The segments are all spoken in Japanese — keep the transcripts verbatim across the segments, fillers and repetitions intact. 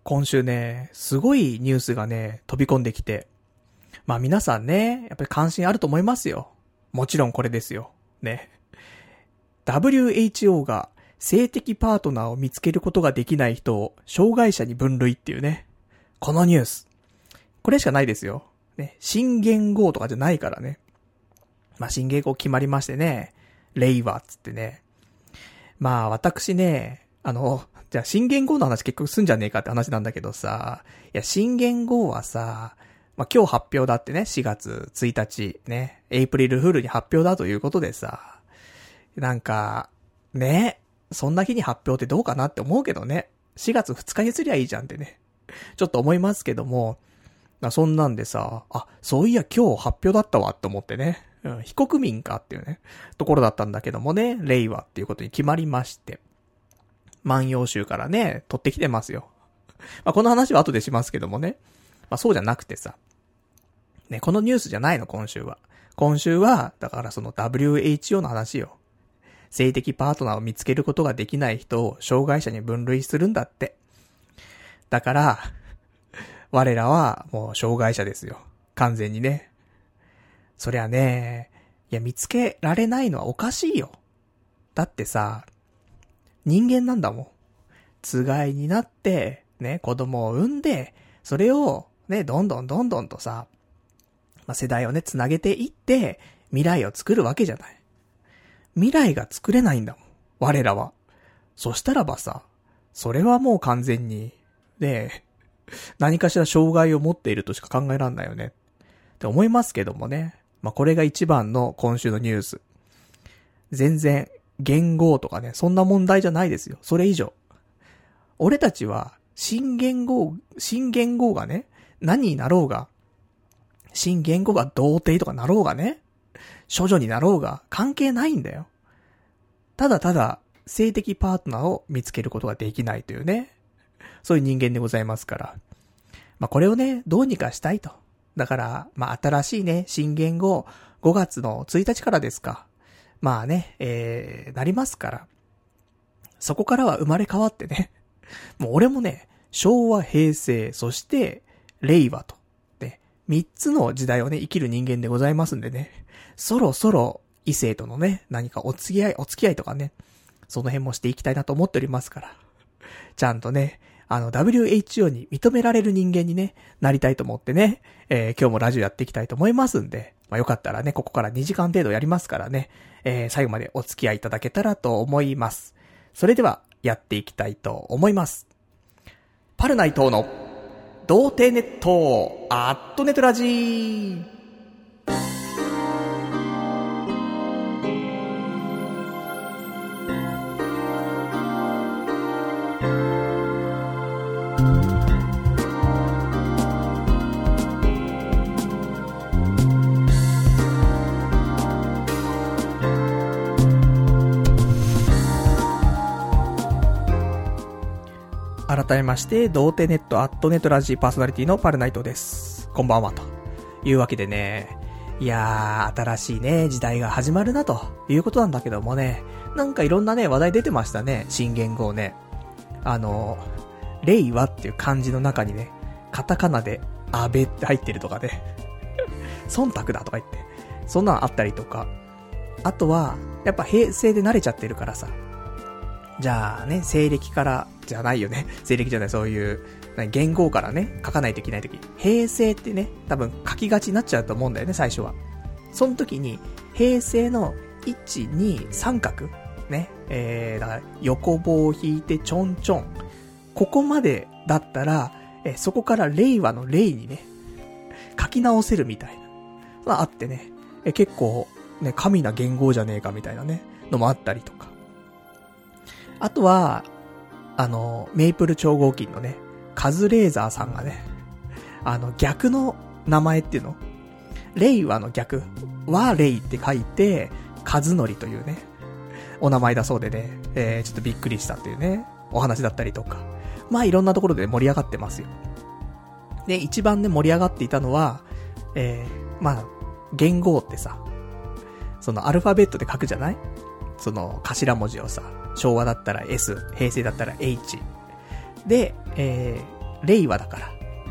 今週ね、すごいニュースがね、飛び込んできて。まあ皆さんね、やっぱり関心あると思いますよ。もちろんこれですよ。ね。ダブリューエイチオー が性的パートナーを見つけることができない人を障害者に分類っていうね。このニュース。これしかないですよ。ね。新元号とかじゃないからね。まあ新元号決まりましてね。令和っつってね。まあ私ね、あの、じゃあ新元号の話結局すんじゃねえかって話なんだけどさ、いや新元号はさ、まあ今日発表だってね、しがつついたちね、エイプリルフールに発表だということでさ、なんか、ね、そんな日に発表ってどうかなって思うけどね、しがつふつかにすりゃいいじゃんってね、ちょっと思いますけども、そんなんでさ、あ、そういや今日発表だったわって思ってね、うん、非国民かっていうね、ところだったんだけどもね、令和っていうことに決まりまして、万葉集からね、取ってきてますよ。まあ、この話は後でしますけどもね。まあ、そうじゃなくてさ。ね、このニュースじゃないの、今週は。今週は、だからその ダブリューエイチオー の話よ。性的パートナーを見つけることができない人を障害者に分類するんだって。だから、我らはもう障害者ですよ。完全にね。そりゃね、いや見つけられないのはおかしいよ。だってさ、人間なんだもん。つがいになって、ね、子供を産んで、それを、ね、どんどんどんどんとさ、まあ、世代をね、つなげていって、未来を作るわけじゃない。未来が作れないんだもん。我らは。そしたらばさ、それはもう完全に、ね、何かしら障害を持っているとしか考えらんないよね。って思いますけどもね。まあ、これが一番の今週のニュース。全然、元号とかね、そんな問題じゃないですよ。それ以上。俺たちは、新元号、新元号がね、何になろうが、新元号が童貞とかなろうがね、処女になろうが、関係ないんだよ。ただただ、性的パートナーを見つけることができないというね、そういう人間でございますから。まあ、これをね、どうにかしたいと。だから、まあ、新しいね、新元号、ごがつのついたちからですか。まあね、えー、なりますから。そこからは生まれ変わってね。もう俺もね、昭和、平成、そして、令和と。ね、三つの時代をね、生きる人間でございますんでね。そろそろ、異性とのね、何かお付き合い、お付き合いとかね、その辺もしていきたいなと思っておりますから。ちゃんとね、あの、ダブリューエイチオー に認められる人間にね、なりたいと思ってね、えー、今日もラジオやっていきたいと思いますんで、まあ、よかったらね、ここからにじかん程度やりますからね、えー、最後までお付き合いいただけたらと思います。それでは、やっていきたいと思います。パルナイトの、童貞ネット、アットネトラジー。改めまして、童貞ネットアットネットラジーパーソナリティのパルナイトです。こんばんはというわけでね、いやー新しいね時代が始まるなということなんだけどもね、なんかいろんなね話題出てましたね。新元号ね、あの令和っていう漢字の中にね、カタカナで安倍って入ってるとかね忖度だとか言って、そんなのあったりとか、あとはやっぱ平成で慣れちゃってるからさ、じゃあね、西暦からじゃないよね。西暦じゃない、そういう、元号からね、書かないといけないとき。平成ってね、多分書きがちになっちゃうと思うんだよね、最初は。その時に、平成のいち、に、さん画。ね。えー、だから、横棒を引いてちょんちょん。ここまでだったら、えそこから令和の令にね、書き直せるみたいな。まあ、あってね、え結構、ね、神な元号じゃねえかみたいなね、のもあったりとか。あとは、あの、メイプル超合金のね、カズレーザーさんがね、あの、逆の名前っていうの、令和の逆は令って書いて、カズノリというね、お名前だそうでね、えー、ちょっとびっくりしたっていうね、お話だったりとか。まあいろんなところで盛り上がってますよ。で、一番ね、盛り上がっていたのは、えー、まあ、元号ってさ、そのアルファベットで書くじゃない？その頭文字をさ、昭和だったら S、平成だったら H。で、え令和だから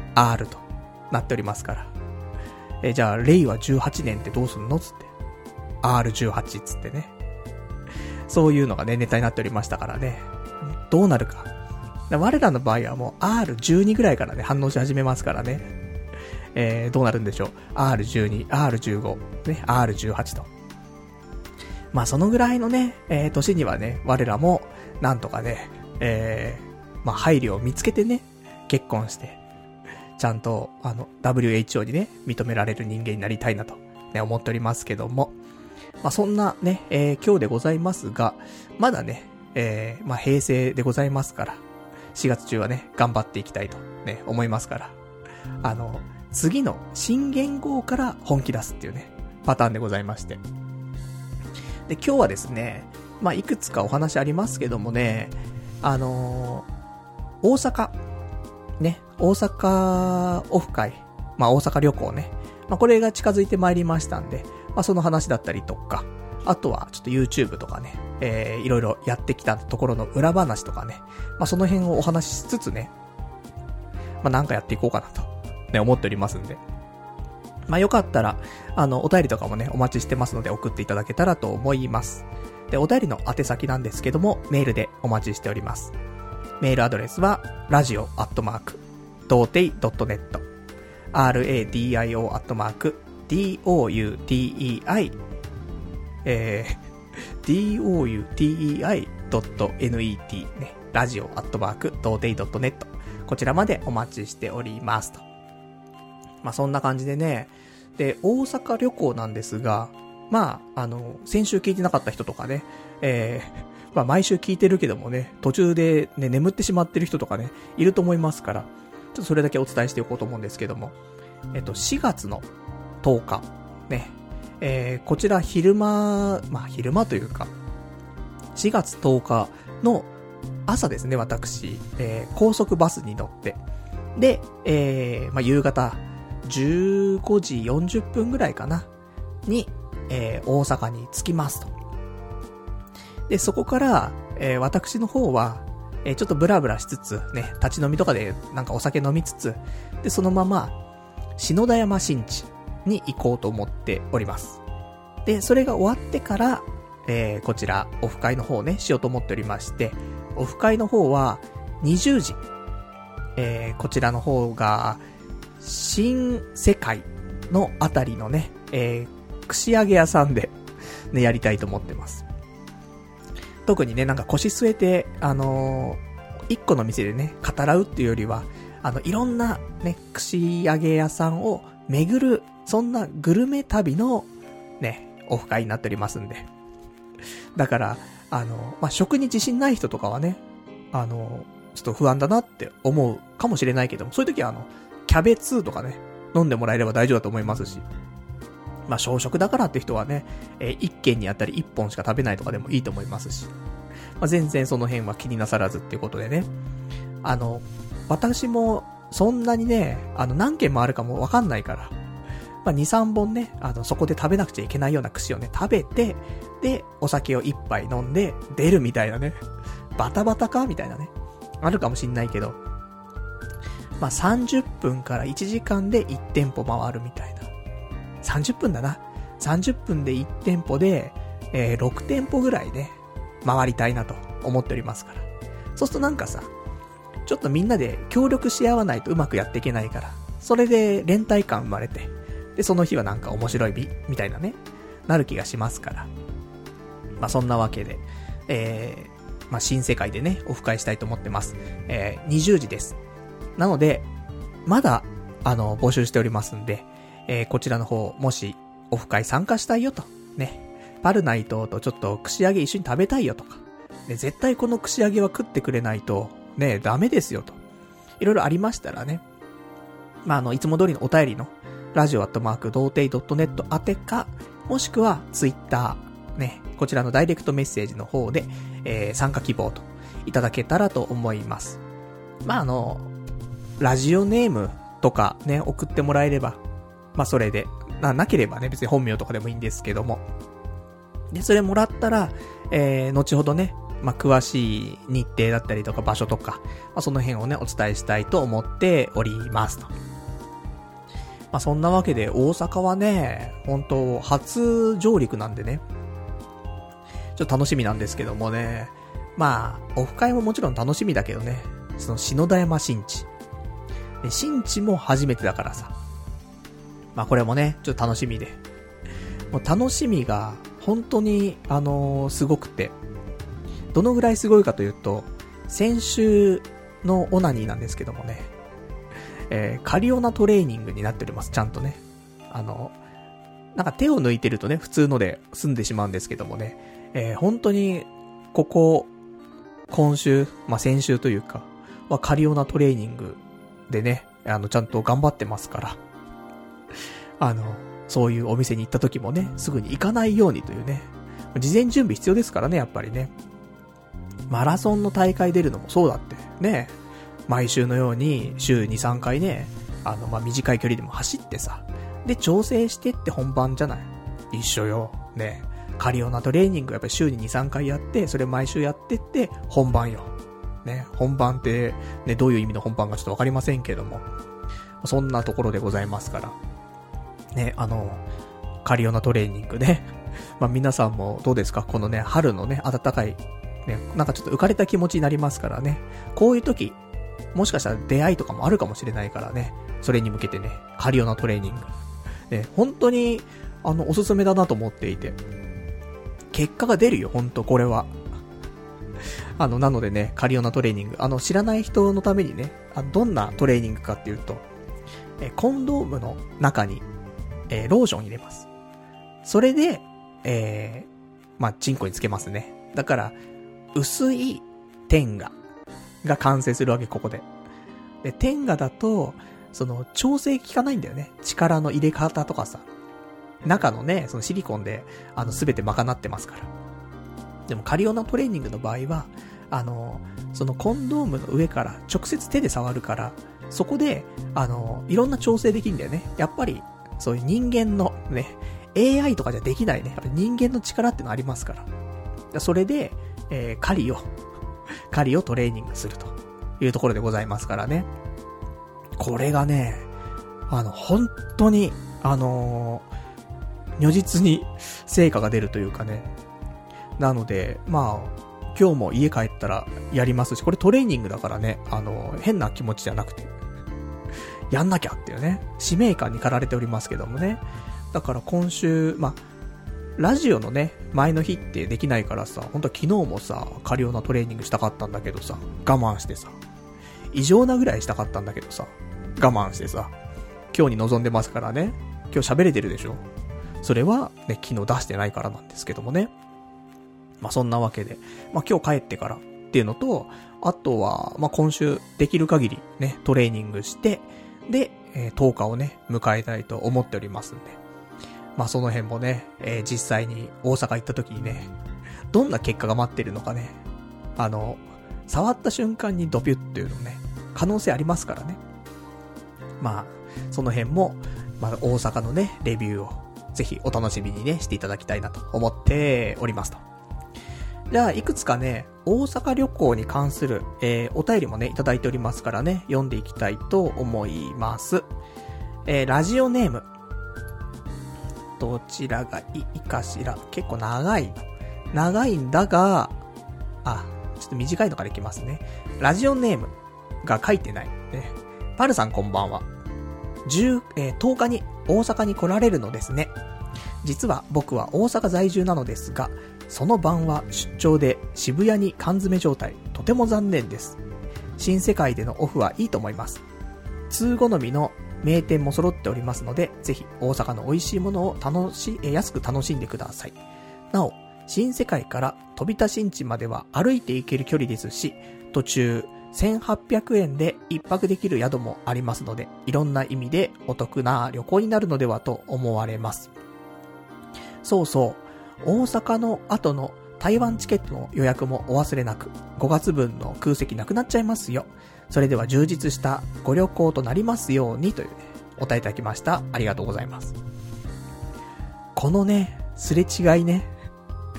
R となっておりますから。えー、じゃあ、令和じゅうはちねんってどうすんのつって。アールじゅうはち つってね。そういうのがね、ネタになっておりましたからね。どうなるか。我らの場合はもう アールじゅうに ぐらいからね、反応し始めますからね。えー、どうなるんでしょう。アールじゅうに、アールじゅうご、ね、アールじゅうはち と。まあそのぐらいのね、えー、年にはね、我らも、なんとかね、えー、まあ配慮を見つけてね、結婚して、ちゃんと、あの、ダブリューエイチオー にね、認められる人間になりたいなと、ね、思っておりますけども。まあそんなね、えー、今日でございますが、まだね、えー、まあ平成でございますから、しがつ中はね、頑張っていきたいと、ね、思いますから。あの、次の新元号から本気出すっていうね、パターンでございまして。で、今日はですね、まあいくつかお話ありますけどもね、あのー、大阪、ね、大阪オフ会、まあ大阪旅行ね、まあこれが近づいてまいりましたんで、まあその話だったりとか、あとはちょっと YouTube とかね、えー、いろいろやってきたところの裏話とかね、まあその辺をお話ししつつね、まあなんかやっていこうかなと、ね、思っておりますんで。まあよかったら、あの、お便りとかもね、お待ちしてますので送っていただけたらと思います。で、お便りの宛先なんですけども、メールでお待ちしております。メールアドレスは、ラジオアットマーク、ドーテイドットネット、ラディオアットマーク、ドゥテイ、えー、ドゥテイドットネット ね、ラジオアットマーク、ドーテイドットネット、こちらまでお待ちしておりますと。まあそんな感じでね、で、大阪旅行なんですが、まあ、あの、先週聞いてなかった人とかね、えー、まあ毎週聞いてるけどもね、途中でね、眠ってしまってる人とかね、いると思いますから、ちょっとそれだけお伝えしておこうと思うんですけども、えっと、しがつのとおか、ね、えー、こちら昼間、まあ昼間というか、しがつとおかの朝ですね、私、えー、高速バスに乗って、で、えー、まあ夕方、じゅうごじよんじゅっぷんぐらいかな、に、えー、大阪に着きますと。で、そこから、えー、私の方は、えー、ちょっとブラブラしつつ、ね、立ち飲みとかでなんかお酒飲みつつ、で、そのまま、篠田山新地に行こうと思っております。で、それが終わってから、えー、こちら、オフ会の方ね、しようと思っておりまして、オフ会の方は、にじゅうじ、えー、こちらの方が、新世界のあたりのね、えー、串揚げ屋さんで、ね、やりたいと思ってます。特にね、なんか腰据えて、あのー、一個の店でね、語らうっていうよりは、あの、いろんなね、串揚げ屋さんを巡る、そんなグルメ旅の、ね、オフ会になっておりますんで。だから、あの、まあ、食に自信ない人とかはね、あの、ちょっと不安だなって思うかもしれないけども、そういう時はあの、キャベツとかね、飲んでもらえれば大丈夫だと思いますし。まあ、小食だからって人はね、えー、一軒にあたり一本しか食べないとかでもいいと思いますし。まあ、全然その辺は気になさらずっていうことでね。あの、私もそんなにね、あの、何軒もあるかもわかんないから。まあ、に、さんぼんね、あの、そこで食べなくちゃいけないような串をね、食べて、で、お酒を一杯飲んで、出るみたいなね。バタバタかみたいなね。あるかもしんないけど。まあ、さんじゅっぷんからいちじかんでいち店舗回るみたいな。さんじゅっぷんだな。さんじゅっぷんでいち店舗で、えー、ろく店舗ぐらいね、回りたいなと思っておりますから。そうするとなんかさ、ちょっとみんなで協力し合わないとうまくやっていけないから、それで連帯感生まれて、で、その日はなんか面白い日、みたいなね、なる気がしますから。まあ、そんなわけで、えー、まあ、新世界でね、オフ会したいと思ってます。えー、にじゅうじです。なので、まだ、あの、募集しておりますんで、えー、こちらの方、もし、オフ会参加したいよと、ね、パルナイトとちょっと串揚げ一緒に食べたいよとか、ね、絶対この串揚げは食ってくれないと、ね、ダメですよと。いろいろありましたらね、まあ、あの、いつも通りのお便りの、ラジオアットマーク、ドーテイドットネット宛てか、もしくは、ツイッター、ね、こちらのダイレクトメッセージの方で、えー、参加希望と、いただけたらと思います。まあ、あの、ラジオネームとかね、送ってもらえれば、まあそれで、な、なければね、別に本名とかでもいいんですけども。で、それもらったら、えー、後ほどね、 まあ、詳しい日程だったりとか場所とか、まあ、その辺をね、お伝えしたいと思っておりますと。まあ、そんなわけで大阪はね、本当初上陸なんでね、ちょっと楽しみなんですけどもね、まあ、オフ会ももちろん楽しみだけどね、その篠田山新地。新地も初めてだからさ。まあこれもね、ちょっと楽しみで。もう楽しみが、本当に、あのー、すごくて。どのぐらいすごいかというと、先週のオナニーなんですけどもね、えー、カリオナトレーニングになっております、ちゃんとね。あの、なんか手を抜いてるとね、普通ので済んでしまうんですけどもね、えー、本当に、ここ、今週、まあ、先週というか、はカリオナトレーニングでね、あの、ちゃんと頑張ってますから、あの、そういうお店に行った時もね、すぐに行かないようにというね、事前準備必要ですからね、やっぱりね。マラソンの大会出るのもそうだって、ね、毎週のように週に、さんかいね、あの、まあ、短い距離でも走ってさ、で、調整してって本番じゃない。一緒よ、ね。カリオナトレーニングやっぱり週にに、さんかいやって、それ毎週やってって、本番よ。ね、本番って、ね、どういう意味の本番かちょっとわかりませんけども、そんなところでございますから。ね、あの、カリオナトレーニングね。まあ、皆さんもどうですか？このね、春のね、暖かい、ね、なんかちょっと浮かれた気持ちになりますからね。こういう時、もしかしたら出会いとかもあるかもしれないからね。それに向けてね、カリオナトレーニング。ね、本当に、あの、おすすめだなと思っていて。結果が出るよ、本当これは。あの、なのでね、カリオナトレーニング。あの、知らない人のためにね、あのどんなトレーニングかっていうと、え、コンドームの中に、えー、ローション入れます。それで、えー、まあ、チンコにつけますね。だから、薄い天下が完成するわけ、ここで。で、天下だと、その、調整効かないんだよね。力の入れ方とかさ。中のね、そのシリコンで、あの、すべて賄ってますから。でも、カリオナトレーニングの場合は、あの、そのコンドームの上から直接手で触るから、そこで、あの、いろんな調整できるんだよね。やっぱり、そういう人間のね、エーアイ とかじゃできないね。やっぱり人間の力ってのありますから。それで、えー、狩りを、狩りをトレーニングするというところでございますからね。これがね、あの、本当に、あのー、如実に成果が出るというかね。なので、まあ、今日も家帰ったらやりますし、これトレーニングだからね、あのー、変な気持ちじゃなくて、やんなきゃっていうね、使命感に駆られておりますけどもね。だから今週、まあ、ラジオのね、前の日ってできないからさ、本当は昨日もさ、カリオナトレーニングしたかったんだけどさ、我慢してさ、異常なぐらいしたかったんだけどさ、我慢してさ、今日に臨んでますからね、今日喋れてるでしょ。それはね、昨日出してないからなんですけどもね。まあそんなわけで、まあ今日帰ってからっていうのと、あとは、まあ今週できる限りね、トレーニングして、で、えー、とおかをね、迎えたいと思っておりますんで。まあその辺もね、えー、実際に大阪行った時にね、どんな結果が待ってるのかね、あの、触った瞬間にドピュッっていうのね、可能性ありますからね。まあ、その辺も、まあ大阪のね、レビューをぜひお楽しみにね、していただきたいなと思っておりますと。じゃあ、いくつかね、大阪旅行に関する、えー、お便りもね、いただいておりますからね、読んでいきたいと思います。えー、ラジオネーム。どちらがいいかしら。結構長い。長いんだが、あ、ちょっと短いのからいきますね。ラジオネームが書いてない。ね、パルさんこんばんは。10、えー、とおかに大阪に来られるのですね。実は僕は大阪在住なのですが、その晩は出張で渋谷に缶詰状態。とても残念です。新世界でのオフはいいと思います。通好みの名店も揃っておりますので、ぜひ大阪の美味しいものを楽し、え安く楽しんでください。なお、新世界から飛田新地までは歩いて行ける距離ですし、途中せんはっぴゃくえんで一泊できる宿もありますので、いろんな意味でお得な旅行になるのではと思われます。そうそう、大阪の後の台湾チケットの予約もお忘れなく、ごがつぶんの空席なくなっちゃいますよ。それでは充実したご旅行となりますようにというね、お答えいただきました。ありがとうございます。このね、すれ違いね、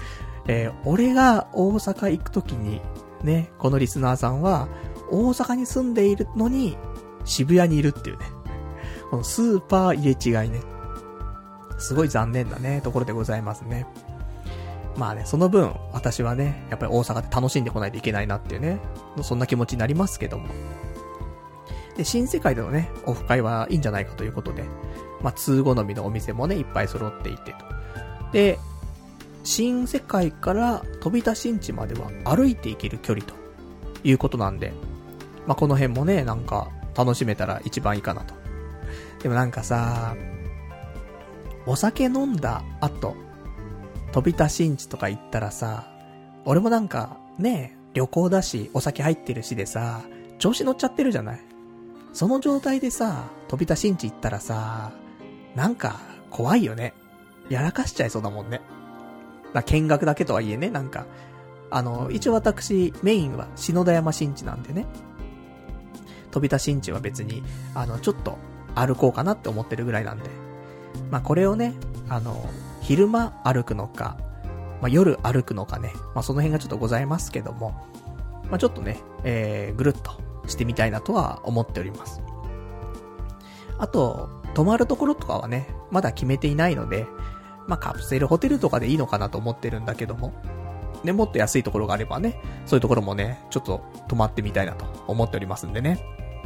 えー、俺が大阪行くときに、ね、このリスナーさんは、大阪に住んでいるのに、渋谷にいるっていうね。このスーパー入れ違いね。すごい残念なね、ところでございますね。まあね、その分、私はね、やっぱり大阪で楽しんでこないといけないなっていうね、そんな気持ちになりますけども。で、新世界でのね、オフ会はいいんじゃないかということで、まあ、通好みのお店もね、いっぱい揃っていてと。で、新世界から飛び出新地までは歩いていける距離ということなんで、まあ、この辺もね、なんか楽しめたら一番いいかなと。でもなんかさ、お酒飲んだ後、飛び出新地とか行ったらさ、俺もなんかね、旅行だし、お酒入ってるしでさ、調子乗っちゃってるじゃない。その状態でさ、飛び出新地行ったらさ、なんか怖いよね。やらかしちゃいそうだもんね。まあ、見学だけとはいえね、なんか、あの、一応私、メインは篠田山新地なんでね。飛び出新地は別に、あの、ちょっと歩こうかなって思ってるぐらいなんで。まあ、これをね、あの、昼間歩くのか、まあ、夜歩くのかね。まあ、その辺がちょっとございますけども。まあ、ちょっとね、えー、ぐるっとしてみたいなとは思っております。あと、泊まるところとかはね、まだ決めていないので、まあ、カプセルホテルとかでいいのかなと思ってるんだけども。ね、もっと安いところがあればね、そういうところもね、ちょっと泊まってみたいなと思っておりますんでね。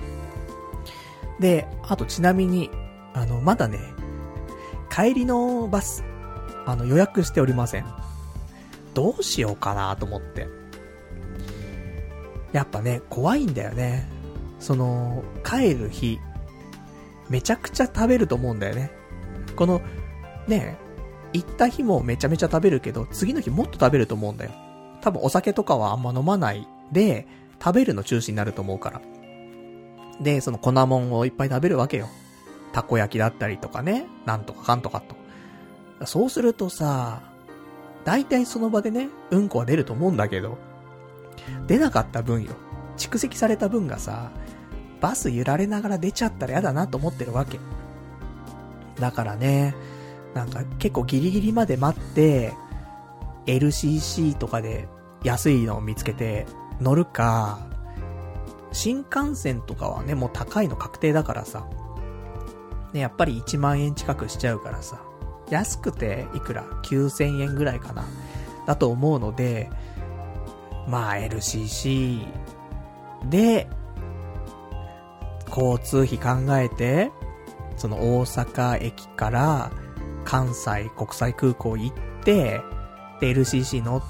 で、あとちなみに、あの、まだね、帰りのバス、あの、予約しておりません。どうしようかなと思って。やっぱね、怖いんだよね。その、帰る日、めちゃくちゃ食べると思うんだよね。この、ね、行った日もめちゃめちゃ食べるけど、次の日もっと食べると思うんだよ。多分お酒とかはあんま飲まないで、食べるの中心になると思うから。で、その粉もんをいっぱい食べるわけよ。たこ焼きだったりとかね、なんとかかんとかと。そうするとさ、大体その場でね、うんこは出ると思うんだけど、出なかった分よ。蓄積された分がさ、バス揺られながら出ちゃったらやだなと思ってるわけ。だからね、なんか結構ギリギリまで待って、エルシーシー とかで安いのを見つけて乗るか、新幹線とかはね、もう高いの確定だからさ、ね、やっぱりいちまんえん近くしちゃうからさ、安くていくら ?きゅうせんえんぐらいかなだと思うので、まあ エルシーシー で、交通費考えて、その大阪駅から関西国際空港行って、で エルシーシー 乗って、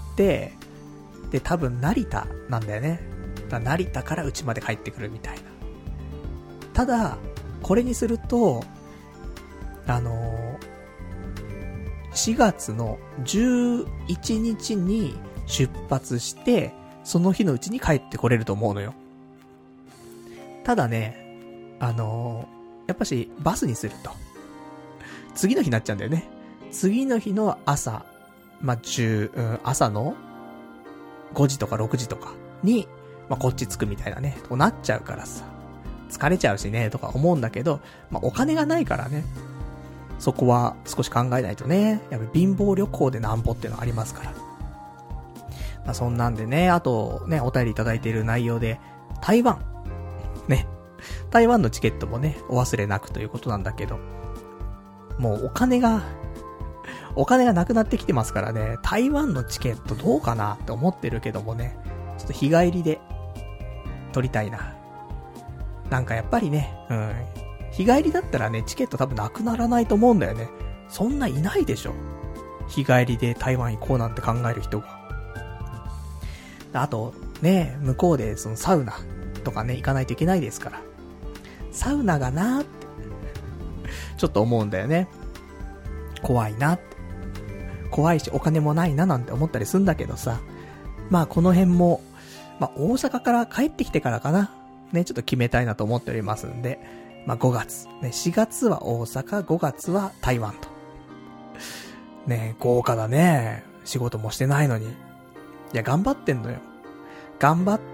で多分成田なんだよね。だから成田からうちまで帰ってくるみたいな。ただ、これにすると、あのー、しがつのじゅういちにちに出発して、その日のうちに帰ってこれると思うのよ。ただね、あのー、やっぱしバスにすると、次の日になっちゃうんだよね。次の日の朝、まあ、10、うん、朝のごじとかろくじとかに、まあ、こっち着くみたいなね、となっちゃうからさ、疲れちゃうしね、とか思うんだけど、まあ、お金がないからね、そこは少し考えないとね、やっぱり貧乏旅行でなんぼっていうのがありますから。まあ、そんなんでね、あとね、お便りいただいている内容で、台湾、ね、台湾のチケットもね、お忘れなくということなんだけど、もうお金が、お金がなくなってきてますからね、台湾のチケットどうかなって思ってるけどもね、ちょっと日帰りで取りたいな。なんかやっぱりね、うん、日帰りだったらね、チケット多分なくならないと思うんだよね。そんないないでしょ。日帰りで台湾行こうなんて考える人が。あと、ね、向こうでそのサウナとかね、行かないといけないですから。サウナがなーって、ちょっと思うんだよね。怖いなって。怖いし、お金もないななんて思ったりすんだけどさ。まあこの辺も、まあ大阪から帰ってきてからかな。ね、ちょっと決めたいなと思っておりますんで。まあごがつ。ね、しがつは大阪、ごがつは台湾と。ね、豪華だね。仕事もしてないのに。いや、頑張ってんのよ。頑張って、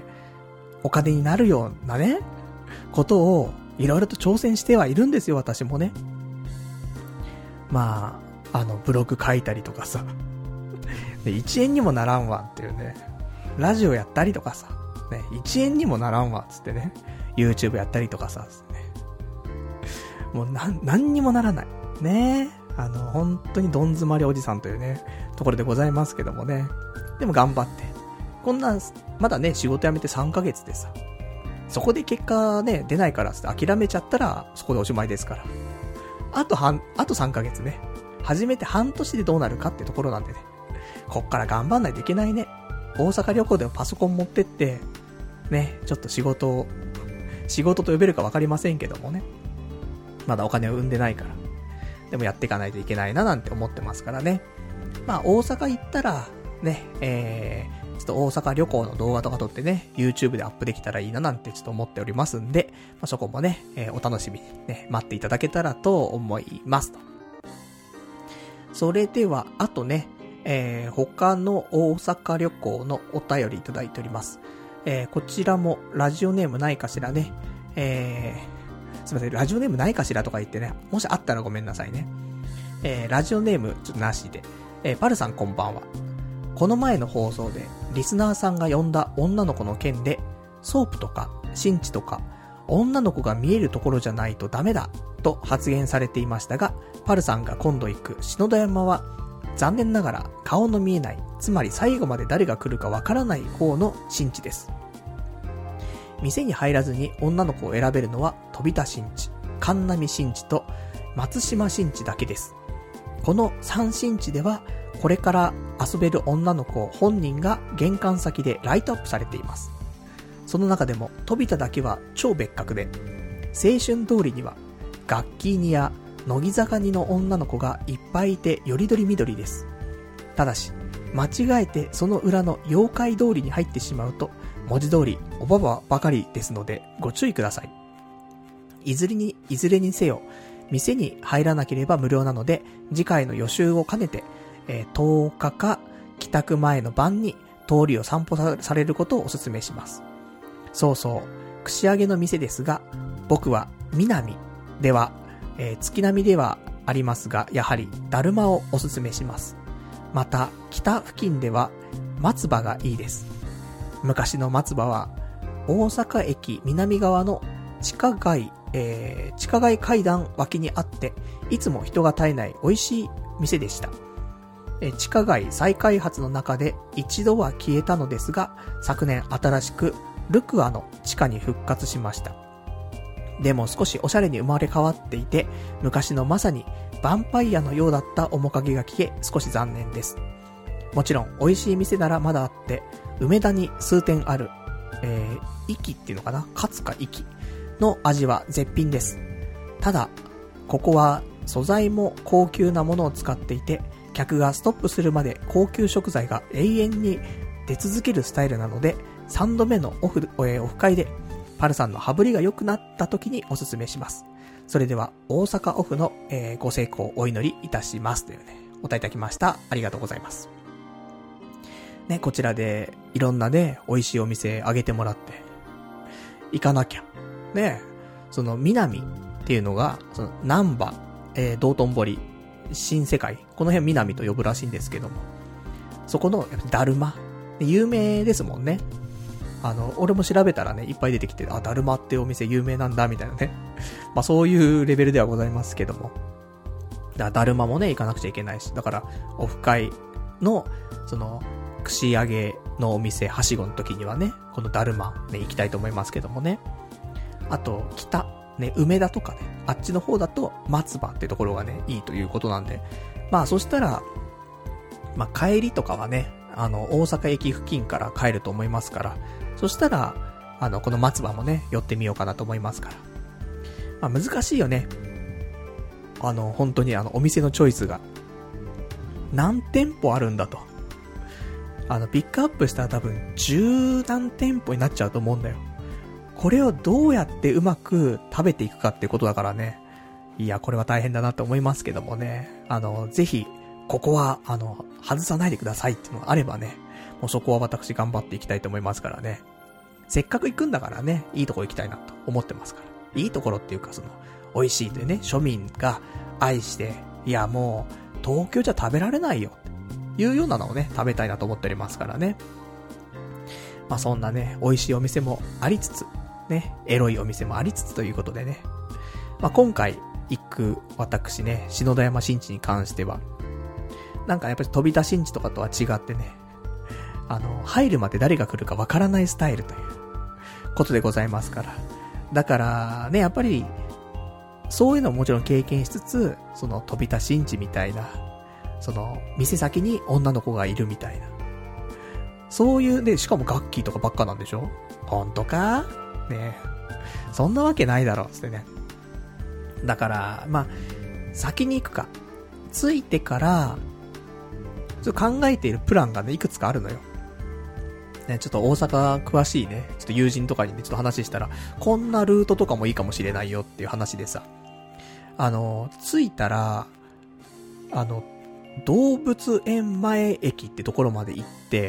お金になるようなね、ことを、いろいろと挑戦してはいるんですよ、私もね。まあ、あの、ブログ書いたりとかさ。 で、いちえんにもならんわっていうね。ラジオやったりとかさ、ね、いちえんにもならんわつってね。YouTube やったりとかさ、つってね。もうなん、なんにもならない。ねあの、本当にどん詰まりおじさんというね、ところでございますけどもね。でも頑張って。こんな、まだね、仕事辞めてさんかげつでさ、そこで結果ね、出ないからって諦めちゃったら、そこでおしまいですから。あと半、あとさんかげつね。初めて半年でどうなるかってところなんでね。こっから頑張んないといけないね。大阪旅行でもパソコン持ってって、ね、ちょっと仕事を、仕事と呼べるか分かりませんけどもね。まだお金を生んでないから。でもやっていかないといけないななんて思ってますからね。まあ大阪行ったら、ね、えー、ちょっと大阪旅行の動画とか撮ってね、YouTube でアップできたらいいななんてちょっと思っておりますんで、まあ、そこもね、えー、お楽しみにね、待っていただけたらと思いますと。それでは、あとね、えー、他の大阪旅行のお便りいただいております。えー、こちらもラジオネームないかしらね。えー、すいません、ラジオネームないかしらとか言ってね、もしあったらごめんなさいね。えー、ラジオネームちょっとなしで。えー、パルさんこんばんは。この前の放送で、リスナーさんが呼んだ女の子の件で、ソープとか、新地とか、女の子が見えるところじゃないとダメだ、と発言されていましたが、パルさんが今度行く篠田山は、残念ながら顔の見えない、つまり最後まで誰が来るかわからない方の新地です。店に入らずに女の子を選べるのは飛田新地、神波新地と松島新地だけです。このさん新地ではこれから遊べる女の子本人が玄関先でライトアップされています。その中でも飛田だけは超別格で、青春通りにはガッキーニや乃木坂にの女の子がいっぱいいてよりどりみどりです。ただし間違えてその裏の妖怪通りに入ってしまうと文字通りおばばばかりですのでご注意ください。いずれにいずれにせよ店に入らなければ無料なので、次回の予習を兼ねて、えー、とおかか帰宅前の晩に通りを散歩されることをお勧めします。そうそう、串揚げの店ですが、僕は南では、えー、月並みではありますが、やはりだるまをお勧めします。また北付近では松葉がいいです。昔の松葉は大阪駅南側の地下街、えー、地下街階段脇にあって、いつも人が絶えない美味しい店でした。えー、地下街再開発の中で一度は消えたのですが、昨年新しくルクアの地下に復活しました。でも少しおしゃれに生まれ変わっていて、昔のまさにヴァンパイアのようだった面影が消え、少し残念です。もちろん美味しい店ならまだあって、梅田に数店ある、えー、イキっていうのかな、カツかイキの味は絶品です。ただここは素材も高級なものを使っていて、客がストップするまで高級食材が永遠に出続けるスタイルなので、さんどめのオフ、えー、オフ会でパルさんの羽振りが良くなった時におすすめします。それでは大阪オフの、えー、ご成功をお祈りいたしますというね、お答えいただきました。ありがとうございます。ね、こちらでいろんなね、美味しいお店あげてもらって行かなきゃね。その南っていうのがその南波、えー、道頓堀、新世界、この辺南と呼ぶらしいんですけども、そこのだるま有名ですもんね。あの俺も調べたらね、いっぱい出てきて、あ、だるまってお店有名なんだみたいなね。まあそういうレベルではございますけども、だだるまもね行かなくちゃいけないし、だからオフ会のその串揚げのお店はしごの時にはね、このだるまね行きたいと思いますけどもね。あと北ね、梅田とかね、あっちの方だと松葉ってところがねいいということなんで、まあそしたらまあ帰りとかはね、あの大阪駅付近から帰ると思いますから、そしたらあのこの松葉もね寄ってみようかなと思いますから。まあ難しいよね。あの本当にあのお店のチョイスが何店舗あるんだと。あのピックアップしたら多分十何店舗になっちゃうと思うんだよ。これをどうやってうまく食べていくかっていうことだからね。いやこれは大変だなと思いますけどもね。あのぜひここはあの外さないでくださいっていうのがあればね、もうそこは私頑張っていきたいと思いますからね。せっかく行くんだからね、いいところ行きたいなと思ってますから。いいところっていうかその美味しいというね、庶民が愛して、いやもう東京じゃ食べられないよ。 いうようなのをね、食べたいなと思っておりますからね。まあそんなね、美味しいお店もありつつ、ね、エロいお店もありつつということでね。まあ今回行く私ね、篠田山新地に関しては、なんかやっぱり飛田新地とかとは違ってね、あの、入るまで誰が来るかわからないスタイルということでございますから。だからね、やっぱり、そういうのももちろん経験しつつ、その飛田新地みたいな、その、店先に女の子がいるみたいな。そういうね、しかもガッキーとかばっかなんでしょ？ほんとか？ねえ。そんなわけないだろ、つってね。だから、まあ、先に行くか。着いてから、ちょっと考えているプランがね、いくつかあるのよ。ね、ちょっと大阪詳しいね、ちょっと友人とかにね、ちょっと話したら、こんなルートとかもいいかもしれないよっていう話でさ。あの、着いたら、あの、動物園前駅ってところまで行って、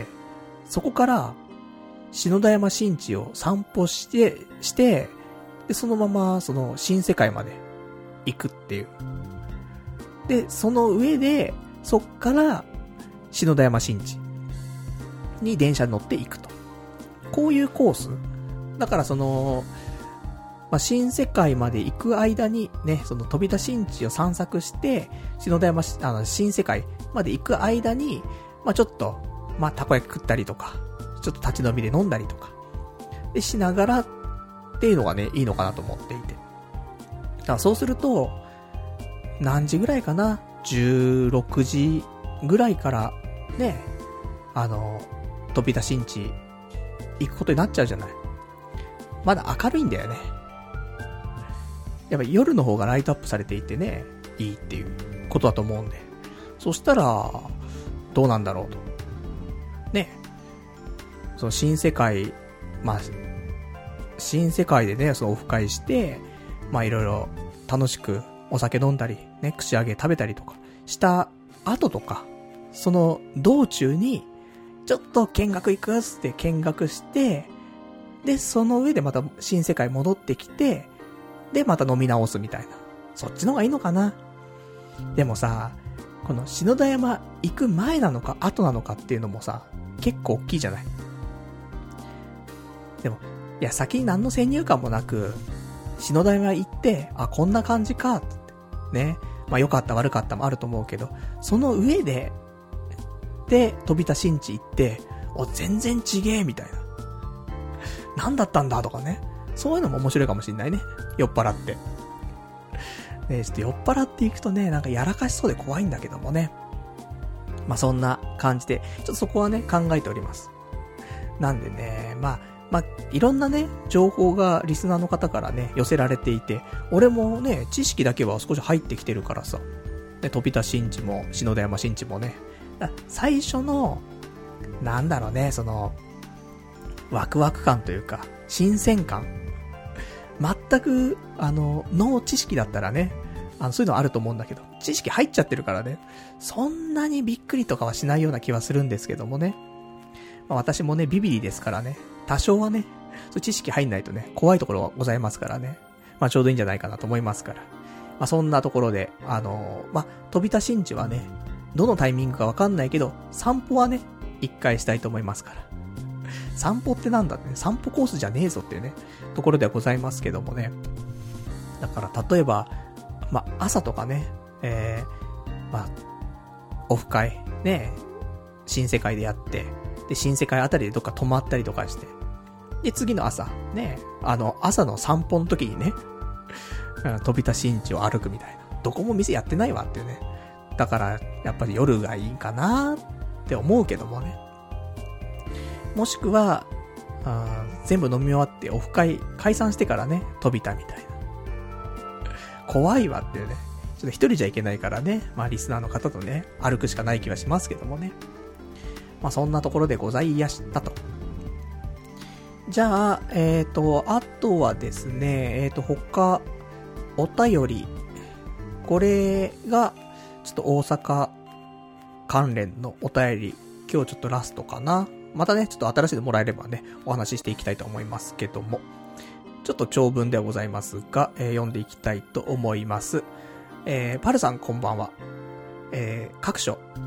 そこから、篠田山新地を散歩して、して、で、そのまま、その、新世界まで行くっていう。で、その上で、そっから、篠田山新地に電車に乗って行くと。こういうコース。だからその、まあ、新世界まで行く間にね、その飛田新地を散策して、篠田山、あの、新世界まで行く間に、まあ、ちょっと、まあ、たこ焼き食ったりとか、ちょっと立ち飲みで飲んだりとか、で、しながらっていうのがね、いいのかなと思っていて。だからそうすると、何時ぐらいかな ?じゅうろくじぐらいから、ね、あの、飛田新地行くことになっちゃうじゃない。まだ明るいんだよね。やっぱり夜の方がライトアップされていてね、いいっていうことだと思うんで。そしたら、どうなんだろうと。ね。その新世界、まあ、新世界でね、そのオフ会して、まあいろいろ楽しくお酒飲んだり、ね、串揚げ食べたりとかした後とか、その道中に、ちょっと見学行くっつって見学して、で、その上でまた新世界戻ってきて、で、また飲み直すみたいな。そっちの方がいいのかな。でもさ、この篠田山行く前なのか後なのかっていうのもさ、結構大きいじゃない。でも、いや、先に何の先入観もなく、篠田山行って、あ、こんな感じか、って。ね。まあ良かった悪かったもあると思うけど、その上で、で、飛田新地行って、お、全然ちげえ、みたいな。なんだったんだとかね。そういうのも面白いかもしんないね。酔っ払って。ね、ちょっと酔っ払っていくとね、なんかやらかしそうで怖いんだけどもね。まあそんな感じで、ちょっとそこはね、考えております。なんでね、まあ、まあ、いろんなね、情報がリスナーの方からね、寄せられていて、俺もね、知識だけは少し入ってきてるからさ。で、飛田新地も、篠田山新地もね。最初の、なんだろうね、その、ワクワク感というか、新鮮感。全く、あの、脳知識だったらね、あの、そういうのあると思うんだけど、知識入っちゃってるからね、そんなにびっくりとかはしないような気はするんですけどもね。まあ、私もね、ビビリですからね、多少はね、そういう知識入んないとね、怖いところはございますからね。まあ、ちょうどいいんじゃないかなと思いますから。まあ、そんなところで、あのー、まあ、飛田新地はね、どのタイミングかわかんないけど、散歩はね、一回したいと思いますから。散歩ってなんだってね、散歩コースじゃねえぞっていうね、ところではございますけどもね。だから、例えば、まあ、朝とかね、えー、まあ、オフ会、ね、新世界でやって、で、新世界あたりでどっか泊まったりとかして、で、次の朝、ね、あの、朝の散歩の時にね、飛田新地を歩くみたいな。どこも店やってないわっていうね。だから、やっぱり夜がいいんかなって思うけどもね。もしくは、あ全部飲み終わってオフ会解散してからね、飛田みたいな。怖いわっていうね。ちょっと一人じゃいけないからね。まあリスナーの方とね、歩くしかない気はしますけどもね。まあそんなところでございやしたと。じゃあ、えっと、あとはですね、えっと、他、お便り。これが、ちょっと大阪関連のお便り。今日ちょっとラストかな。またね、ちょっと新しいのもらえればね、お話ししていきたいと思いますけども。ちょっと長文ではございますが、えー、読んでいきたいと思います。えー、パルさんこんばんは。えー、各所、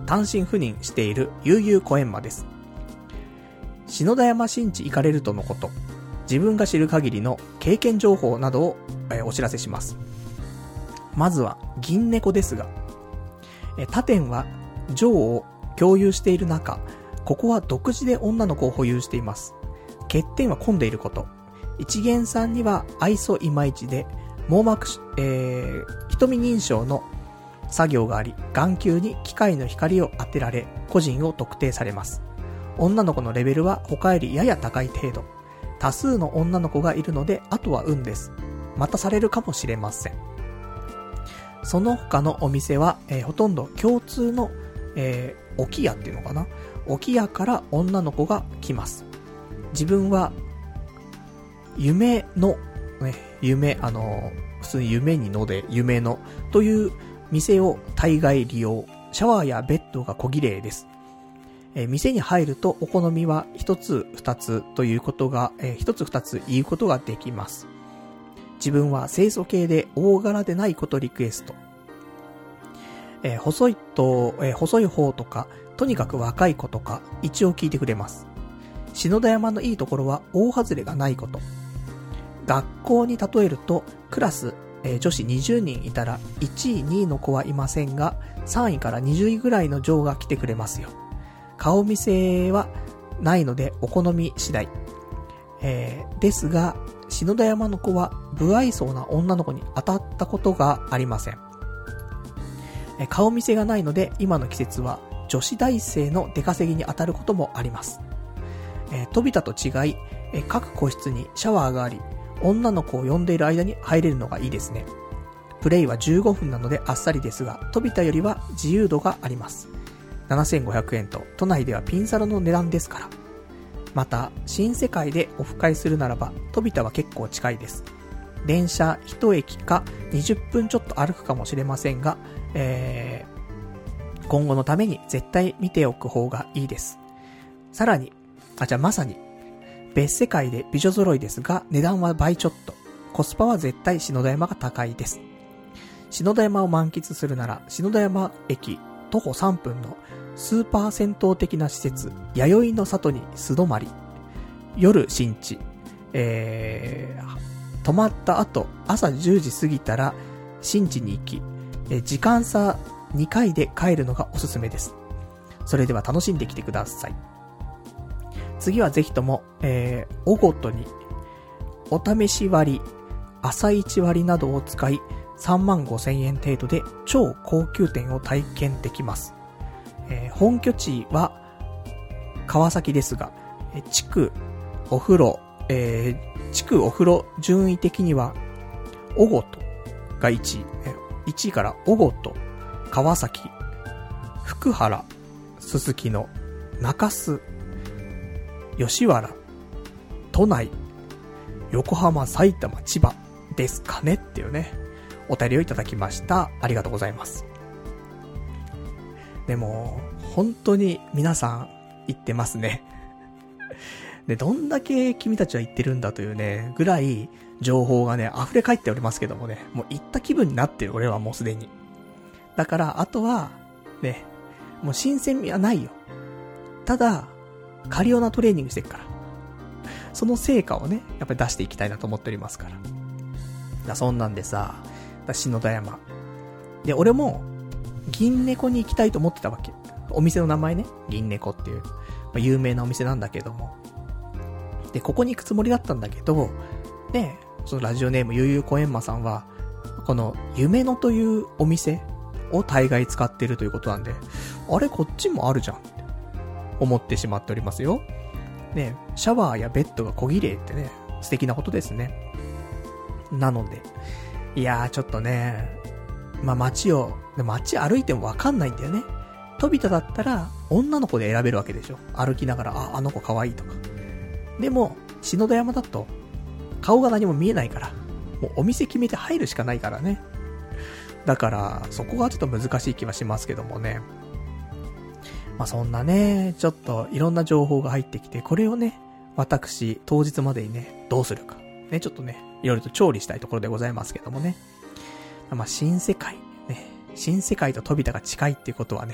単身赴任している悠々小閻魔です。篠田山新地行かれるとのこと、自分が知る限りの経験情報などを、えー、お知らせします。まずは銀猫ですが、えー、他店は城を共有している中、ここは独自で女の子を保有しています。欠点は混んでいること。一元さんには愛想いまいちで、網膜、えー、瞳認証の作業があり、眼球に機械の光を当てられ、個人を特定されます。女の子のレベルは他よりやや高い程度。多数の女の子がいるので、あとは運です。またされるかもしれません。その他のお店は、えー、ほとんど共通の、えー、置屋っていうのかな、置屋から女の子が来ます。自分は夢の、ね、夢、あの普通に夢にので夢のという店を大概利用。シャワーやベッドが小綺麗です。えー、店に入るとお好みは一つ二つということが、えー、一つ二つ言うことができます。自分は清楚系で大柄でないことリクエスト。えー、細いと、えー、細い方とか、とにかく若い子とか、一応聞いてくれます。篠田山のいいところは大外れがないこと。学校に例えると、クラス、えー、女子にじゅうにんいたら、いちい、にいの子はいませんが、さんいからにじゅういぐらいの女王が来てくれますよ。顔見せはないので、お好み次第。えー、ですが、篠田山の子は、不愛想な女の子に当たったことがありません。えー、顔見せがないので、今の季節は、女子大生の出稼ぎに当たることもあります。えー、飛田と違い、えー、各個室にシャワーがあり、女の子を呼んでいる間に入れるのがいいですね。プレイはじゅうごふんなのであっさりですが、飛田よりは自由度があります。ななせんごひゃくえんと都内ではピンサロの値段ですから。また、新世界でオフ会するならば、飛田は結構近いです。電車いち駅かにじゅっぷんちょっと歩くかもしれませんが、えー、今後のために絶対見ておく方がいいです。さらに、あ、じゃあまさに、別世界で美女揃いですが、値段は倍ちょっと。コスパは絶対篠田山が高いです。篠田山を満喫するなら、篠田山駅徒歩さんぷんのスーパー銭湯的な施設、弥生の里に素泊まり。夜新地。えー、泊まった後、朝じゅうじ過ぎたら新地に行き、え時間差にかいで帰るのがおすすめです。それでは楽しんできてください。次はぜひとも、えー、おごとに、お試し割、朝一割などを使い、さんまんごせんえん程度で超高級店を体験できます。えー、本拠地は川崎ですが、えー、地区、お風呂、えー、地区お風呂順位的には、おごとがいちい、えー、いちいからおごと、川崎、福原、すすきの、中洲、吉原、都内、横浜、埼玉、千葉ですかねっていうね、お便りをいただきました。ありがとうございます。でも、本当に皆さん言ってますね。で、どんだけ君たちは言ってるんだというね、ぐらい情報がね、溢れ返っておりますけどもね、もう言った気分になってる俺はもうすでに。だから、あとは、ね、もう新鮮味はないよ。ただ、カリオナトレーニングしてるから。その成果をね、やっぱり出していきたいなと思っておりますから。だそんなんでさ、だ篠田山。で、俺も、銀猫に行きたいと思ってたわけ。お店の名前ね、銀猫っていう、まあ、有名なお店なんだけども。で、ここに行くつもりだったんだけど、ね、そのラジオネームゆうゆうこえんまさんは、この夢のというお店を大概使ってるということなんで、あれこっちもあるじゃんって思ってしまっておりますよ。ね、シャワーやベッドが小綺麗ってね、素敵なことですね。なので、いやーちょっとね、まあ、街を、街歩いてもわかんないんだよね。飛田だったら女の子で選べるわけでしょ。歩きながら、あ、あの子可愛いとか。でも、篠田山だと、顔が何も見えないから、もうお店決めて入るしかないからね。だから、そこがちょっと難しい気はしますけどもね。まあ、そんなね、ちょっといろんな情報が入ってきて、これをね、私、当日までにね、どうするか。ね、ちょっとね、いろいろと調理したいところでございますけどもね。まあ、新世界、ね、新世界と飛田が近いっていうことはね、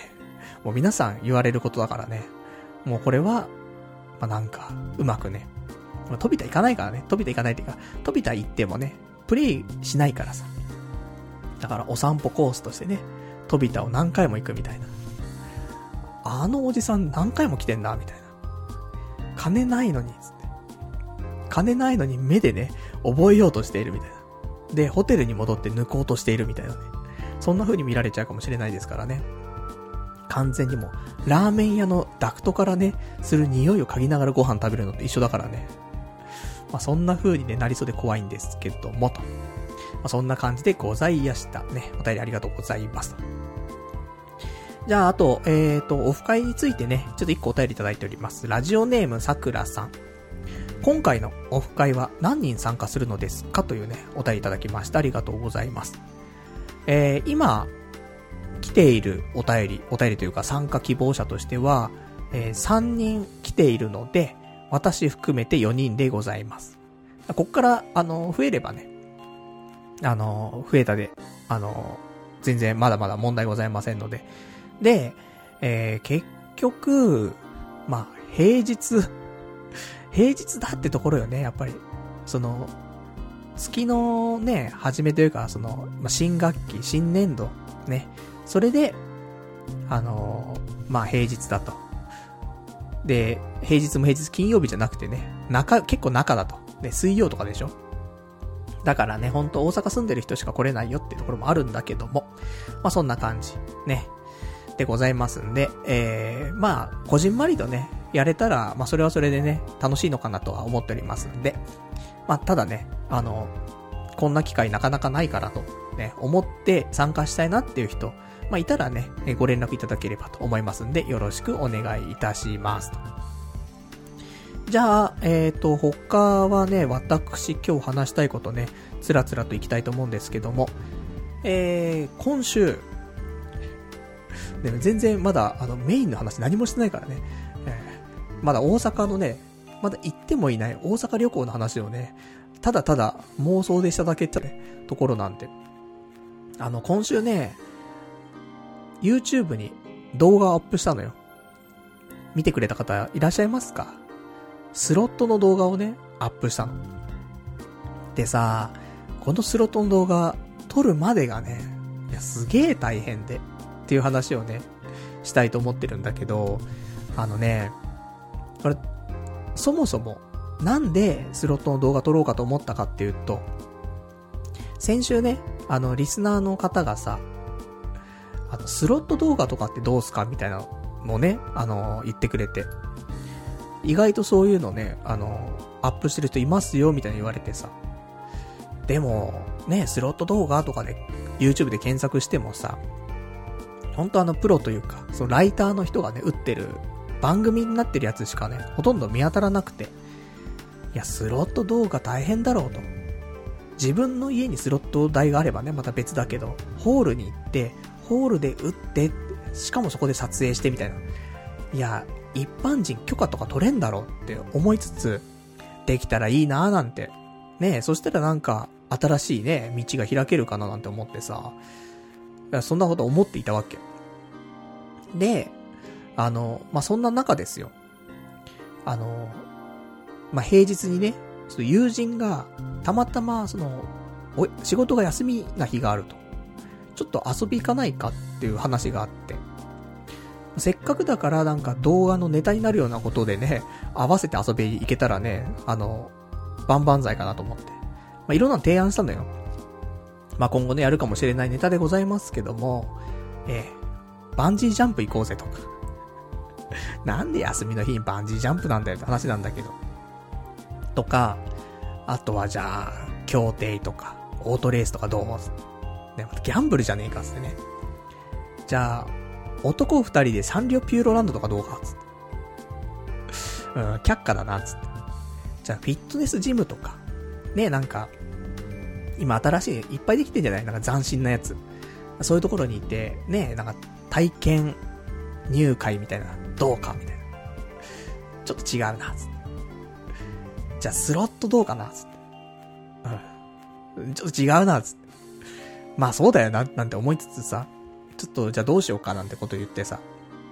もう皆さん言われることだからね。もうこれは、まあ、なんか、うまくね。まあ、飛びた行かないからね。飛びた行かないっていうか、飛びた行ってもね、プレイしないからさ。だからお散歩コースとしてね、飛びたを何回も行くみたいな。あのおじさん何回も来てんな、みたいな。金ないのに、つって。金ないのに目でね、覚えようとしているみたいな。で、ホテルに戻って抜こうとしているみたいなね。そんな風に見られちゃうかもしれないですからね。完全にもう、ラーメン屋のダクトからね、する匂いを嗅ぎながらご飯食べるのって一緒だからね。まあそんな風にね、なりそうで怖いんですけども、と。まあそんな感じでございました。ね、お便りありがとうございます。じゃあ、あと、えーと、オフ会についてね、ちょっと一個お便りいただいております。ラジオネームさくらさん。今回のオフ会は何人参加するのですかというね、お便りいただきました。ありがとうございます。えー、今、来ているお便り、お便りというか参加希望者としては、えー、さんにん来ているので、私含めてよにんでございます。こっから、あの、増えればね、あの、増えたで、あの、全然まだまだ問題ございませんので。で、えー、結局、まあ、平日、平日だってところよね、やっぱり。その、月のね、初めというか、その、まあ、新学期、新年度、ね。それで、あのー、まあ、平日だと。で、平日も平日金曜日じゃなくてね、中、結構中だと。ね、水曜とかでしょ。だからね、ほんと大阪住んでる人しか来れないよっていうところもあるんだけども、まあ、そんな感じ。ね。でございますんで、えー、まあ、こじんまりとね、やれたら、まあ、それはそれでね、楽しいのかなとは思っておりますんで、まあ、ただね、あの、こんな機会なかなかないからと、ね、思って参加したいなっていう人、まあ、いたらね、ご連絡いただければと思いますんで、よろしくお願いいたしますと。じゃあ、えーと、他はね、私今日話したいことね、つらつらといきたいと思うんですけども、えー、今週、でも全然まだあのメインの話何もしてないからね、えー、まだ大阪のね、まだ行ってもいない大阪旅行の話をね、ただただ妄想でしただけってね、ところなんで、あの今週ね、YouTube に動画をアップしたのよ。見てくれた方いらっしゃいますか？スロットの動画をね、アップしたの。でさ、このスロットの動画撮るまでがね、いやすげえ大変でっていう話をね、したいと思ってるんだけど、あのね、これ、そもそも、なんでスロットの動画撮ろうかと思ったかっていうと、先週ね、あの、リスナーの方がさ、あの、スロット動画とかってどうすかみたいなのをね、あの、言ってくれて、意外とそういうのね、あの、アップしてる人いますよ、みたいに言われてさ、でも、ね、スロット動画とかで、YouTube で検索してもさ、本当あのプロというか、そのライターの人がね、打ってる番組になってるやつしかね、ほとんど見当たらなくて、いや、スロット動画大変だろうと。自分の家にスロット台があればね、また別だけど、ホールに行って、ホールで打って、しかもそこで撮影してみたいな。いや、一般人許可とか取れんだろうって思いつつ、できたらいいなーなんて。ねえ、そしたらなんか、新しいね、道が開けるかななんて思ってさ、いやそんなこと思っていたわけ。で、あの、まあ、そんな中ですよ。あの、まあ、平日にね、ちょっと友人が、たまたま、その、お、仕事が休みな日があると。ちょっと遊び行かないかっていう話があって。せっかくだからなんか動画のネタになるようなことでね、合わせて遊び行けたらね、あの、万々歳かなと思って。まあ、いろんな提案したのよ。まあ、今後ね、やるかもしれないネタでございますけども、えー、バンジージャンプ行こうぜとか。なんで休みの日にバンジージャンプなんだよって話なんだけど。とか、あとはじゃあ、競艇とか、オートレースとかどう？ね、ギャンブルじゃねえかっつってね。じゃあ、男二人でサンリオピューロランドとかどうかっつって。うん、却下だなっつって。じゃあ、フィットネスジムとか。ね、なんか、今新しい、いっぱいできてんじゃない？なんか斬新なやつ。そういうところにいて、ね、なんか体験入会みたいな、どうかみたいな。ちょっと違うな、つって。じゃあスロットどうかな、つって。うん。ちょっと違うな、つって。まあそうだよな、なんて思いつつさ、ちょっとじゃあどうしようかなんてこと言ってさ。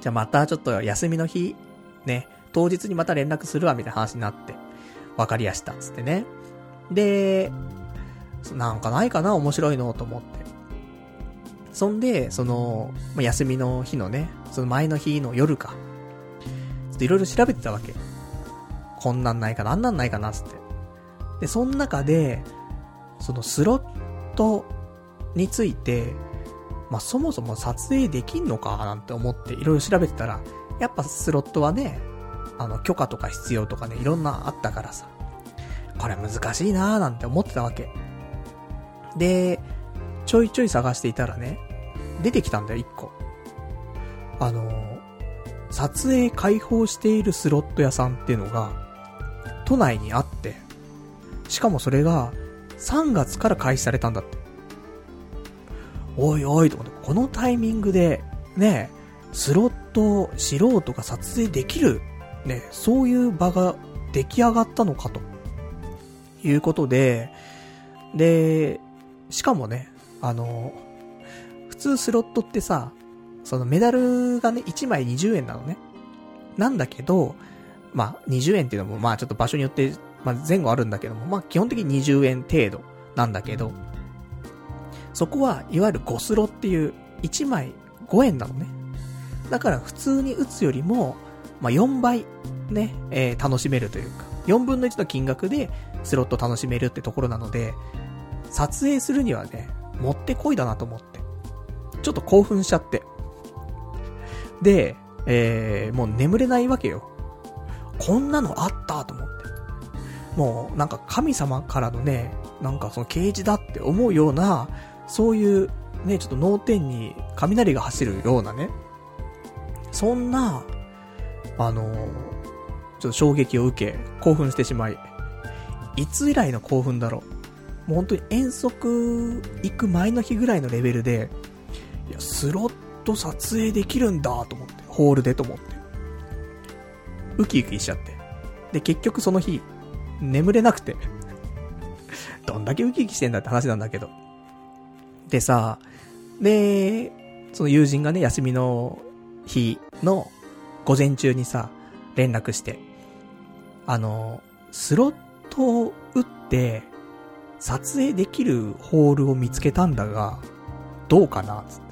じゃあまたちょっと休みの日、ね、当日にまた連絡するわみたいな話になって、わかりやした、つってね。で、なんかないかな面白いのと思って。そんで、その、休みの日のね、その前の日の夜か。ちょっといろいろ調べてたわけ。こんなんないかな、あんなんないかな、つって。で、その中で、そのスロットについて、まあ、そもそも撮影できんのかなんて思っていろいろ調べてたら、やっぱスロットはね、あの、許可とか必要とかね、いろんなあったからさ、これ難しいなーなんて思ってたわけ。で、ちょいちょい探していたらね、出てきたんだよ、一個。あの、撮影開放しているスロット屋さんっていうのが、都内にあって、しかもそれが、さんがつから開始されたんだって。おいおいと思って、このタイミングで、ね、スロット素人が撮影できる、ね、そういう場が出来上がったのかと。いうことで、で、しかもね、あの、普通スロットってさ、そのメダルがね、いちまいにじゅうえんなのね。なんだけど、まあ、にじゅうえんっていうのも、まあちょっと場所によって、まあ前後あるんだけども、まあ基本的ににじゅうえん程度なんだけど、そこはいわゆるごスロっていういちまいごえんなのね。だから普通に打つよりも、まあよんばいね、えー、楽しめるというか、よんぶんのいちの金額でスロット楽しめるってところなので、撮影するにはね、もってこいだなと思って。ちょっと興奮しちゃって。で、えー、もう眠れないわけよ。こんなのあったと思って。もうなんか神様からのね、なんかその啓示だって思うような、そういうね、ちょっと脳天に雷が走るようなね、そんな、あのー、ちょっと衝撃を受け、興奮してしまい、いつ以来の興奮だろう。もう本当に遠足行く前の日ぐらいのレベルで、いや、スロット撮影できるんだと思って、ホールでと思って。ウキウキしちゃって。で、結局その日、眠れなくて。どんだけウキウキしてんだって話なんだけど。でさ、で、その友人がね、休みの日の午前中にさ、連絡して、あの、スロットを打って、撮影できるホールを見つけたんだが、どうかなつって。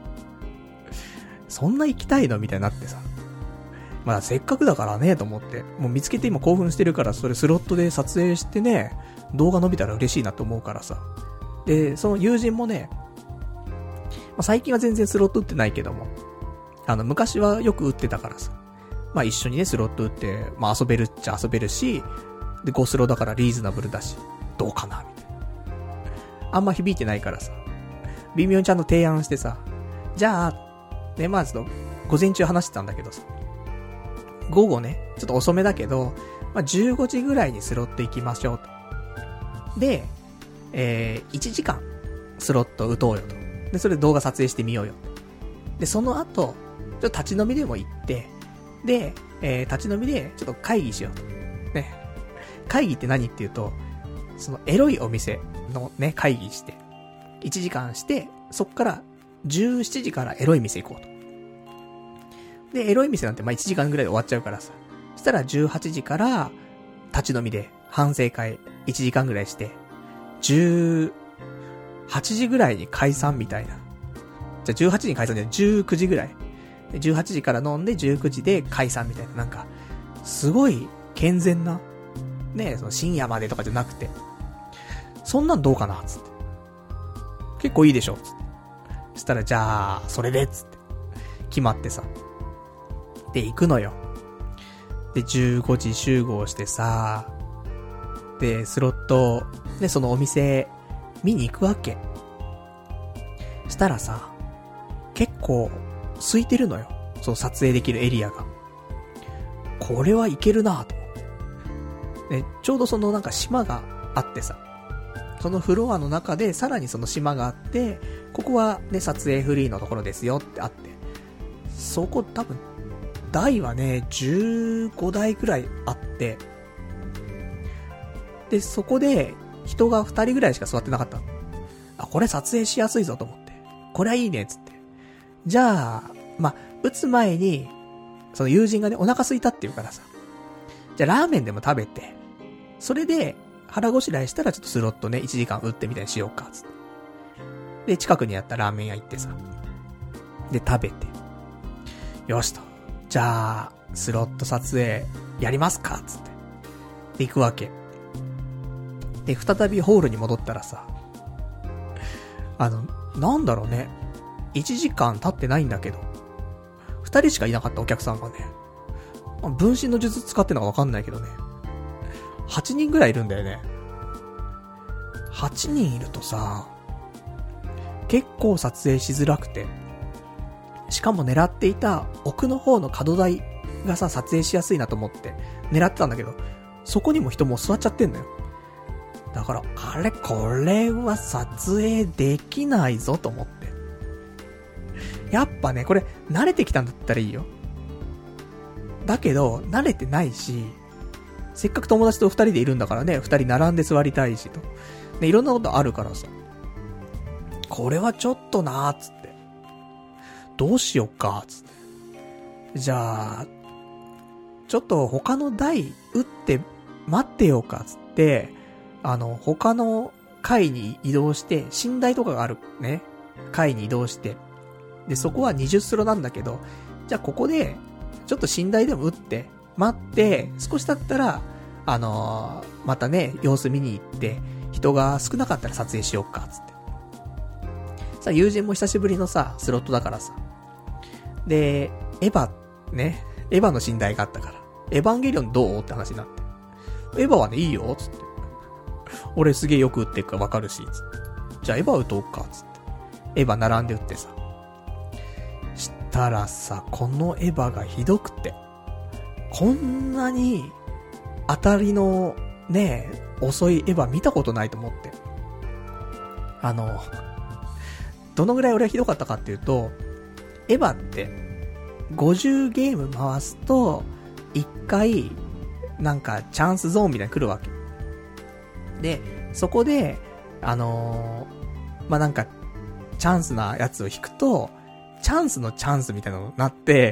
そんな行きたいのみたいになってさ。まあせっかくだからねと思って、もう見つけて今興奮してるから、それスロットで撮影してね、動画伸びたら嬉しいなと思うからさ。で、その友人もね、まあ、最近は全然スロット打ってないけども、あの昔はよく打ってたからさ。まあ一緒にねスロット打って、まあ遊べるっちゃ遊べるし、でごスロだからリーズナブルだし、どうかなみたいな。あんま響いてないからさ、微妙にちゃんと提案してさ、じゃあ、ね、まあちょっと午前中話してたんだけどさ、午後ね、ちょっと遅めだけど、まあじゅうごじぐらいにスロット行きましょうと。で、えー、いちじかんスロット打とうよと。で、それで動画撮影してみようよ。で、その後、ちょっと立ち飲みでも行って、で、えー、立ち飲みでちょっと会議しようと。ね。会議って何っていうと、そのエロいお店のね、会議して、いちじかんして、そっからじゅうしちじからエロい店行こうと。で、エロい店なんてまあいちじかんぐらいで終わっちゃうからさ。そしたらじゅうはちじから立ち飲みで反省会いちじかんぐらいして、じゅうはちじぐらいに解散みたいな。じゃあじゅうはちじに解散じゃない、じゅうくじぐらい。じゅうはちじから飲んでじゅうくじで解散みたいな。なんか、すごい健全な、ね、その深夜までとかじゃなくて、そんなんどうかなつって。結構いいでしょつって。そしたらじゃあ、それでつって。決まってさ。で、行くのよ。で、じゅうごじ集合してさ、で、スロット、で、そのお店、見に行くわけ。したらさ、結構、空いてるのよ。その撮影できるエリアが。これはいけるなぁと思って。で、ちょうどそのなんか島があってさ、そのフロアの中でさらにその島があって、ここはね、撮影フリーのところですよってあって、そこ多分、台はね、じゅうごだいくらいあって、で、そこで人がふたりぐらいしか座ってなかったの。あ、これ撮影しやすいぞと思って。これはいいねっつって。じゃあ、まあ、 打つ前に、その友人がね、お腹空いたって言うからさ。じゃあラーメンでも食べて、それで腹ごしらえしたらちょっとスロットね、いちじかん打ってみたいにしようか、つって。で、近くにあったラーメン屋行ってさ。で、食べて。よしと。じゃあ、スロット撮影やりますか、つって。で、行くわけ。で、再びホールに戻ったらさ、あの、なんだろうね。いちじかん経ってないんだけど、ふたりしかいなかったお客さんがね、分身の術使ってんのかわかんないけどね、はちにんぐらいいるんだよね。はちにんいるとさ、結構撮影しづらくて、しかも狙っていた奥の方の角台がさ、撮影しやすいなと思って狙ってたんだけど、そこにも人も座っちゃってんのよ。だから、あれ、これは撮影できないぞと思って。やっぱね、これ、慣れてきたんだったらいいよ。だけど、慣れてないし、せっかく友達と二人でいるんだからね、二人並んで座りたいしと。ね、いろんなことあるからさ。これはちょっとなーっつって。どうしよっかーつって。じゃあ、ちょっと他の台打って待ってようかつって、あの、他の階に移動して、寝台とかがあるね、階に移動して、で、そこはにじゅうスロなんだけど、じゃあここで、ちょっと寝台でも打って、待って、少し経ったら、あのー、またね、様子見に行って、人が少なかったら撮影しようか、つって。さ、友人も久しぶりのさ、スロットだからさ。で、エヴァ、ね、エヴァの寝台があったから、エヴァンゲリオンどうって話になって。エヴァはね、いいよ、つって。俺すげえよく打ってるからわかるし、つって。じゃあエヴァ打とうか、つって。エヴァ並んで打ってさ。したらさ、このエヴァがひどくて。こんなに、当たりの、ね、遅いエヴァ見たことないと思って。あの、どのぐらい俺はひどかったかっていうと、エヴァって、ごじゅうゲーム回すと、いっかい、なんか、チャンスゾーンみたいに来るわけ。で、そこで、あのー、まあ、なんか、チャンスなやつを引くと、チャンスのチャンスみたいなのになって、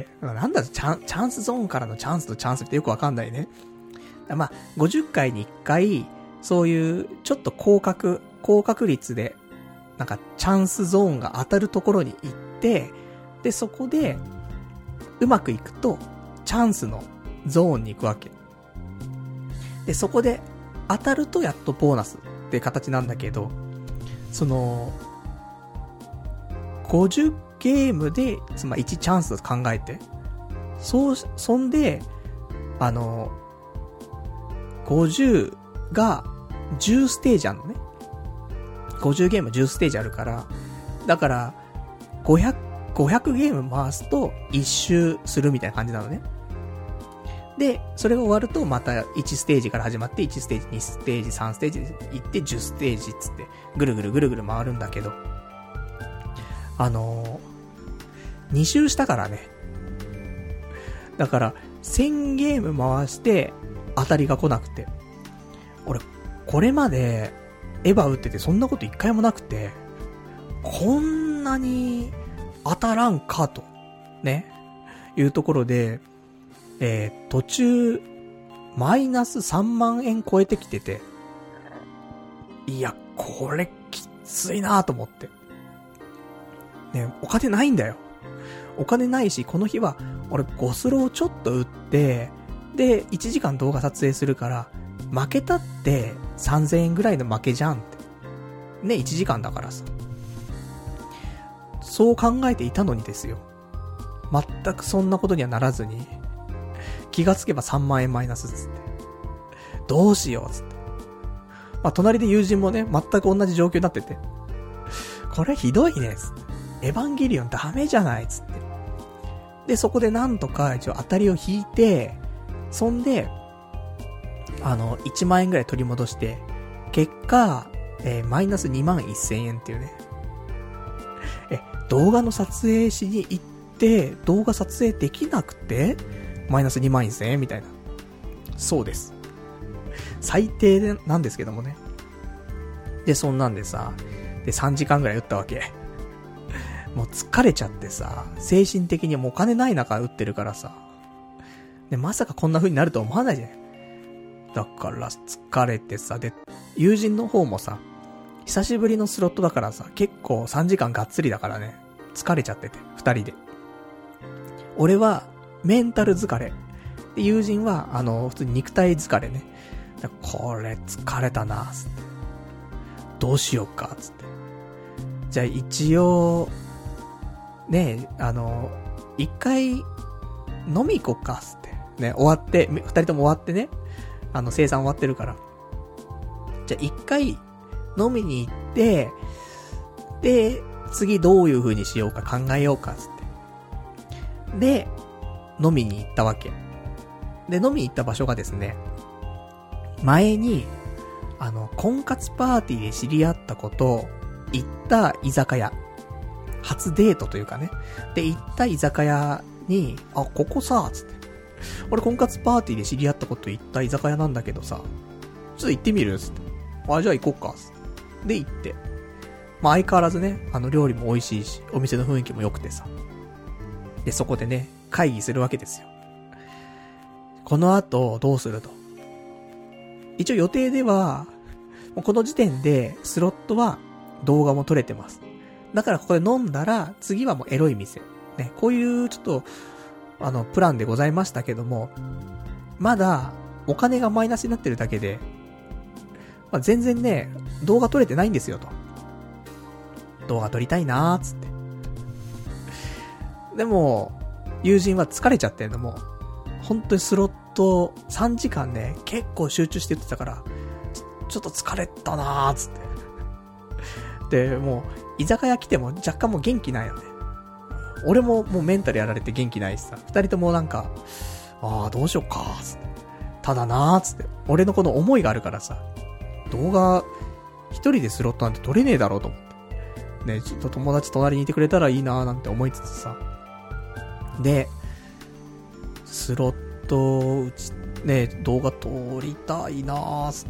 なんだチャン、チャンスゾーンからのチャンスとチャンスってよくわかんないね。まあ、ごじゅっかいにいっかい、そういう、ちょっと高確、高確率で、なんか、チャンスゾーンが当たるところに行って、で、そこで、うまくいくと、チャンスのゾーンに行くわけ。で、そこで、当たるとやっとボーナスって形なんだけど、その、ごじゅうゲームで、つまりいちチャンスと考えて、そう、そんで、あの、ごじゅうがじゅうステージあるのね。ごじゅうゲームじゅうステージあるから、だから、ごひゃく、ごひゃくゲーム回すといち周するみたいな感じなのね。で、それが終わるとまたいちステージから始まっていちステージ、にステージ、さんステージで行ってじゅうステージっつってぐるぐるぐるぐる回るんだけど、あのー、に周したからね。だからせんゲーム回して当たりが来なくて、俺これまでエヴァ打っててそんなこと一回もなくて、こんなに当たらんかとねいうところで、えー、途中マイナスさんまんえん超えてきてて、いやこれきついなと思ってね。お金ないんだよ。お金ないし、この日は俺ごスローちょっと打って、でいちじかん動画撮影するから、負けたってさんぜんえんぐらいの負けじゃんってね。いちじかんだからさ、そう考えていたのにですよ、全くそんなことにはならずに、気がつけばさんまんえんマイナスっつって、どうしようっつって、まあ隣で友人もね全く同じ状況になってて、これひどいねっつって、エヴァンゲリオンダメじゃないっつって、でそこでなんとか一応当たりを引いて、そんであのいちまんえんぐらい取り戻して、結果、えー、マイナスにまんせんえんっていうね。え動画の撮影しに行って動画撮影できなくてマイナスにまんせんえんみたいな。そうです。最低でなんですけどもね。でそんなんでさ、でさんじかんぐらい打ったわけもう疲れちゃってさ、精神的にもうお金ない中打ってるからさ。で、まさかこんな風になると思わないじゃん。だから疲れてさ、で、友人の方もさ、久しぶりのスロットだからさ、結構さんじかんがっつりだからね、疲れちゃってて、二人で。俺は、メンタル疲れ。で、友人は、あの、普通に肉体疲れね。これ疲れたな、つって。どうしようか、つって。じゃあ一応、ねえ、あの、一回、飲み行こうか、つって。ね、終わって、二人とも終わってね。あの、生産終わってるから。じゃあ一回、飲みに行って、で、次どういう風にしようか考えようか、つって。で、飲みに行ったわけ。で、飲みに行った場所がですね、前に、あの、婚活パーティーで知り合った子と、行った居酒屋。初デートというかね。で、行った居酒屋に、あ、ここさ、つって。俺婚活パーティーで知り合った子と行った居酒屋なんだけどさ、ちょっと行ってみるつって。あ、じゃあ行こうか、つって。で、行って。まあ、相変わらずね、あの、料理も美味しいし、お店の雰囲気も良くてさ。で、そこでね、会議するわけですよ。この後、どうすると。一応予定では、この時点で、スロットは動画も撮れてます。だからここで飲んだら、次はもうエロい店。ね、こういうちょっと、あの、プランでございましたけども、まだ、お金がマイナスになってるだけで、まあ、全然ね、動画撮れてないんですよと。動画撮りたいなーつって。でも、友人は疲れちゃってんのも、本当にスロットさんじかんね、結構集中して言ってたから、ちょ、ちょっと疲れたなーつって。で、もう、居酒屋来ても若干もう元気ないよね。俺ももうメンタルやられて元気ないしさ、二人ともなんか、あーどうしよっかーつって。ただなーつって。俺のこの思いがあるからさ、動画、一人でスロットなんて撮れねえだろうと思って。ね、ちょっと友達隣にいてくれたらいいなーなんて思いつつさ。で、スロット、うち、ね、動画撮りたいなーつって。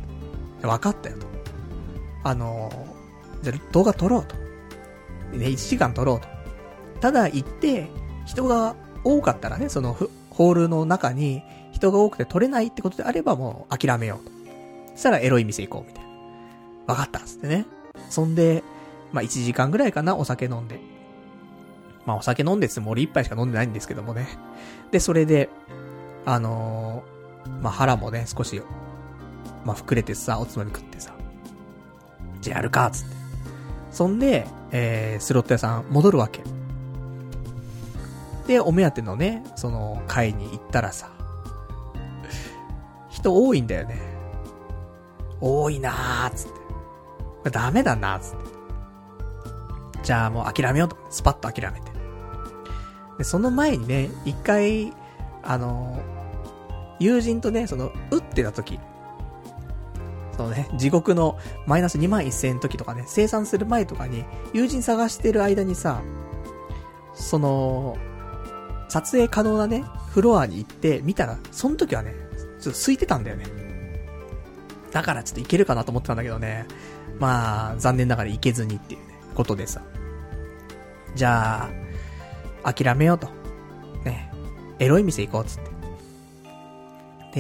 分かったよと。あのー、じゃあ動画撮ろうと。ね、いちじかん撮ろうと。ただ行って、人が多かったらね、そのホールの中に人が多くて撮れないってことであればもう諦めようと。そしたらエロい店行こうみたいな。分かったっつってね。そんで、まあいちじかんぐらいかな、お酒飲んで。まあお酒飲んでつも俺一杯しか飲んでないんですけどもね。で、それで、あのー、まあ腹もね、少し、まあ膨れてさ、おつまみ食ってさ。じゃあやるか、つって。そんで、えー、スロット屋さん戻るわけ。で、お目当てのね、その、会に行ったらさ、人多いんだよね。多いなーつって。ダメだなーつって。じゃあもう諦めようと。スパッと諦めて。で、その前にね、一回、あの、友人とね、その、打ってた時、そのね、地獄のマイナスにまんせんえんの時とかね、生産する前とかに、友人探してる間にさ、その、撮影可能なね、フロアに行って見たら、その時はね、ちょっと空いてたんだよね。だからちょっと行けるかなと思ってたんだけどね。まあ、残念ながら行けずにっていうね、ことでさ。じゃあ、諦めようと。ね、エロい店行こうっつって。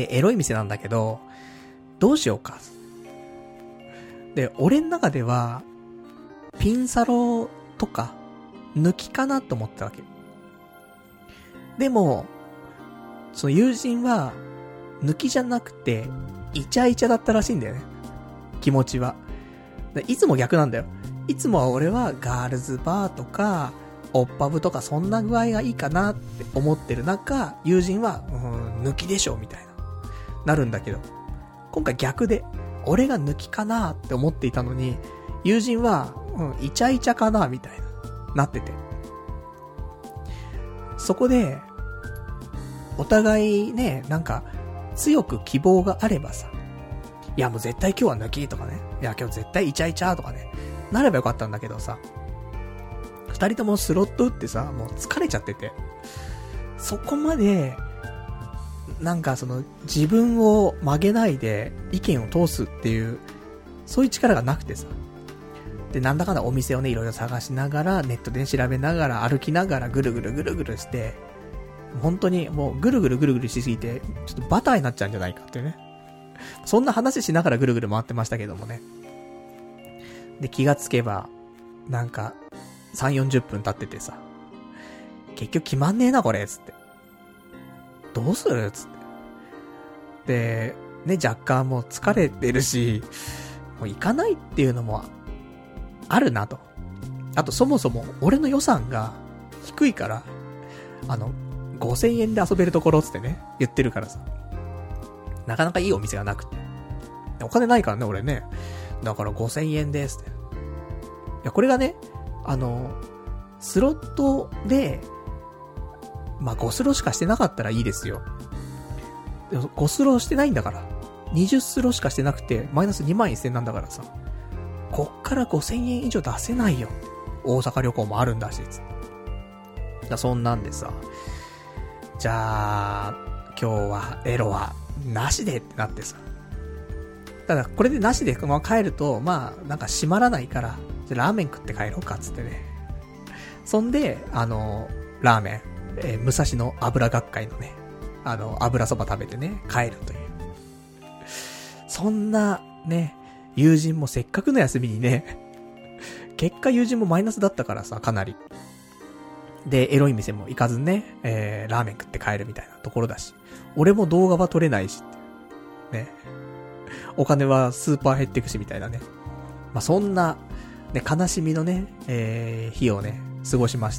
で、エロい店なんだけど、どうしようか。で、俺の中では、ピンサロとか、抜きかなと思ってたわけ。でも、その友人は、抜きじゃなくて、イチャイチャだったらしいんだよね。気持ちは。いつも逆なんだよ。いつもは俺はガールズバーとか、オッパブとかそんな具合がいいかなって思ってる中、友人は、うん、抜きでしょ、みたいな。なるんだけど。今回逆で、俺が抜きかなって思っていたのに、友人は、うん、イチャイチャかなみたいな、なってて。そこで、お互いね、なんか、強く希望があればさ、いやもう絶対今日は抜きとかね、いや今日絶対イチャイチャとかね、なればよかったんだけどさ、二人ともスロット打ってさ、もう疲れちゃってて、そこまで、なんかその自分を曲げないで意見を通すっていうそういう力がなくてさ、 で、なんだかんだお店をね、いろいろ探しながら、ネットで、ね、調べながら、歩きながら、ぐるぐるぐるぐるして、本当にもうぐるぐるぐるぐるしすぎて、ちょっとバターになっちゃうんじゃないかっていうね。そんな話しながらぐるぐる回ってましたけどもね。で、気がつけば、なんか、さん、よんじゅっぷん経っててさ、結局決まんねえなこれ、つって。どうするつって。で、ね、若干もう疲れてるし、もう行かないっていうのも、あるなと。あとそもそも、俺の予算が低いから、あの、ごせんえんで遊べるところつってね、言ってるからさ。なかなかいいお店がなくて。お金ないからね、俺ね。だからごせんえんですって。いや、これがね、あの、スロットで、まあ、ごスロしかしてなかったらいいですよ。でもごスロしてないんだから。にじゅうスロしかしてなくて、マイナスにまんせんなんだからさ。こっからごせんえん以上出せないよ。大阪旅行もあるんだし、つって。だそんなんでさ。じゃあ、今日はエロはなしでってなってさ。ただ、これでなしで、まあ、帰ると、まあ、なんか閉まらないから、じゃあラーメン食って帰ろうか、つってね。そんで、あの、ラーメン、えー、武蔵野油学会のね、あの、油そば食べてね、帰るという。そんな、ね、友人もせっかくの休みにね、結果友人もマイナスだったからさ、かなり。で、エロい店も行かずね、えー、ラーメン食って帰るみたいなところだし、俺も動画は撮れないし、ね。お金はスーパー減ってくしみたいなね。まあ、そんな、ね、悲しみのね、えー、日をね、過ごしまして。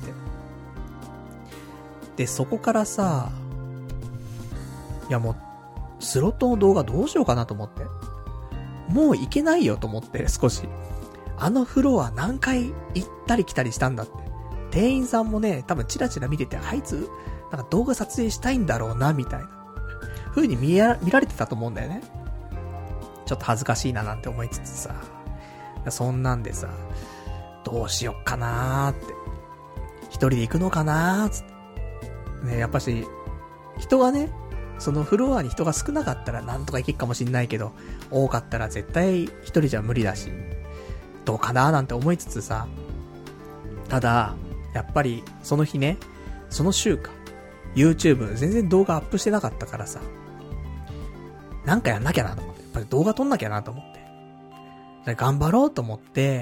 で、そこからさ、いやもう、スロットの動画どうしようかなと思って。もう行けないよと思って、少し。あのフロア何回行ったり来たりしたんだって。店員さんもね、多分チラチラ見てて、あいつ、なんか動画撮影したいんだろうな、みたいな。風に見や、見られてたと思うんだよね。ちょっと恥ずかしいななんて思いつつさ。そんなんでさ、どうしよっかなーって。一人で行くのかなーつって。ね、やっぱし、人がね、そのフロアに人が少なかったらなんとか行けっかもしんないけど、多かったら絶対一人じゃ無理だし、どうかなーなんて思いつつさ。ただ、やっぱりその日ね、その週か、YouTube 全然動画アップしてなかったからさ、なんかやんなきゃなと思って、やっぱり動画撮んなきゃなと思って、で頑張ろうと思って、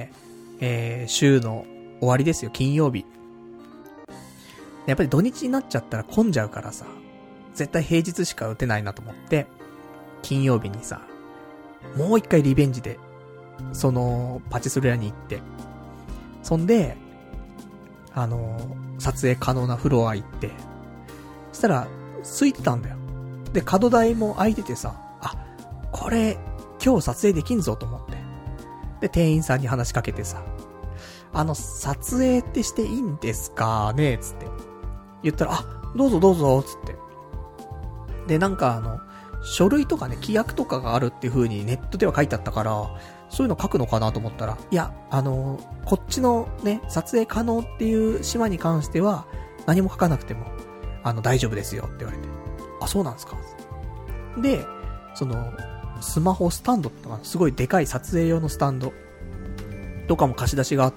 えー、週の終わりですよ、金曜日。やっぱり土日になっちゃったら混んじゃうからさ、絶対平日しか打てないなと思って、金曜日にさ、もう一回リベンジで、そのパチスロ屋に行って、そんで、あのー、撮影可能なフロア行って、そしたら、空いてたんだよ。で、角台も空いててさ、あ、これ、今日撮影できんぞと思って。で、店員さんに話しかけてさ、あの、撮影ってしていいんですかねつって。言ったら、あ、どうぞどうぞ、つって。で、なんかあの、書類とかね、規約とかがあるっていう風にネットでは書いてあったから、そういうの書くのかなと思ったら、いや、あの、こっちのね、撮影可能っていう島に関しては、何も書かなくても、あの、大丈夫ですよって言われて。あ、そうなんですか。で、その、スマホスタンドってのがすごいでかい撮影用のスタンドとかも貸し出しがあって、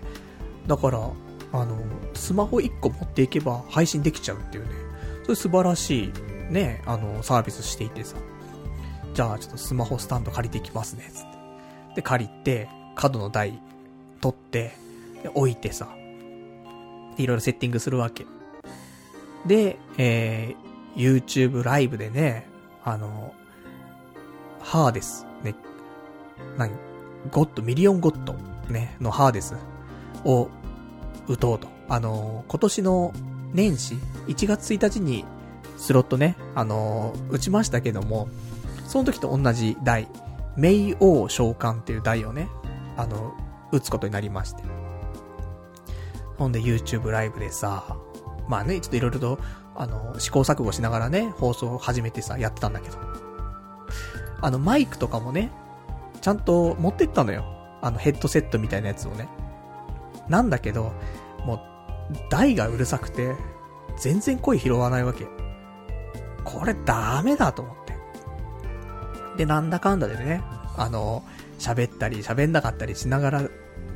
だから、あの、スマホいっこ持っていけば配信できちゃうっていうね、それ素晴らしいね、あの、サービスしていてさ、じゃあちょっとスマホスタンド借りていきますね、つって。で、借りて、角の台取って、で置いてさ、でいろいろセッティングするわけ。で、えー、YouTube ライブでね、あの、ハーデス、ね、何ゴッド、ミリオンゴッド、ね、のハーデスを打とうと。あの、今年の年始、いちがつついたちにスロットね、あの、打ちましたけども、その時と同じ台、冥王召喚っていう台をね、あの、打つことになりまして。ほんで YouTube ライブでさ、まあね、ちょっといろいろと、あの、試行錯誤しながらね、放送を始めてさ、やってたんだけど。あの、マイクとかもね、ちゃんと持ってったのよ。あの、ヘッドセットみたいなやつをね。なんだけど、もう、台がうるさくて、全然声拾わないわけ。これダメだと思って。で、なんだかんだでね、あの、喋ったり喋んなかったりしながら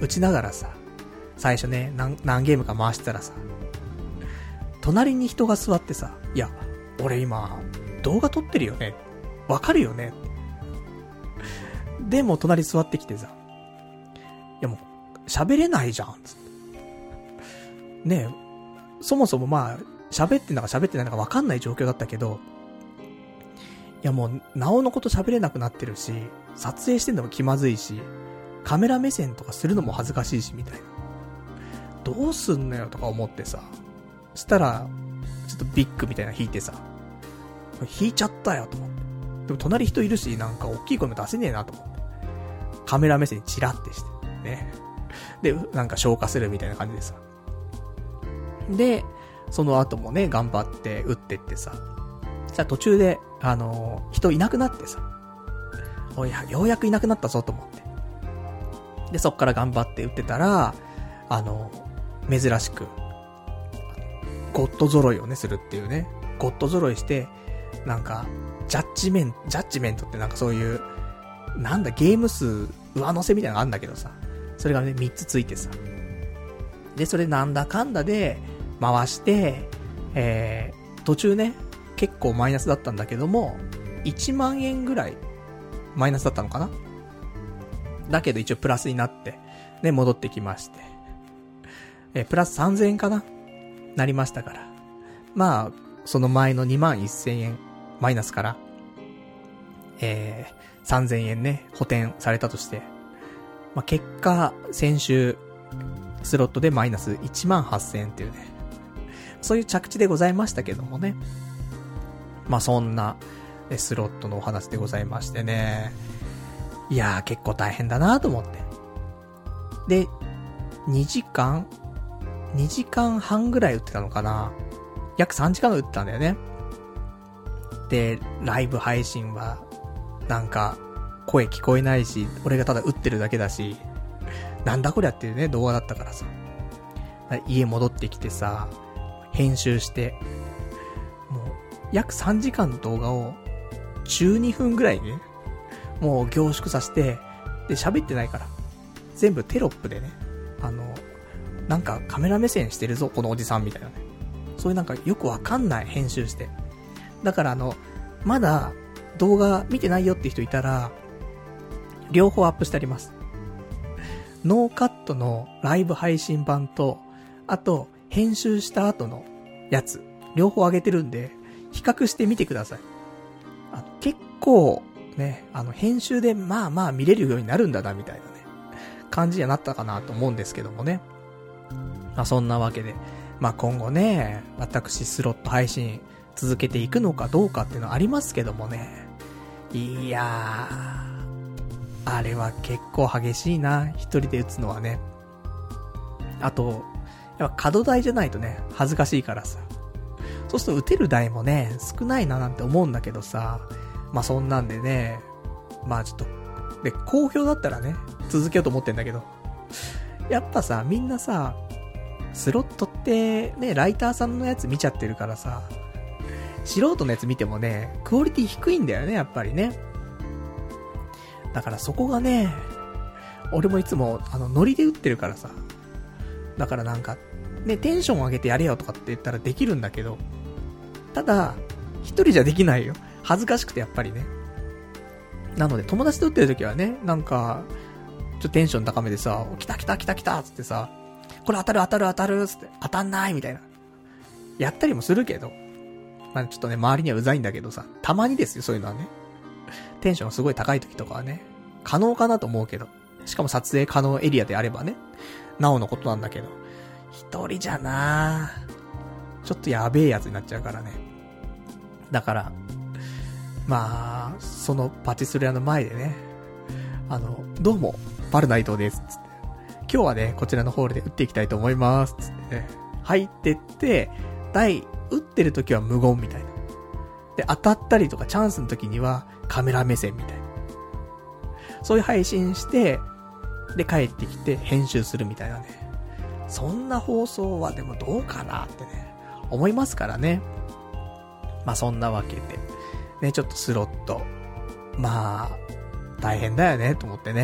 打ちながらさ、最初ね、何、何ゲームか回してたらさ、隣に人が座ってさ、いや、俺今、動画撮ってるよね。わかるよね。でも隣座ってきてさ、いやもう、喋れないじゃん。つってねえ、そもそもまあ、喋ってんのか喋ってないのかわかんない状況だったけど、いやもう、なおのこと喋れなくなってるし、撮影してんのも気まずいし、カメラ目線とかするのも恥ずかしいし、みたいな。どうすんのよとか思ってさ、したら、ちょっとビッグみたいな引いてさ、引いちゃったよと思って。でも隣人いるし、なんか大きい声も出せねえなと思って。カメラ目線にチラってして、ね。で、なんか消化するみたいな感じでさ。で、その後もね、頑張って打ってってさ。じゃあ途中で、あのー、人いなくなってさ。おいや、ようやくいなくなったぞと思って。で、そっから頑張って打ってたら、あのー、珍しく、ゴッド揃いをね、するっていうね。ゴッド揃いして、なんか、ジャッジメント、ジャッジメントってなんかそういう、なんだ、ゲーム数、上乗せみたいなのがあるんだけどさ。それがね、みっつついてさ。で、それなんだかんだで、回して、えー、途中ね、結構マイナスだったんだけども、いちまんえんぐらい、マイナスだったのかな？だけど一応プラスになって、ね、戻ってきまして。えー、プラスさんぜんえんかな？なりましたから。まあ、その前のにまんせんえん、マイナスから、えー、さんぜんえんね、補填されたとして、まあ、結果、先週、スロットでマイナスいちまんはっせんえんっていうね、そういう着地でございましたけどもね。まあ、そんな、スロットのお話でございましてね。いやー、結構大変だなと思って。で、にじかん ?に 時間半ぐらい打ってたのかな。約さんじかん打ってたんだよね。で、ライブ配信は、なんか、声聞こえないし、俺がただ打ってるだけだし、なんだこりゃっていうね、動画だったからさ。家戻ってきてさ、編集して、もう、約さんじかんの動画を、じゅうにふんぐらいね、もう凝縮させて、で、喋ってないから、全部テロップでね、あの、なんかカメラ目線してるぞ、このおじさんみたいなね。そういうなんかよくわかんない編集して。だからあの、まだ動画見てないよって人いたら、両方アップしてあります。ノーカットのライブ配信版と、あと、編集した後のやつ、両方上げてるんで、比較してみてください。あの結構、ね、あの、編集でまあまあ見れるようになるんだな、みたいなね、感じにはなったかなと思うんですけどもね。まあそんなわけで、まあ今後ね、私スロット配信続けていくのかどうかっていうのはありますけどもね。いやー、あれは結構激しいな、一人で打つのはね。あと、やっぱ角台じゃないとね、恥ずかしいからさ。そうすると打てる台もね、少ないななんて思うんだけどさ、まあそんなんでね、まあちょっと、で、好評だったらね、続けようと思ってんだけど、やっぱさ、みんなさ、スロットってね、ライターさんのやつ見ちゃってるからさ、素人のやつ見てもね、クオリティ低いんだよね、やっぱりね。だからそこがね、俺もいつもあのノリで打ってるからさ、だからなんかね、テンション上げてやれよとかって言ったらできるんだけど、ただ一人じゃできないよ、恥ずかしくてやっぱりね。なので友達と打ってる時はね、なんかちょっとテンション高めでさ、来た来た来た来たつってさ、これ当たる当たる当たるつって当たんないみたいなやったりもするけど、まあちょっとね、周りにはうざいんだけどさ、たまにですよ、そういうのはね。テンションすごい高い時とかはね、可能かなと思うけど、しかも撮影可能エリアであればね、なおのことなんだけど、一人じゃなぁ、ちょっとやべえやつになっちゃうからね。だから、まあ、そのパティスリー屋の前でね、あの、どうも、パルナイトです、つって。今日はね、こちらのホールで打っていきたいと思います、つってね。入ってって、台、打ってる時は無言みたいな。で、当たったりとかチャンスの時にはカメラ目線みたいな。そういう配信して、で、帰ってきて編集するみたいなね。そんな放送はでもどうかなってね、思いますからね。まあそんなわけで、ね、ちょっとスロット、まあ、大変だよね、と思ってね。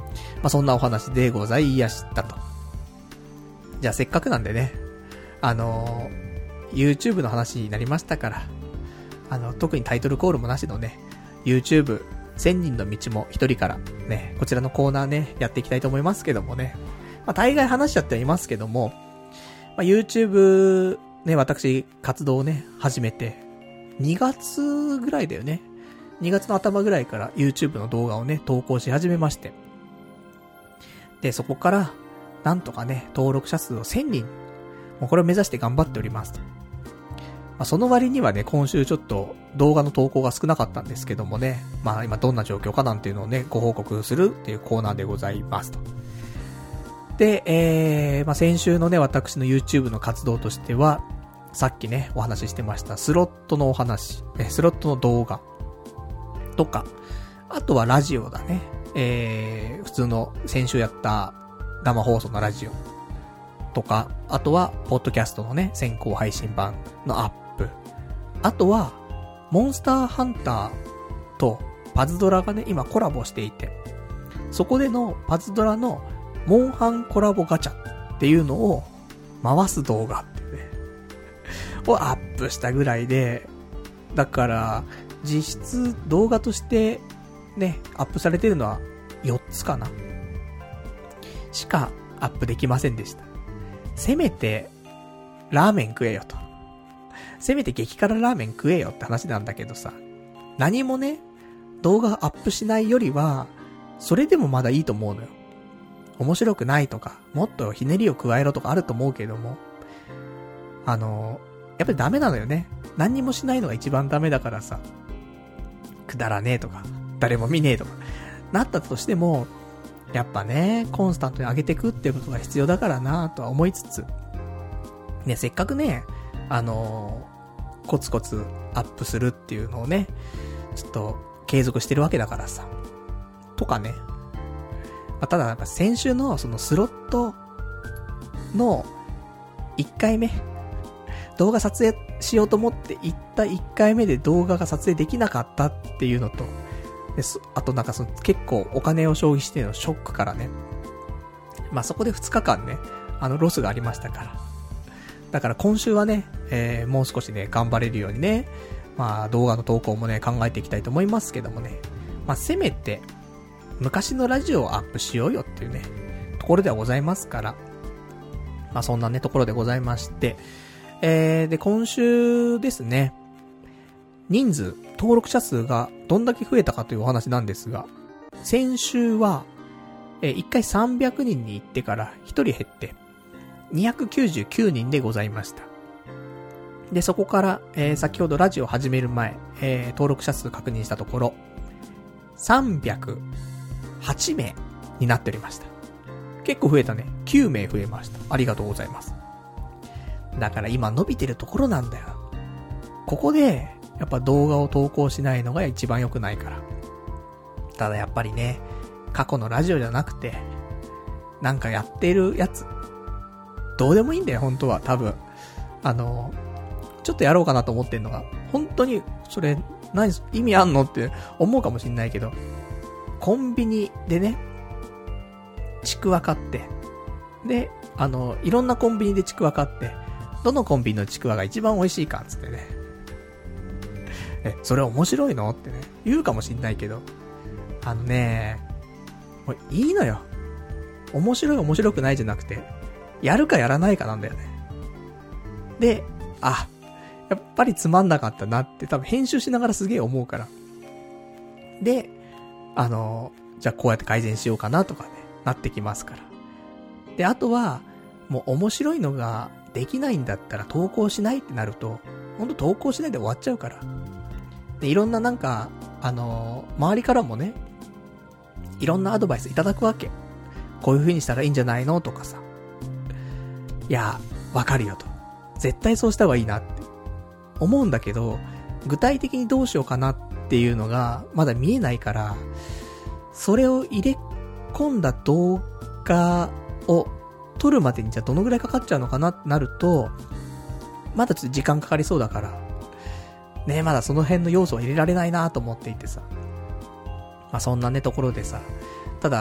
まあそんなお話でございやしたと。じゃあせっかくなんでね、あのー、YouTube の話になりましたから、あの、特にタイトルコールもなしのね、YouTubeせんにんの道も一人からね、こちらのコーナーね、やっていきたいと思いますけどもね。まあ大概話しちゃってはいますけども、まあ YouTube ね、私活動をね、始めて、にがつぐらいだよね。にがつの頭ぐらいから YouTube の動画をね、投稿し始めまして。で、そこから、なんとかね、登録者数をせんにん、もうこれを目指して頑張っておりますと。まあ、その割にはね、今週ちょっと動画の投稿が少なかったんですけどもね、まあ今どんな状況かなんていうのをね、ご報告するっていうコーナーでございますと。で、えー、まあ先週のね、私の YouTube の活動としては、さっきね、お話ししてました、スロットのお話、スロットの動画とか、あとはラジオだね。えー、普通の先週やった生放送のラジオとか、あとは、ポッドキャストのね、先行配信版のアップ。あとは、モンスターハンターとパズドラがね、今コラボしていて、そこでのパズドラのモンハンコラボガチャっていうのを回す動画ってね、をアップしたぐらいで、だから、実質動画としてね、アップされてるのはよっつかなしかアップできませんでした。せめて、ラーメン食えよと。せめて激辛ラーメン食えよって話なんだけどさ。何もね、動画アップしないよりは、それでもまだいいと思うのよ。面白くないとか、もっとひねりを加えろとかあると思うけども、あの、やっぱりダメなのよね。何にもしないのが一番ダメだからさ。くだらねえとか、誰も見ねえとか、なったとしても、やっぱね、コンスタントに上げていくっていうことが必要だからなとは思いつつ、ね、せっかくね、あのー、コツコツアップするっていうのをね、ちょっと継続してるわけだからさ。とかね。まあ、ただやっぱ先週のそのスロットのいっかいめ、動画撮影しようと思って行ったいっかいめで動画が撮影できなかったっていうのと、であとなんかその結構お金を消費してのショックからね。まあそこでふつかかんね、あのロスがありましたから。だから今週はね、えー、もう少しね、頑張れるようにね、まあ動画の投稿もね、考えていきたいと思いますけどもね。まあせめて、昔のラジオをアップしようよっていうね、ところではございますから。まあそんなね、ところでございまして。えー、で、今週ですね、人数、登録者数がどんだけ増えたかというお話なんですが、先週は、えー、いっかいさんびゃくにんに行ってからひとり減って、にひゃくきゅうじゅうきゅうにんでございました。で、そこから、えー、先ほどラジオ始める前、えー、登録者数確認したところ、さんびゃくはちめいになっておりました。結構増えたね。きゅうめい増えました。ありがとうございます。だから今伸びてるところなんだよ。ここで、やっぱ動画を投稿しないのが一番良くないから。ただやっぱりね、過去のラジオじゃなくて、なんかやってるやつ、どうでもいいんだよ、本当は、多分。あの、ちょっとやろうかなと思ってんのが、本当に、それ、何、意味あんのって思うかもしんないけど、コンビニでね、ちくわ買って、で、あの、いろんなコンビニでちくわ買って、どのコンビニのちくわが一番美味しいか、つってね。え、それ面白いのってね、言うかもしんないけど、あのね、もういいのよ。面白い面白くないじゃなくて、やるかやらないかなんだよね。で、あ、やっぱりつまんなかったなって多分編集しながらすげえ思うから。で、あの、じゃあこうやって改善しようかなとかね、なってきますから。で、あとは、もう面白いのができないんだったら投稿しないってなると、ほんと投稿しないで終わっちゃうから。で、いろんななんか、あの、周りからもね、いろんなアドバイスいただくわけ。こういう風にしたらいいんじゃないのとかさ。いや、わかるよと。絶対そうした方がいいなって思うんだけど、具体的にどうしようかなっていうのがまだ見えないから、それを入れ込んだ動画を撮るまでにじゃあどのぐらいかかっちゃうのかなってなると、まだちょっと時間かかりそうだから、ねえ、まだその辺の要素を入れられないなと思っていてさ。まあそんなねところでさ、ただ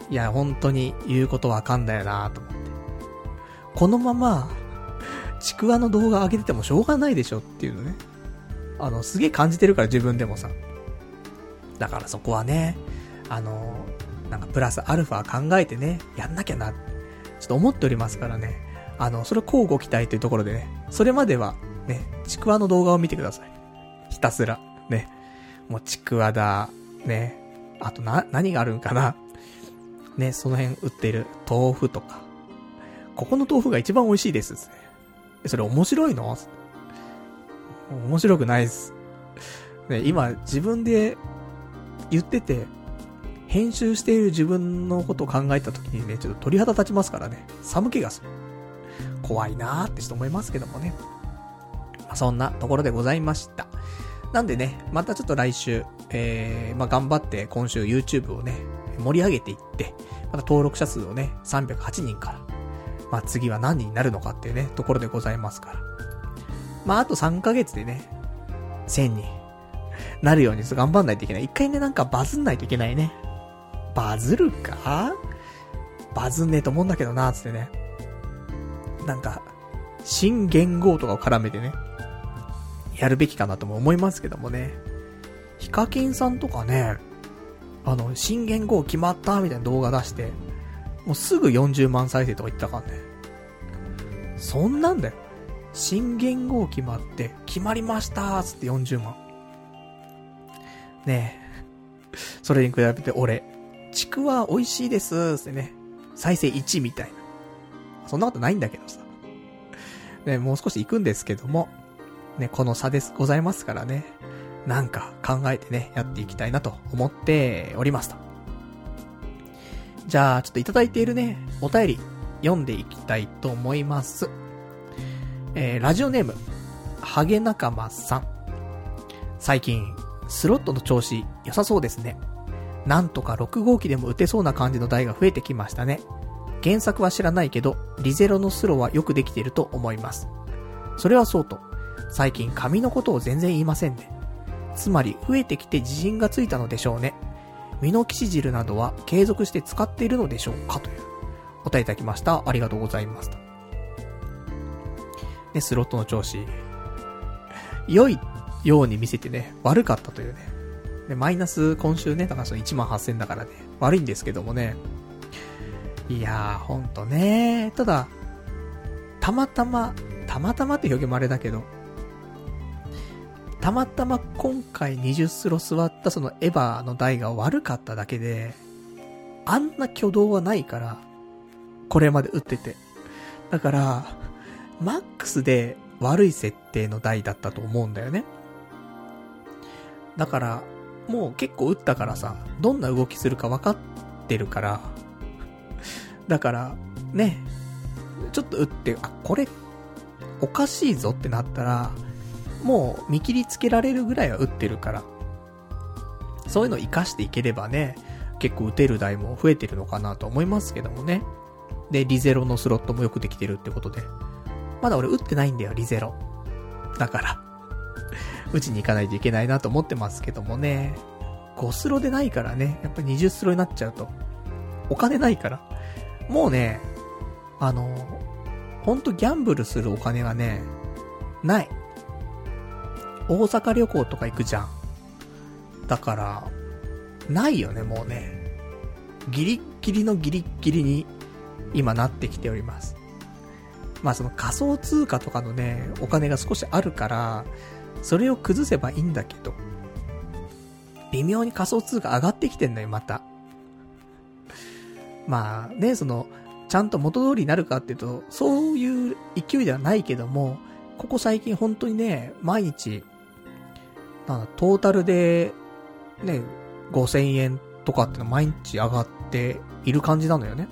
いや、本当に言うことわかんだよなと思って。このまま、ちくわの動画上げててもしょうがないでしょっていうのね。あの、すげえ感じてるから自分でもさ。だからそこはね、あの、なんかプラスアルファ考えてね、やんなきゃな、ちょっと思っておりますからね。あの、それ交互期待というところでね、それまでは、ね、ちくわの動画を見てください。ひたすら。ね。もうちくわだ、ね。あとな、何があるんかな。ね、その辺売ってる豆腐とか。ここの豆腐が一番美味しいですですね。それ面白いの？面白くないです。ね、今自分で言ってて、編集している自分のことを考えたときにね、ちょっと鳥肌立ちますからね。寒気がする。怖いなーってちょっと思いますけどもね。まあ、そんなところでございました。なんでね、またちょっと来週、えー、まあ、頑張って今週 YouTube をね、盛り上げていって、また登録者数をね、さんびゃくはちにんから、まあ、次は何人になるのかっていうね、ところでございますから。まあ、あとさんかげつでね、せんにんなるように頑張んないといけない。一回ね、なんかバズんないといけないね。バズるか？バズんねえと思うんだけどな、つってね。なんか、新元号とかを絡めてね、やるべきかなとも思いますけどもね。ヒカキンさんとかね、あの、新元号決まったみたいな動画出して、もうすぐよんじゅうまん再生とか言ったからね。そんなんだよ。新元号決まって、決まりましたーつってよんじゅうまん。ねえ。それに比べて俺、ちくわ美味しいですーってね、再生いちみたいな。そんなことないんだけどさ。ね、もう少し行くんですけども、ね、この差ですございますからね。なんか考えてね、やっていきたいなと思っておりますと。じゃあ、ちょっといただいているね、お便り、読んでいきたいと思います。えー、ラジオネーム、ハゲ仲間さん。最近、スロットの調子良さそうですね。なんとかろく号機でも打てそうな感じの台が増えてきましたね。原作は知らないけど、リゼロのスロはよくできていると思います。それはそうと、最近紙のことを全然言いませんね。つまり増えてきて自信がついたのでしょうね。ミノキシジルなどは継続して使っているのでしょうかというお便りいただきました。ありがとうございます。ね、スロットの調子良いように見せてね、悪かったというね。で、マイナス今週ね、だからそのいちまんはっせんだからね、悪いんですけどもね。いやー、ほんとね。ただ、たまたま、たまたまって表現もあれだけど、たまたま今回にじゅうスロ座ったそのエヴァの台が悪かっただけで、あんな挙動はないから、これまで打ってて。だから、マックスで悪い設定の台だったと思うんだよね。だから、もう結構打ったからさ、どんな動きするか分かってるから、だから、ね、ちょっと打って、あ、これ、おかしいぞってなったら、もう見切りつけられるぐらいは打ってるから、そういうのを活かしていければね、結構打てる台も増えてるのかなと思いますけどもね。で、リゼロのスロットもよくできてるってことで。まだ俺打ってないんだよ、リゼロ。だから、打ちに行かないといけないなと思ってますけどもね。ごスロでないからね、やっぱりにじゅうスロになっちゃうと、お金ないから。もうね、あの、ほんとギャンブルするお金がね、ない。大阪旅行とか行くじゃん。だから、ないよね、もうね。ギリッギリのギリッギリに今なってきております。まあその仮想通貨とかのね、お金が少しあるから、それを崩せばいいんだけど、微妙に仮想通貨上がってきてんのよ、また。まあね、その、ちゃんと元通りになるかっていうと、そういう勢いではないけども、ここ最近本当にね、毎日、なんだ、トータルで、ね、ごせんえんとかっての毎日上がっている感じなのよね。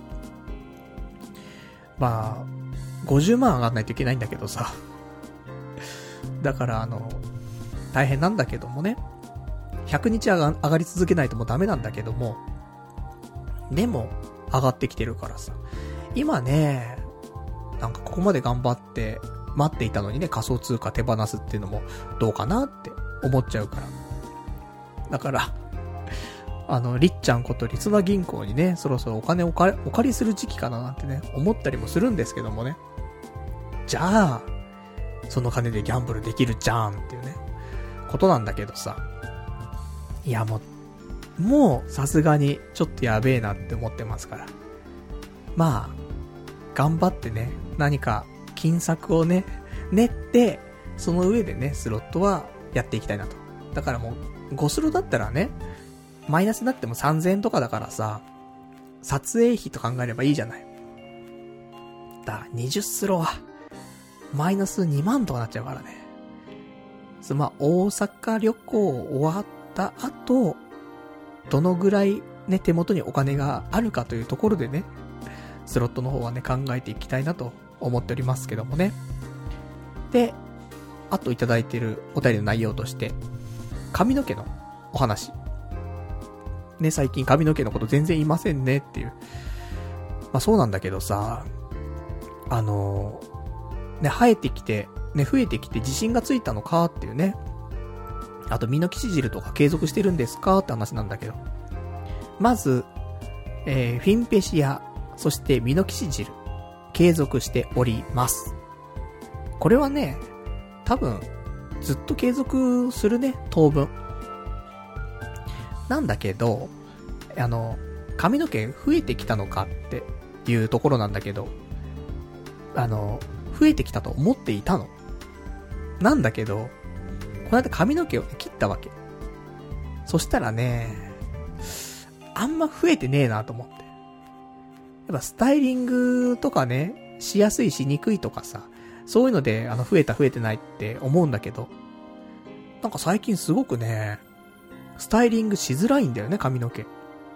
まあ、ごじゅうまん上がんないといけないんだけどさ。だからあの、大変なんだけどもね。ひゃくにち上が、上がり続けないともうダメなんだけども。でも、上がってきてるからさ。今ね、なんかここまで頑張って待っていたのにね、仮想通貨手放すっていうのもどうかなって思っちゃうから。だから、 あの、りっちゃんことりつな銀行にね、そろそろお金をお借り、お借りする時期かななんてね、思ったりもするんですけどもね。じゃあ、その金でギャンブルできるじゃんっていうね、ことなんだけどさ。いやもう、もうさすがにちょっとやべえなって思ってますから。まあ、頑張ってね、何か金策をね、練って、その上でね、スロットはやっていきたいなと。だからもう、ごスロだったらね、マイナスになってもさんぜんえんとかだからさ、撮影費と考えればいいじゃない。だからにじゅうスロは、マイナスにまんとかなっちゃうからね。まあ、大阪旅行終わった後、どのぐらいね、手元にお金があるかというところでね、スロットの方はね、考えていきたいなと思っておりますけどもね。で、あといただいているお便りの内容として、髪の毛のお話。ね、最近髪の毛のこと全然言いませんねっていう。まあそうなんだけどさ、あのー、ね、生えてきて、ね、増えてきて自信がついたのかっていうね。あと、ミノキシ汁とか継続してるんですかって話なんだけど。まず、えー、フィンペシア、そしてミノキシ汁、継続しております。これはね、多分、ずっと継続するね、当分。なんだけど、あの、髪の毛増えてきたのかっていうところなんだけど、あの、増えてきたと思っていたの。なんだけど、この間髪の毛を切ったわけ。そしたらね、あんま増えてねえなと思って。やっぱスタイリングとかね、しやすいしにくいとかさ、そういうので、あの、増えた増えてないって思うんだけど、なんか最近すごくね、スタイリングしづらいんだよね、髪の毛。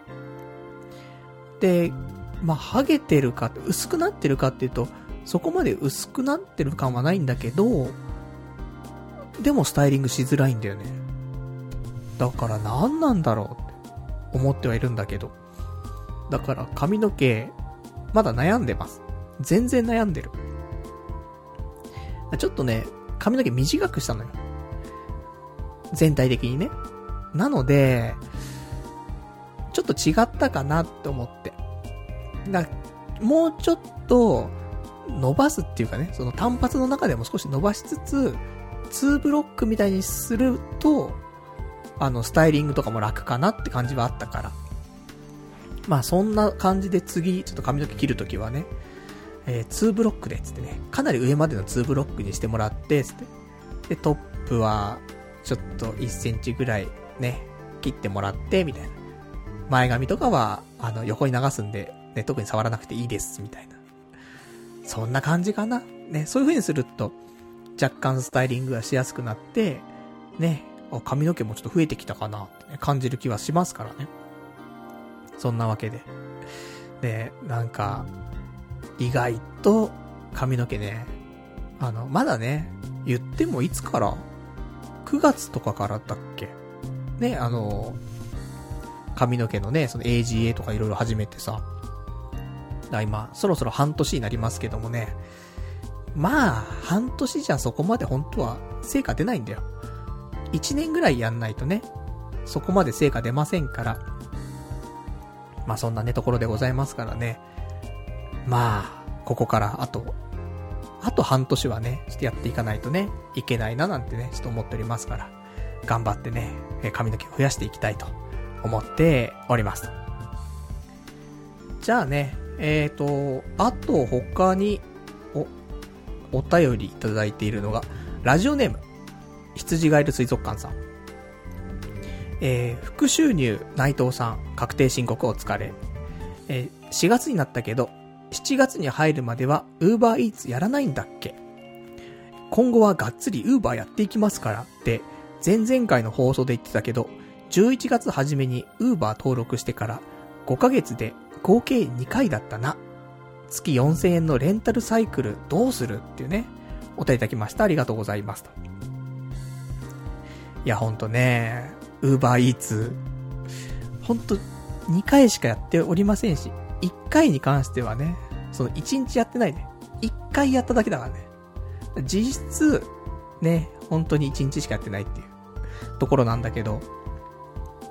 で、まあ、ハゲてるか、薄くなってるかっていうと、そこまで薄くなってる感はないんだけど、でもスタイリングしづらいんだよね。だから何なんだろうって思ってはいるんだけど。だから髪の毛、まだ悩んでます。全然悩んでる。ちょっとね、髪の毛短くしたのよ。全体的にね。なので、ちょっと違ったかなって思って。だもうちょっと伸ばすっていうかね、その単発の中でも少し伸ばしつつ、ツーブロックみたいにすると、あの、スタイリングとかも楽かなって感じはあったから。まあそんな感じで次、ちょっと髪の毛切るときはね、えー、ツーブロックでつってね、かなり上までのツーブロックにしてもらって、つって。で、トップは、ちょっといっセンチぐらいね、切ってもらって、みたいな。前髪とかは、あの、横に流すんで、ね、特に触らなくていいです、みたいな。そんな感じかな。ね、そういう風にすると、若干スタイリングがしやすくなって、ね、髪の毛もちょっと増えてきたかなって、ね、感じる気はしますからね。そんなわけで。で、なんか、意外と髪の毛ね、あの、まだね、言ってもいつから ?くがつとかからだっけね、あの、髪の毛のね、その エージーエー とかいろいろ始めてさ。だ今、そろそろ半年になりますけどもね。まあ、半年じゃそこまで本当は成果出ないんだよ。いちねんぐらいやんないとね、そこまで成果出ませんから。まあそんなね、ところでございますからね。まあ、ここからあと、あと半年はね、ちょっとやっていかないとね、いけないななんてね、ちょっと思っておりますから、頑張ってね、髪の毛を増やしていきたいと思っておりますと。じゃあね、えーと、あと他に、お、お便りいただいているのが、ラジオネーム、羊ガエル水族館さん。えー、副収入内藤さん、確定申告お疲れ。えー、しがつになったけど、しちがつに入るまでは Uber Eats やらないんだっけ？今後はがっつり Uber やっていきますからって、前々回の放送で言ってたけど、じゅういちがつ初めに Uber 登録してからごかげつで合計にかいだったな。月よんせんえんのレンタルサイクルどうするっていうね、お便りいただきました。ありがとうございますと。いやほんとね、Uber Eats、ほんとにかいしかやっておりませんし、いっかいに関してはね、そのいちにちやってないね。いっかいやっただけだからね。実質、ね、本当にいちにちしかやってないっていうところなんだけど、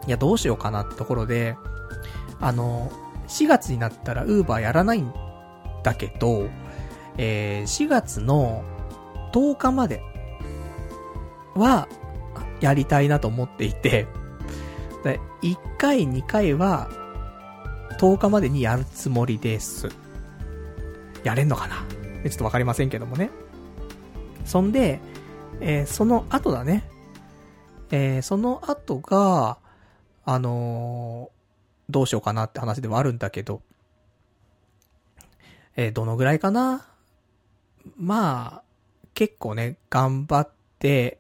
いや、どうしようかなってところで、あの、しがつになったら Uber やらないんだけど、えー、しがつのとおかまではやりたいなと思っていて、でいっかい、にかいはとおかまでにやるつもりです。やれんのかな？ちょっとわかりませんけどもね。そんで、えー、その後だね。えー、その後が、あのー、どうしようかなって話ではあるんだけど、えー、どのぐらいかな？まあ、結構ね、頑張って、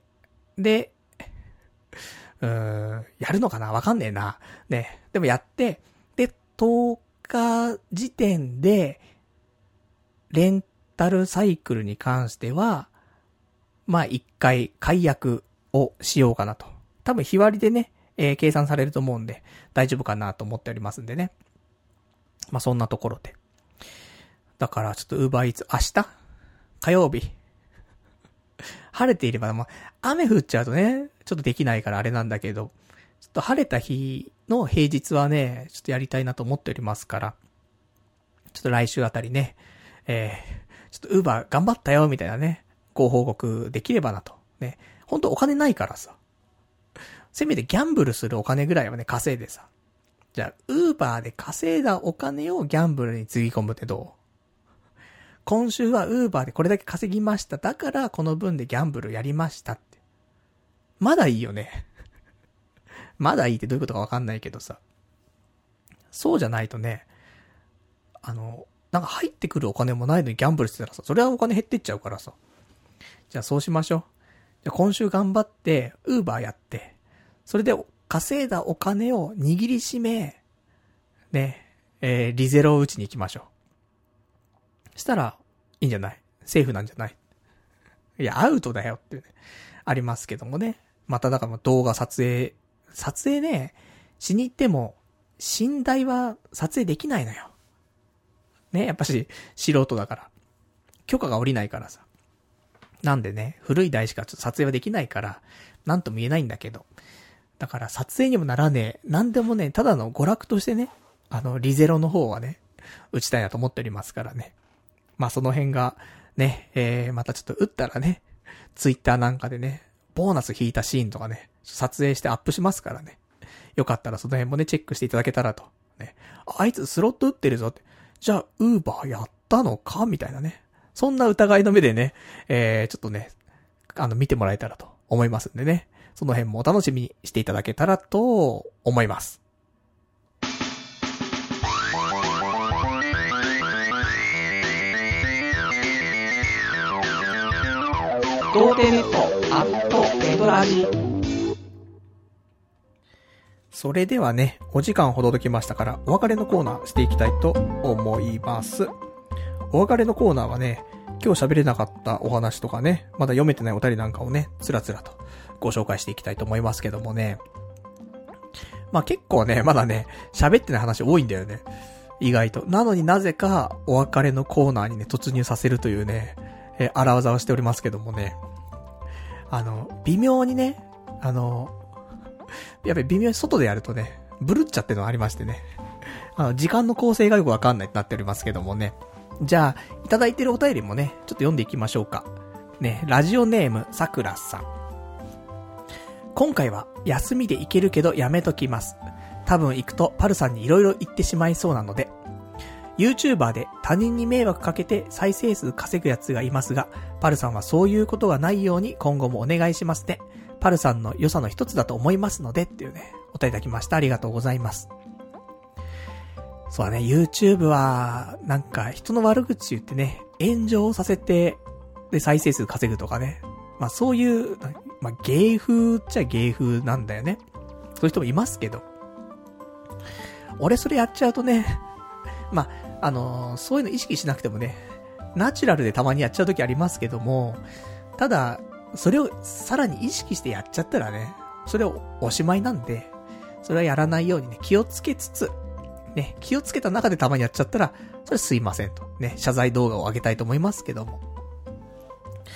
で、うーん、やるのかな？わかんねえな。ね。でもやって、で、とおか時点で、レンタルサイクルに関しては、まあ一回解約をしようかなと。多分日割りでね、えー、計算されると思うんで、大丈夫かなと思っておりますんでね。まあそんなところで。だからちょっと Uber Eats 明日火曜日。晴れていれば、もう雨降っちゃうとね、ちょっとできないからあれなんだけど、ちょっと晴れた日の平日はね、ちょっとやりたいなと思っておりますから、ちょっと来週あたりね、えー、ちょっと Uber 頑張ったよみたいなね、ご報告できればなと。ね。ほんとお金ないからさ。せめてギャンブルするお金ぐらいはね、稼いでさ。じゃあ、Uber で稼いだお金をギャンブルにつぎ込むってどう？今週は Uber でこれだけ稼ぎました。だからこの分でギャンブルやりましたって。まだいいよね。まだいいってどういうことかわかんないけどさ。そうじゃないとね、あの、なんか入ってくるお金もないのにギャンブルしてたらさ、それはお金減ってっちゃうからさ。じゃあそうしましょう。じゃあ今週頑張って、ウーバーやって、それで稼いだお金を握りしめ、ね、えー、リゼロを打ちに行きましょう。したら、いいんじゃない？セーフなんじゃない？いや、アウトだよってね、ありますけどもね。まただから動画撮影、撮影ね、しに行っても、寝台は撮影できないのよ。ね、やっぱし、素人だから。許可が下りないからさ。なんでね、古い台しかちょっと撮影はできないから、なんとも言えないんだけど。だから撮影にもならねえ、なんでもね、ただの娯楽としてね、あの、リゼロの方はね、打ちたいなと思っておりますからね。まあその辺が、ね、えー、またちょっと打ったらね、ツイッターなんかでね、ボーナス引いたシーンとかね、撮影してアップしますからね。よかったらその辺もね、チェックしていただけたらと。ね、あいつスロット打ってるぞって。じゃあ、ウーバーやったのかみたいなね。そんな疑いの目でね、えー、ちょっとね、あの、見てもらえたらと思いますんでね。その辺もお楽しみにしていただけたらと思います。童貞ネットアットネトラジ。それではね、お時間ほどときましたからお別れのコーナーしていきたいと思います。お別れのコーナーはね、今日喋れなかったお話とかね、まだ読めてないお便りなんかをね、つらつらとご紹介していきたいと思いますけどもね。まあ結構ね、まだね、喋ってない話多いんだよね。意外と。なのになぜかお別れのコーナーにね、突入させるというね、えー、荒技をしておりますけどもね。あの、微妙にね、あの、やっぱり微妙に外でやるとね、ブルっちゃってるのがありましてね。あの、時間の構成がよくわかんないってなっておりますけどもね。じゃあ、いただいてるお便りもね、ちょっと読んでいきましょうか。ね、ラジオネーム、さくらさん。今回は休みで行けるけどやめときます。多分行くとパルさんに色々言ってしまいそうなので。YouTuber で他人に迷惑かけて再生数稼ぐやつがいますが、パルさんはそういうことがないように今後もお願いしますね。パルさんの良さの一つだと思いますので、っていうね、お便りいただきました。ありがとうございます。そうだね、YouTube は、なんか人の悪口言ってね、炎上させて、で再生数稼ぐとかね。まあそういう、まあ芸風っちゃ芸風なんだよね。そういう人もいますけど。俺それやっちゃうとね、まあ、あのー、そういうの意識しなくてもね、ナチュラルでたまにやっちゃう時ありますけども、ただ、それをさらに意識してやっちゃったらね、それをおしまいなんで、それはやらないようにね、気をつけつつ、ね、気をつけた中でたまにやっちゃったら、それすいませんと。ね、謝罪動画を上げたいと思いますけども。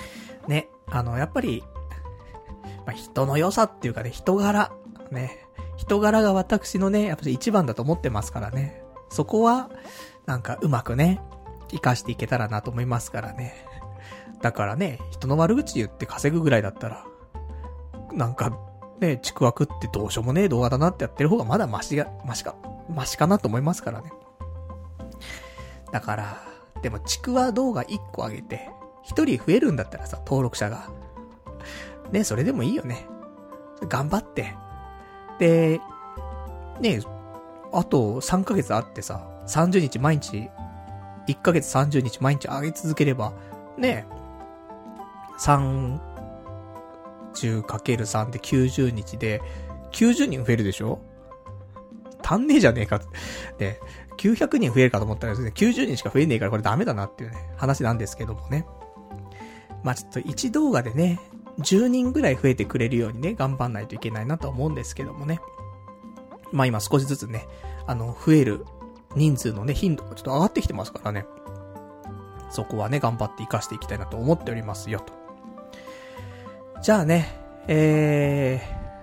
ね、あの、やっぱり、まあ、人の良さっていうかね、人柄、ね、 人柄が私のね、やっぱり一番だと思ってますからね。そこは、なんかうまくね、活かしていけたらなと思いますからね。だからね、人の悪口言って稼ぐぐらいだったら、なんか、ね、ちくわ食ってどうしようもねえ動画だなってやってる方がまだマシが、マシか、マシかなと思いますからね。だから、でもちくわ動画いっこ上げて、ひとり増えるんだったらさ、登録者が。ね、それでもいいよね。頑張って。で、ね、あとさんかげつあってさ、さんじゅうにち毎日、いっかげつさんじゅうにち毎日上げ続ければ、ね、さんじゅうかけるさん できゅうじゅうにちで、きゅうじゅうにん増えるでしょ？足んねえじゃねえかって。ね、きゅうひゃくにん増えるかと思ったらですね、きゅうじゅうにんしか増えねえからこれダメだなっていうね、話なんですけどもね。まあちょっといち動画でね、じゅうにんぐらい増えてくれるようにね、頑張んないといけないなと思うんですけどもね。まあ今少しずつね、あの、増える人数のね、頻度がちょっと上がってきてますからね。そこはね、頑張って活かしていきたいなと思っておりますよと。じゃあね、え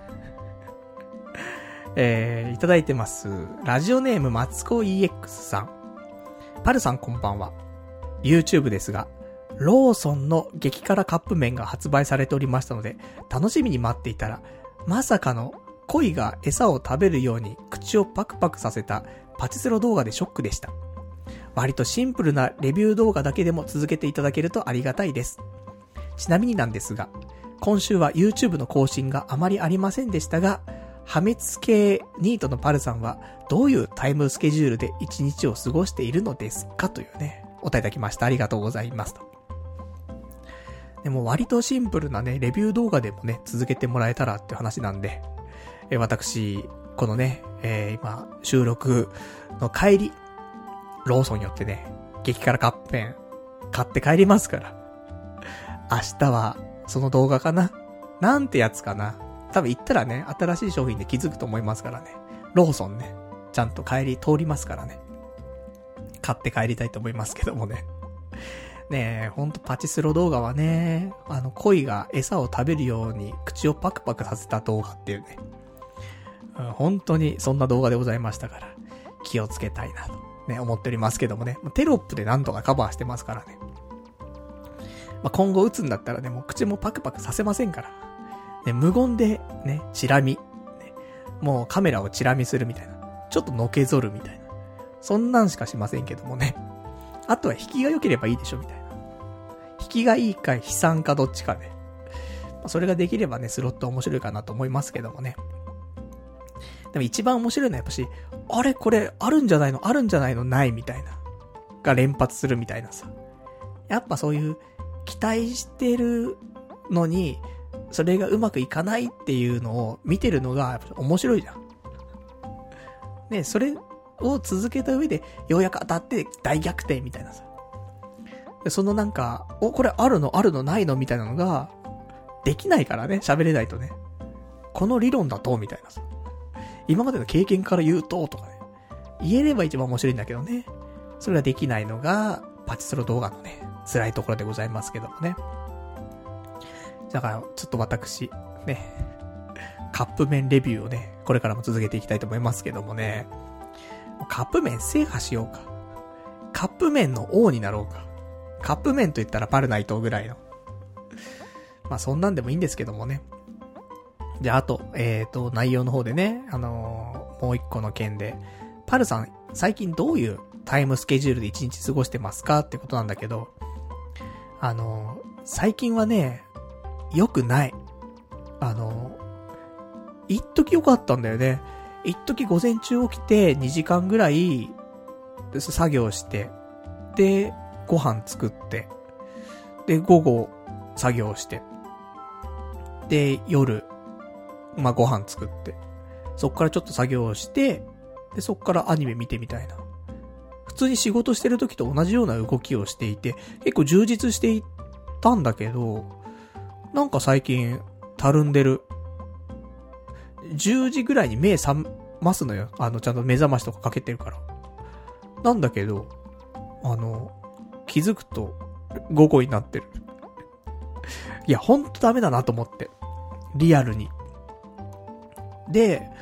ー、えー、いただいてます。ラジオネームマツコ イーエックス さん。パルさんこんばんは。YouTube ですが、ローソンの激辛カップ麺が発売されておりましたので、楽しみに待っていたら、まさかの鯉が餌を食べるように口をパクパクさせたパチスロ動画でショックでした。割とシンプルなレビュー動画だけでも続けていただけるとありがたいです。ちなみになんですが、今週は YouTube の更新があまりありませんでしたが、破滅系ニートのパルさんはどういうタイムスケジュールで一日を過ごしているのですかというね、お答えいただきました。ありがとうございますと。でも割とシンプルなね、レビュー動画でもね、続けてもらえたらって話なんで、え私、このね、えー、今、収録の帰り、ローソンによってね、激辛カップ麺、買って帰りますから。明日は、その動画かな？なんてやつかな？多分行ったらね、新しい商品で気づくと思いますからね。ローソンね、ちゃんと帰り通りますからね。買って帰りたいと思いますけどもね。ねえ、ほんとパチスロ動画はね、あの、鯉が餌を食べるように口をパクパクさせた動画っていうね。うん、本当にそんな動画でございましたから、気をつけたいなとね、思っておりますけどもね。テロップでなんとかカバーしてますからね。まあ、今後打つんだったらね、もう口もパクパクさせませんから。ね、無言でね、チラ見、ね。もうカメラをチラ見するみたいな。ちょっとのけぞるみたいな。そんなんしかしませんけどもね。あとは引きが良ければいいでしょみたいな。引きがいいか悲惨かどっちかで、ね。まあ、それができればね、スロット面白いかなと思いますけどもね。でも一番面白いのはやっぱし、あれこれあるんじゃないのあるんじゃないのないみたいな。が連発するみたいなさ。やっぱそういう、期待してるのに、それがうまくいかないっていうのを見てるのが面白いじゃん。ね、それを続けた上で、ようやく当たって大逆転みたいなさ。でそのなんか、お、これあるのあるのないのみたいなのが、できないからね、喋れないとね。この理論だとみたいなさ。今までの経験から言うと、とかね。言えれば一番面白いんだけどね。それができないのが、パチスロ動画のね、辛いところでございますけどもね。だから、ちょっと私、ね、カップ麺レビューをね、これからも続けていきたいと思いますけどもね。カップ麺制覇しようか。カップ麺の王になろうか。カップ麺と言ったらパルナイトぐらいの。まあそんなんでもいいんですけどもね。じゃああと、えーと、内容の方でね、あのー、もう一個の件で、パルさん、最近どういうタイムスケジュールで一日過ごしてますかってことなんだけど、あのー、最近はね、良くない。あのー、一時良かったんだよね。一時午前中起きてにじかんぐらい作業して、で、ご飯作って、で、午後作業して、で、夜、まあ、ご飯作って、そっからちょっと作業して、で、そっからアニメ見てみたいな。普通に仕事してる時と同じような動きをしていて、結構充実していたんだけど、なんか最近、たるんでる。じゅうじぐらいに目覚ますのよ。あの、ちゃんと目覚ましとかかけてるから。なんだけど、あの、気づくと、午後になってる。いや、ほんとダメだなと思って。リアルに。で、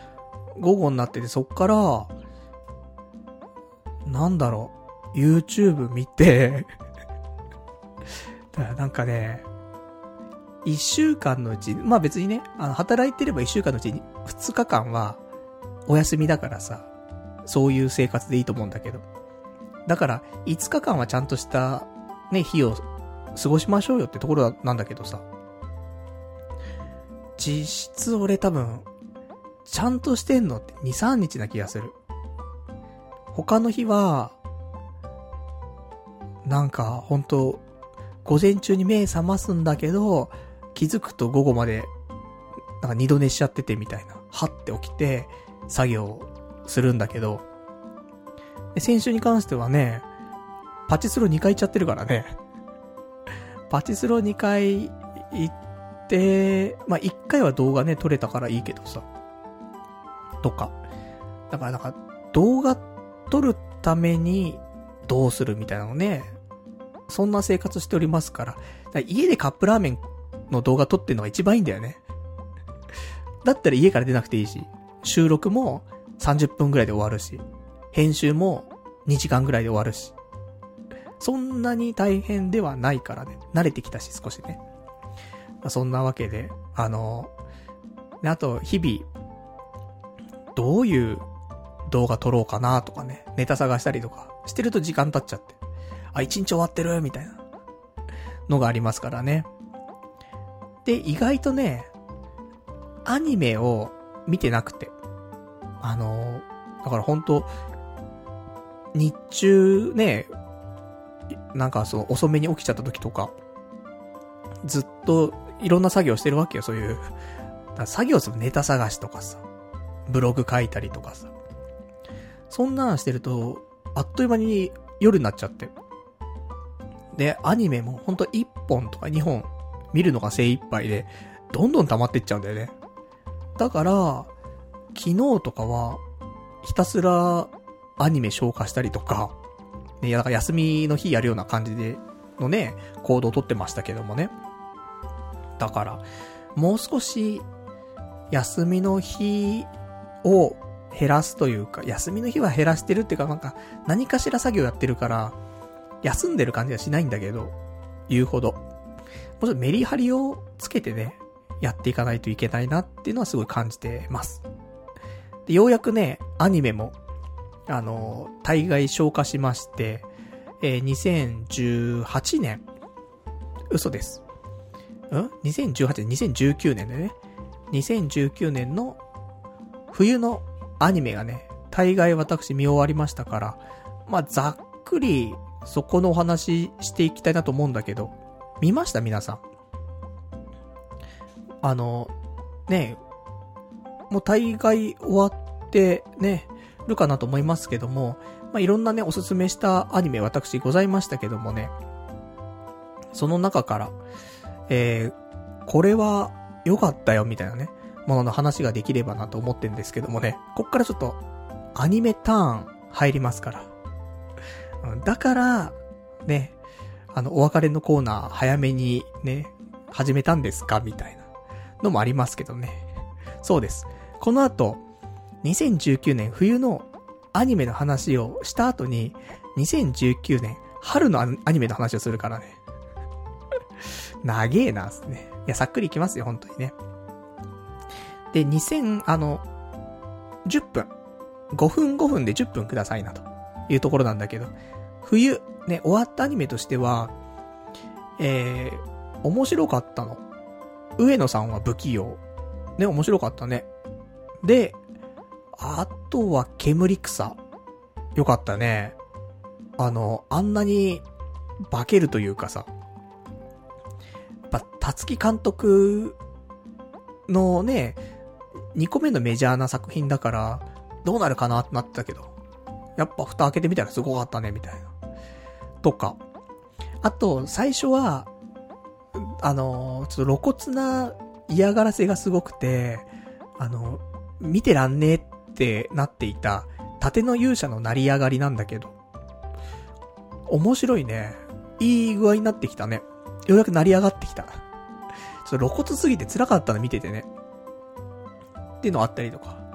午後になってて、そっから、なんだろう、YouTube 見て、だからなんかね、一週間のうち、まあ別にね、あの、働いてれば一週間のうちに二日間はお休みだからさ、そういう生活でいいと思うんだけど。だから、五日間はちゃんとしたね、日を過ごしましょうよってところなんだけどさ。実質俺多分、ちゃんとしてんのってに、さんにちな気がする。他の日は、なんかほんと、午前中に目覚ますんだけど、気づくと午後まで、なんか二度寝しちゃっててみたいな。はって起きて、作業するんだけど、で先週に関してはね、パチスロにかい行っちゃってるからね。パチスロにかい行って、まあ、いっかいは動画ね、撮れたからいいけどさ。とか。だからなんか、動画撮るためにどうするみたいなのね、そんな生活しておりますから。だから家でカップラーメンの動画撮ってるのが一番いいんだよね。だったら家から出なくていいし、収録もさんじゅっぷんぐらいで終わるし、編集もにじかんぐらいで終わるし。そんなに大変ではないからね。慣れてきたし少しね。まあ、そんなわけで、あの、あと日々、どういう動画撮ろうかなとかね、ネタ探したりとかしてると時間経っちゃって。あ、一日終わってるみたいなのがありますからね。で、意外とね、アニメを見てなくて。あの、だからほんと、日中ね、なんかそう遅めに起きちゃった時とか、ずっといろんな作業してるわけよ、そういう。だから作業するネタ探しとかさ、ブログ書いたりとかさ。そんなんしてると、あっという間に夜になっちゃって。で、アニメもほんといっぽんとかにほん見るのが精一杯で、どんどん溜まってっちゃうんだよね。だから、昨日とかは、ひたすらアニメ消化したりとか、ね、だから休みの日やるような感じでのね、行動をとってましたけどもね。だから、もう少し、休みの日を減らすというか、休みの日は減らしてるっていうか、なんか、何かしら作業やってるから、休んでる感じはしないんだけど、言うほど。もうちょっとメリハリをつけてね、やっていかないといけないなっていうのはすごい感じてます。で、ようやくね、アニメも、あの、大概消化しまして、えー、にせんじゅうはちねん。嘘です。ん ?にせんじゅうはちねん、にせんじゅうきゅうねんでね。にせんじゅうきゅうねんの冬のアニメがね、大概私見終わりましたから、まあ、ざっくりそこのお話していきたいなと思うんだけど、見ました皆さん。あの、ね、もう大概終わってね、るかなと思いますけども、まあ、いろんなね、おすすめしたアニメ私ございましたけどもね、その中から、えー、これは良かったよみたいなね、ものの話ができればなと思ってるんですけどもね、こっからちょっとアニメターン入りますから。だから、ね、あの、お別れのコーナー早めにね、始めたんですかみたいなのもありますけどね。そうです。この後、にせんじゅうきゅうねん冬のアニメの話をした後に、にせんじゅうきゅうねん春のアニメの話をするからね。長えなですね。いや、さっくりいきますよ、本当にね。で、にせん、あの、じゅっぷん。ごふんごふんでじゅっぷんくださいな、というところなんだけど、冬、ね、終わったアニメとしては、えー、面白かったの。上野さんは不器用。ね、面白かったね。で、あとは煙草。よかったね。あの、あんなに化けるというかさ、やっぱ、たつき監督のね、にこめのメジャーな作品だから、どうなるかなってなってたけど、やっぱ蓋開けてみたらすごかったね、みたいな。とか。あと、最初は、あの、ちょっと露骨な嫌がらせがすごくて、あの、見てらんねえってなっていた、盾の勇者の成り上がりなんだけど、面白いね。いい具合になってきたね。ようやく成り上がってきた。ちょっと露骨すぎて辛かったの見ててね。っていうのあったりとか。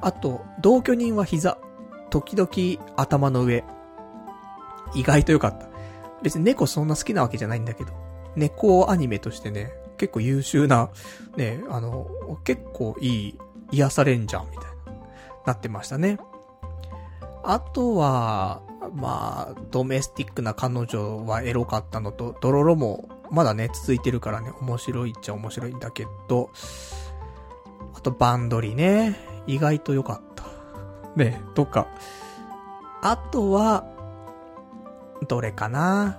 あと、同居人は膝、時々頭の上。意外と良かった。別に猫そんな好きなわけじゃないんだけど、猫アニメとしてね、結構優秀な、ね、あの、結構いい、癒されんじゃん、みたいな、なってましたね。あとは、まあ、ドメスティックな彼女はエロかったのと、ドロロもまだね、続いてるからね、面白いっちゃ面白いんだけど、あとバンドリね、意外と良かった。ね、とか。あとは、どれかな。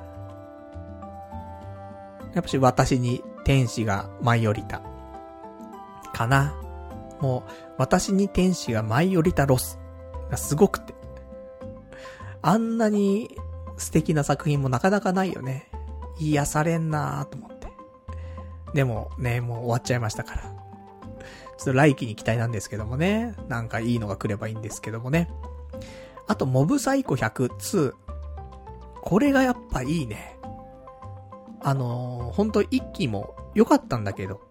やっぱし私に天使が舞い降りた。かな。もう、私に天使が舞い降りたロスがすごくて。あんなに素敵な作品もなかなかないよね。癒されんなーと思って。でもね、もう終わっちゃいましたから。ちょっと来期に期待なんですけどもね。なんかいいのが来ればいいんですけどもね。あと、モブサイコひゃくに。これがやっぱいいね。あのー、ほんといっきも良かったんだけど、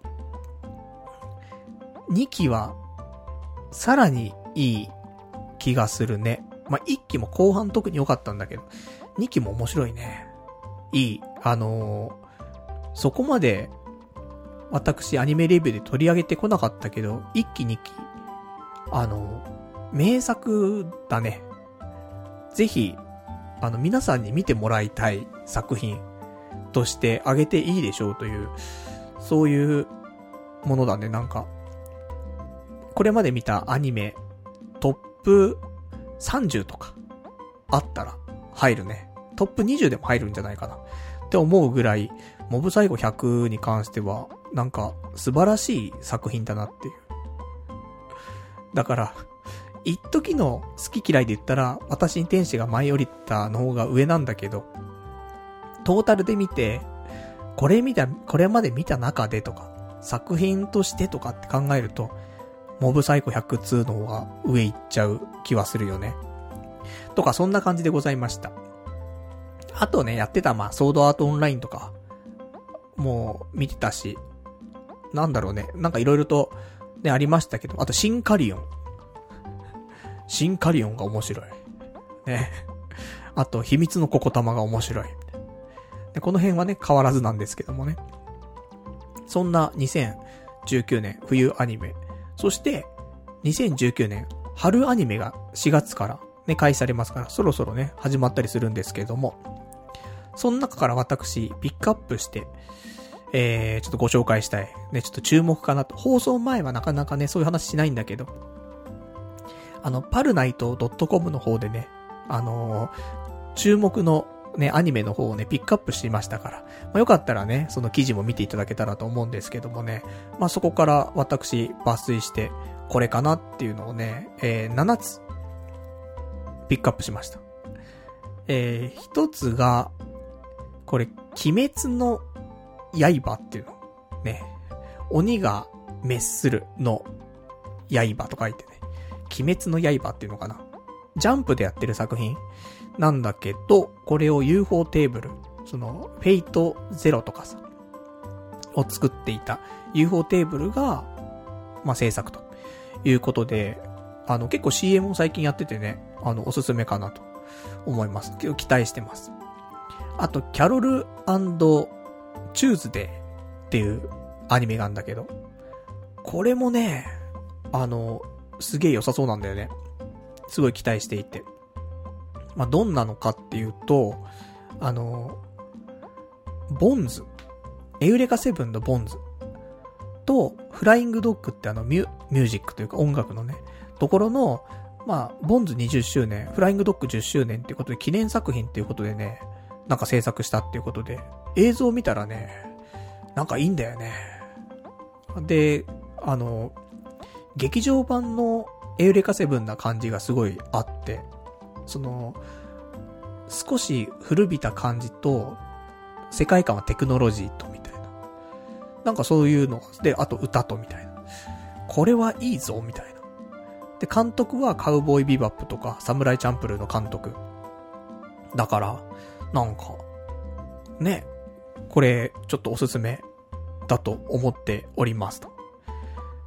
にきはさらにいい気がするね。まあ、いっきも後半特に良かったんだけど、にきも面白いね。いい。あのー、そこまで私アニメレビューで取り上げてこなかったけど、いっきにき、あのー、名作だね。ぜひ、あの、皆さんに見てもらいたい作品としてあげていいでしょうという、そういうものだね。なんか、これまで見たアニメトップさんじゅうとかあったら入るね。トップにじゅうでも入るんじゃないかなって思うぐらい、モブサイコひゃくに関してはなんか素晴らしい作品だなっていう。だから一時の好き嫌いで言ったら私に天使が舞い降りたの方が上なんだけど、トータルで見てこれ見たこれまで見た中でとか作品としてとかって考えると、モブサイコひゃくにの方が上行っちゃう気はするよね。とかそんな感じでございました。あとね、やってたまあソードアートオンラインとかもう見てたし、なんだろうね、なんかいろいろとねありましたけど、あとシンカリオンシンカリオンが面白いね。あと秘密のココタマが面白いで、この辺はね変わらずなんですけどもね。そんなにせんじゅうきゅうねん冬アニメ、そしてにせんじゅうきゅうねん春アニメがしがつからね開始されますから、そろそろね始まったりするんですけれども、その中から私ピックアップしてえー、ちょっとご紹介したいね、ちょっと注目かなと。放送前はなかなかねそういう話しないんだけど、あのパルナイト .com の方でね、あのー、注目のねアニメの方をねピックアップしていましたから、まあ、よかったらねその記事も見ていただけたらと思うんですけどもね、まあそこから私抜粋してこれかなっていうのをね、えー、ななつピックアップしました。えー、一つがこれ鬼滅の刃っていうのね、鬼が滅するの刃と書いてね、鬼滅の刃っていうのかな、ジャンプでやってる作品なんだけど、これを ユーフォー テーブル、そのフェイトゼロとかさを作っていた ユーフォー テーブルがまあ制作ということで、あの結構 シーエム を最近やっててね、あのおすすめかなと思います。結構期待してます。あとキャロル&チューズデーっていうアニメがあるんだけど、これもねあのすげえ良さそうなんだよね。すごい期待していて、まあ、どんなのかっていうと、あのボンズ、エウレカセブンのボンズとフライングドッグってあのミュミュージックというか音楽のねところの、まあボンズにじゅっしゅうねん、フライングドッグじゅっしゅうねんっていうことで記念作品っていうことでね、なんか制作したっていうことで、映像を見たらねなんかいいんだよね。で、あの劇場版のエウレカセブンな感じがすごいあって、その少し古びた感じと世界観はテクノロジーとみたいな、なんかそういうので、あと歌とみたいな、これはいいぞみたいな。で監督はカウボーイビバップとかサムライチャンプルーの監督だから、なんかねこれちょっとおすすめだと思っておりますと。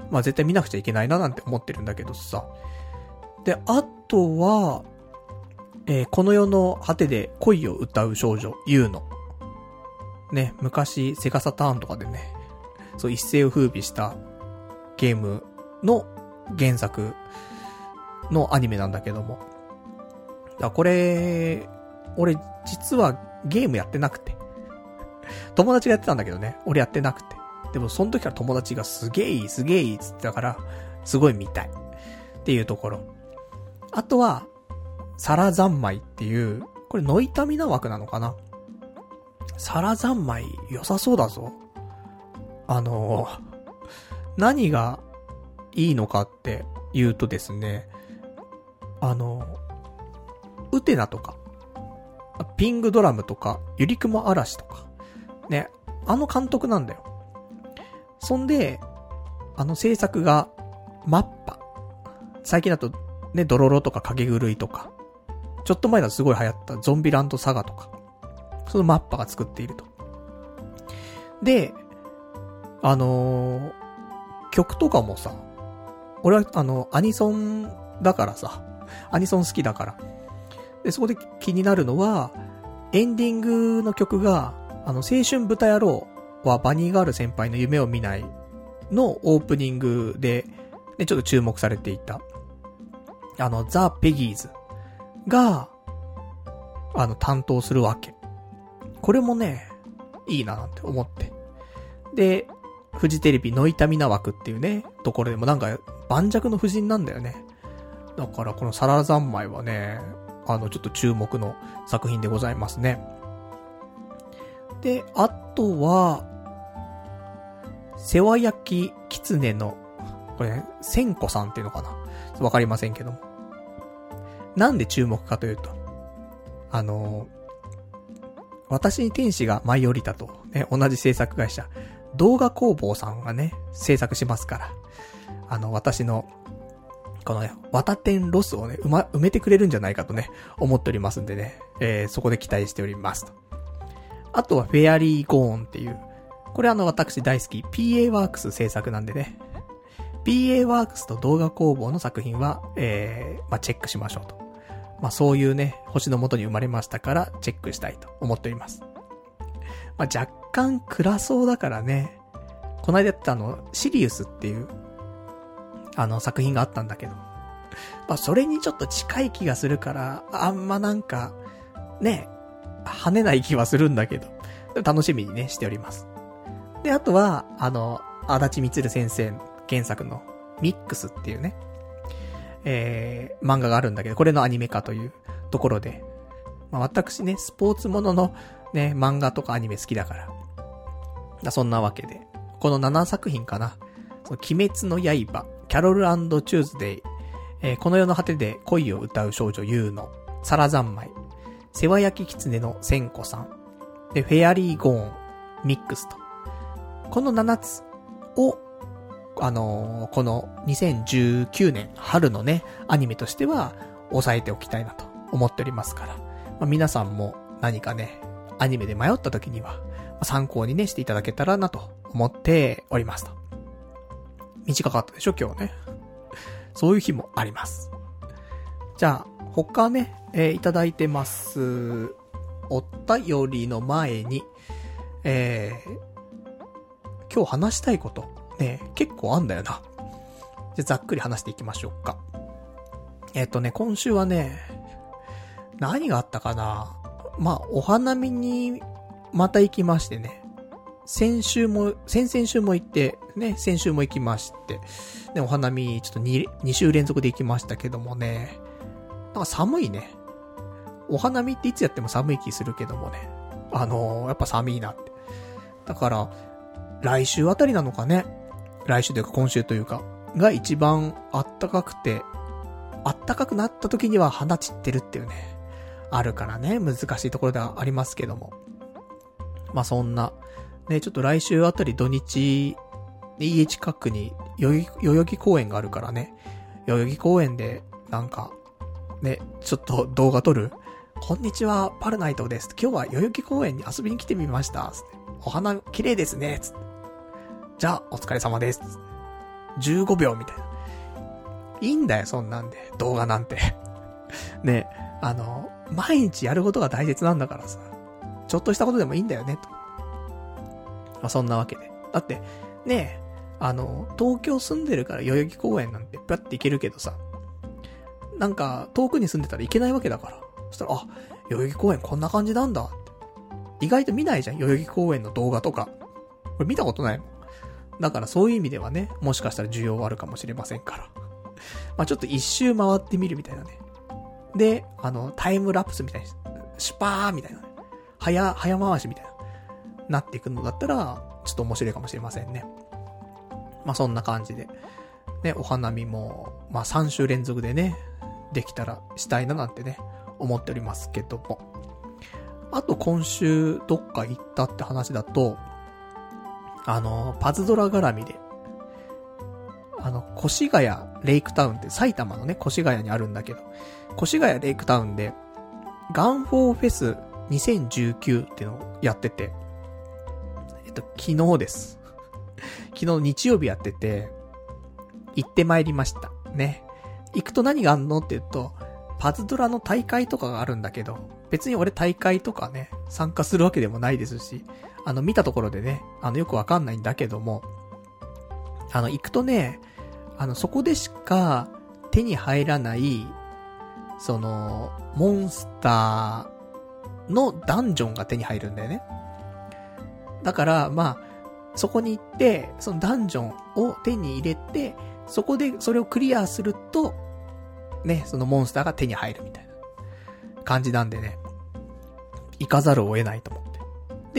まあ絶対見なくちゃいけないななんて思ってるんだけどさ。で、あとは、えー、この世の果てで恋を歌う少女、ユーノ。ね、昔セガサターンとかでね、そう一世を風靡したゲームの原作のアニメなんだけども。だからこれ、俺実はゲームやってなくて。友達がやってたんだけどね、俺やってなくて。でもその時から友達がすげえいいすげえいいっつってたから、すごい見たい。っていうところ。あとは、サラ三昧っていう、これノイタミナ枠なのかな？サラ三昧良さそうだぞ。あの、何がいいのかって言うとですね、あの、ウテナとか、ピングドラムとか、ゆりくも嵐とか、ね、あの監督なんだよ。そんで、あの制作が、マッパ。最近だと、ね、ドロロとか影狂いとか、ちょっと前だとすごい流行ったゾンビランドサガとか、そのマッパが作っていると。で、あのー、曲とかもさ、俺はあの、アニソンだからさ、アニソン好きだから。で、そこで気になるのは、エンディングの曲が、あの、青春豚野郎はバニーガール先輩の夢を見ないのオープニングで、ね、ちょっと注目されていた。あの、ザ・ペギーズが、あの、担当するわけ。これもね、いいななんて思って。で、フジテレビノイタミナ枠っていうね、ところでもなんか、盤石の布陣なんだよね。だからこのサラ三昧はね、あの、ちょっと注目の作品でございますね。で、あとは、世話焼き狐の、これね、千子さんっていうのかな？わかりませんけども。なんで注目かというと、あの、私に天使が舞い降りたと、ね、同じ制作会社、動画工房さんがね、制作しますから、あの、私の、このね、綿天ロスをね、埋ま、埋めてくれるんじゃないかとね、思っておりますんでね、えー、そこで期待しておりますと。あとはフェアリーゴーンっていう、これあの私大好き ピーエー ワークス制作なんでね、ピーエー ワークスと動画工房の作品は、えー、まあ、チェックしましょうと。まあ、そういうね、星の下に生まれましたからチェックしたいと思っております。まあ、若干暗そうだからね、この間やったあの、シリウスっていう、あの作品があったんだけど、まあ、それにちょっと近い気がするから、あんまなんか、ね、跳ねない気はするんだけど、楽しみにね、しております。で、あとは、あの、足立みつる先生原作のミックスっていうね、えー、漫画があるんだけど、これのアニメ化というところで、まあ、私ね、スポーツもののね、漫画とかアニメ好きだから。そんなわけで、このななさく品かな。その鬼滅の刃、キャロル&チューズデイ、えー、この世の果てで恋を歌う少女ユーノ、サラ三昧、世話焼き狐の千子さん、で、フェアリーゴーン、ミックスと。このななつを、あのー、このにせんじゅうきゅうねん春のね、アニメとしては、押さえておきたいなと思っておりますから。まあ、皆さんも何かね、アニメで迷った時には、参考にね、していただけたらなと思っておりますと。短かったでしょ、今日ね。そういう日もあります。じゃあ、他ね、えー、いただいてます。お便りの前に、えー、今日話したいこと、ね、結構あんだよな。じゃあ、ざっくり話していきましょうか。えっとね、今週はね、何があったかな。まあ、お花見に、また行きましてね。先週も、先々週も行って、ね、先週も行きまして、ね、お花見、ちょっと 2, 2週連続で行きましたけどもね、なんか寒いね。お花見っていつやっても寒い気するけどもね。あのー、やっぱ寒いなって。だから、来週あたりなのかね。来週というか今週というか、が一番あったかくて、あったかくなった時には花散ってるっていうね。あるからね、難しいところではありますけども。まあそんな、ね、ちょっと来週あたり土日、家近くに代々木公園があるからね、代々木公園でなんか、ね、ちょっと動画撮る。こんにちは、パルナイトです。今日は代々木公園に遊びに来てみました。お花綺麗ですね。じゃあ、お疲れ様です。 じゅうごびょうみたいな。いいんだよ、そんなんで。動画なんて。ね、あの、毎日やることが大切なんだからさ。ちょっとしたことでもいいんだよね、と。まあ、そんなわけで。だって、ね、あの、東京住んでるから代々木公園なんてぴゃって行けるけどさ。なんか、遠くに住んでたら行けないわけだから。そしたら、あ、代々木公園こんな感じなんだって。意外と見ないじゃん、代々木公園の動画とか。これ見たことないもん。だからそういう意味ではね、もしかしたら需要あるかもしれませんから。まあちょっと一周回ってみるみたいなね。で、あの、タイムラプスみたいに、シュパーみたいなね。早、早回しみたいな。なっていくのだったら、ちょっと面白いかもしれませんね。まあそんな感じで。ね、お花見も、まあさん週連続でね、できたらしたいななんてね、思っておりますけども。あと今週どっか行ったって話だと、あの、パズドラ絡みで、あの、越谷レイクタウンって埼玉のね、越谷にあるんだけど、越谷レイクタウンで、ガンフォーフェスにせんじゅうきゅうっていうのをやってて、えっと、昨日です。昨日日曜日やってて、行ってまいりました。ね。行くと何があんのって言うと、パズドラの大会とかがあるんだけど、別に俺大会とかね、参加するわけでもないですし、あの見たところでね、あのよくわかんないんだけども、あの行くとね、あのそこでしか手に入らない、その、モンスターのダンジョンが手に入るんだよね。だから、まあ、そこに行って、そのダンジョンを手に入れて、そこでそれをクリアすると、ね、そのモンスターが手に入るみたいな感じなんでね、行かざるを得ないと思って。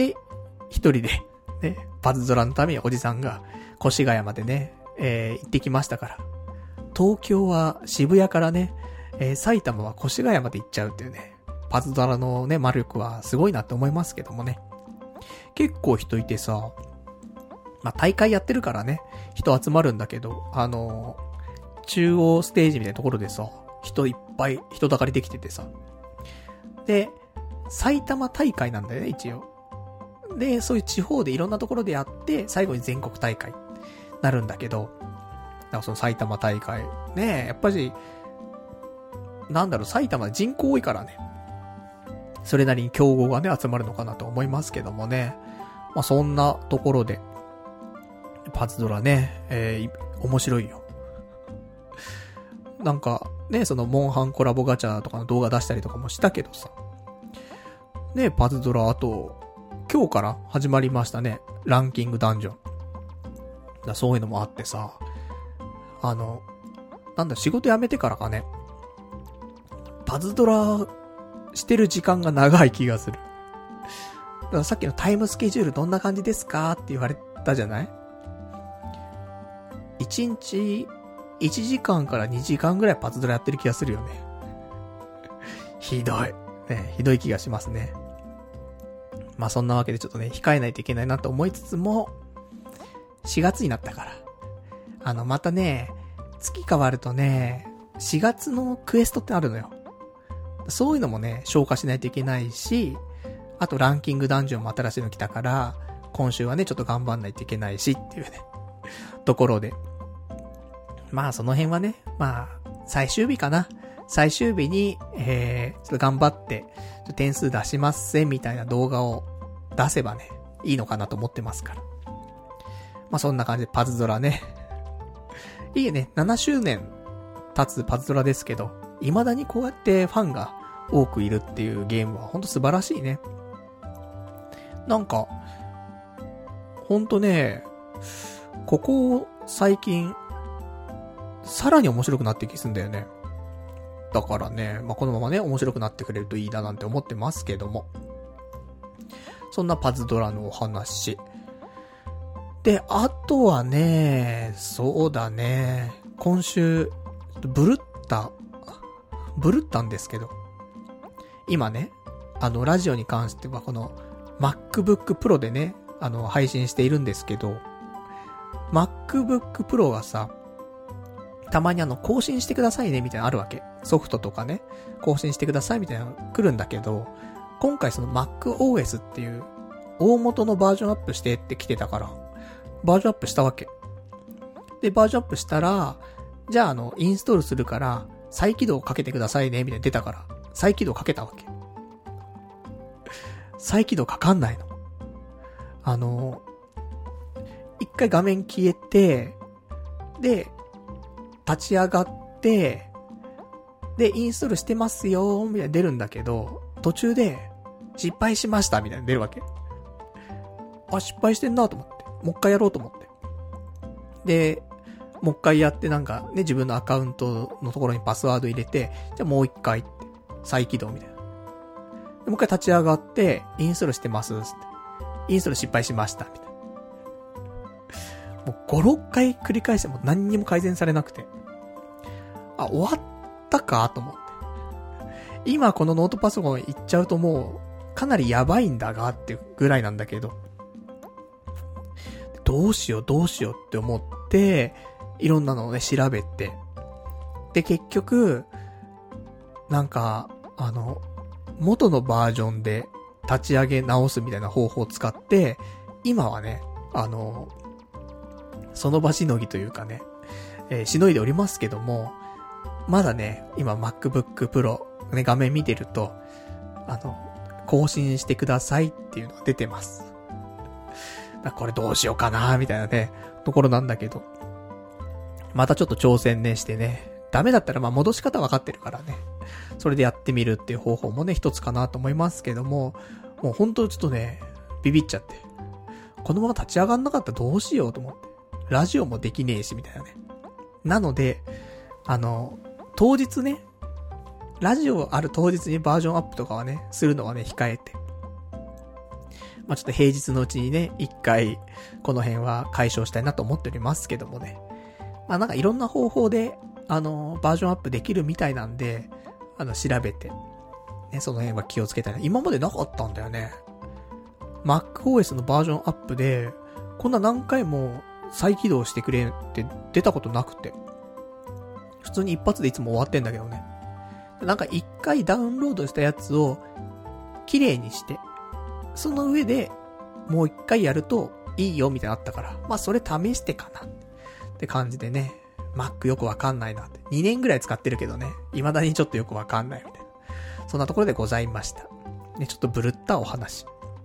で、一人で、ね、パズドラのためにおじさんが越谷までね、えー、行ってきましたから。東京は渋谷からね、えー、埼玉は越谷まで行っちゃうっていうね、パズドラのね、魔力はすごいなって思いますけどもね。結構人いてさ、まあ、大会やってるからね、人集まるんだけど、あのー、中央ステージみたいなところでさ、人いっぱい、人だかりできててさ。で、埼玉大会なんだよね、一応。で、そういう地方でいろんなところでやって、最後に全国大会になるんだけど、だからその埼玉大会、ねえ、やっぱり、なんだろう、埼玉人口多いからね、それなりに競合がね、集まるのかなと思いますけどもね。まあ、そんなところで、パズドラね、えー、面白いよ。なんか、ね、その、モンハンコラボガチャとかの動画出したりとかもしたけどさ。ね、パズドラ、あと、今日から始まりましたね。ランキングダンジョン。だそういうのもあってさ。あの、なんだ、仕事辞めてからかね。パズドラしてる時間が長い気がする。だからさっきのタイムスケジュールどんな感じですかって言われたじゃない？いちにちいちじかんからにじかんぐらいパズドラやってる気がするよね。ひどい。ね、ひどい気がしますね。まあそんなわけでちょっとね、控えないといけないなと思いつつも、しがつになったから。あの、またね、月変わるとね、しがつのクエストってあるのよ。そういうのもね、消化しないといけないし、あとランキングダンジョンも新しいの来たから、今週はね、ちょっと頑張んないといけないしっていうね、ところで。まあその辺はね、まあ、最終日かな。最終日に、えー、ちょっと頑張って、点数出しますせみたいな動画を出せばね、いいのかなと思ってますから。まあそんな感じでパズドラね。いいよね、ななしゅうねん経つパズドラですけど、未だにこうやってファンが多くいるっていうゲームはほんと素晴らしいね。なんか、ほんとね、ここ最近、さらに面白くなってきすんだよね。だからね、まあ、このままね、面白くなってくれるといいななんて思ってますけども。そんなパズドラのお話。で、あとはね、そうだね、今週、ブルった、ブルったんですけど、今ね、あの、ラジオに関してはこの、MacBook Pro でね、あの、配信しているんですけど、MacBook Pro がさ、たまにあの、更新してくださいね、みたいなのあるわけ。ソフトとかね、更新してください、みたいなの来るんだけど、今回その MacOS っていう、大元のバージョンアップしてって来てたから、バージョンアップしたわけ。 で、バージョンアップしたら、じゃああの、インストールするから、再起動かけてくださいね、みたいな出たから、再起動かけたわけ。再起動かかんないの。あの、一回画面消えて、で、立ち上がって、で、インストールしてますよ、みたいな出るんだけど、途中で、失敗しました、みたいな出るわけ。あ、失敗してんなと思って。もう一回やろうと思って。で、もう一回やってなんかね、自分のアカウントのところにパスワード入れて、じゃあもう一回って、再起動みたいな。でもう一回立ち上がって、インストールしてますって。インストール失敗しました、みたいな。もうご、ろっかい繰り返しても何にも改善されなくて。あ、終わったかと思って。今このノートパソコン行っちゃうともう、かなりやばいんだがっていうぐらいなんだけど。どうしようどうしようって思って、いろんなのをね、調べて。で、結局、なんか、あの、元のバージョンで立ち上げ直すみたいな方法を使って、今はね、あの、その場しのぎというかね、えー、しのいでおりますけども、まだね、今 MacBook Pro、ね、画面見てると、あの、更新してくださいっていうのが出てます。だこれどうしようかなみたいなね、ところなんだけど。またちょっと挑戦ねしてね。ダメだったらまあ戻し方わかってるからね。それでやってみるっていう方法もね、一つかなと思いますけども、もうほんとちょっとね、ビビっちゃって。このまま立ち上がんなかったらどうしようと思って。ラジオもできねえし、みたいなね。なので、あの、当日ね、ラジオある当日にバージョンアップとかはね、するのはね、控えて。まあ、ちょっと平日のうちにね、一回、この辺は解消したいなと思っておりますけどもね。まあ、なんかいろんな方法で、あの、バージョンアップできるみたいなんで、あの、調べて、ね、その辺は気をつけたいな。今までなかったんだよね。MacOS のバージョンアップで、こんな何回も再起動してくれって出たことなくて。普通に一発でいつも終わってんだけどね。なんか一回ダウンロードしたやつを、綺麗にして、その上で、もう一回やるといいよみたいなのあったから、まあそれ試してかなって感じでね、Mac よくわかんないなって。にねんぐらい使ってるけどね、未だにちょっとよくわかんないみたいな。そんなところでございました。ね、ちょっとブルったお話。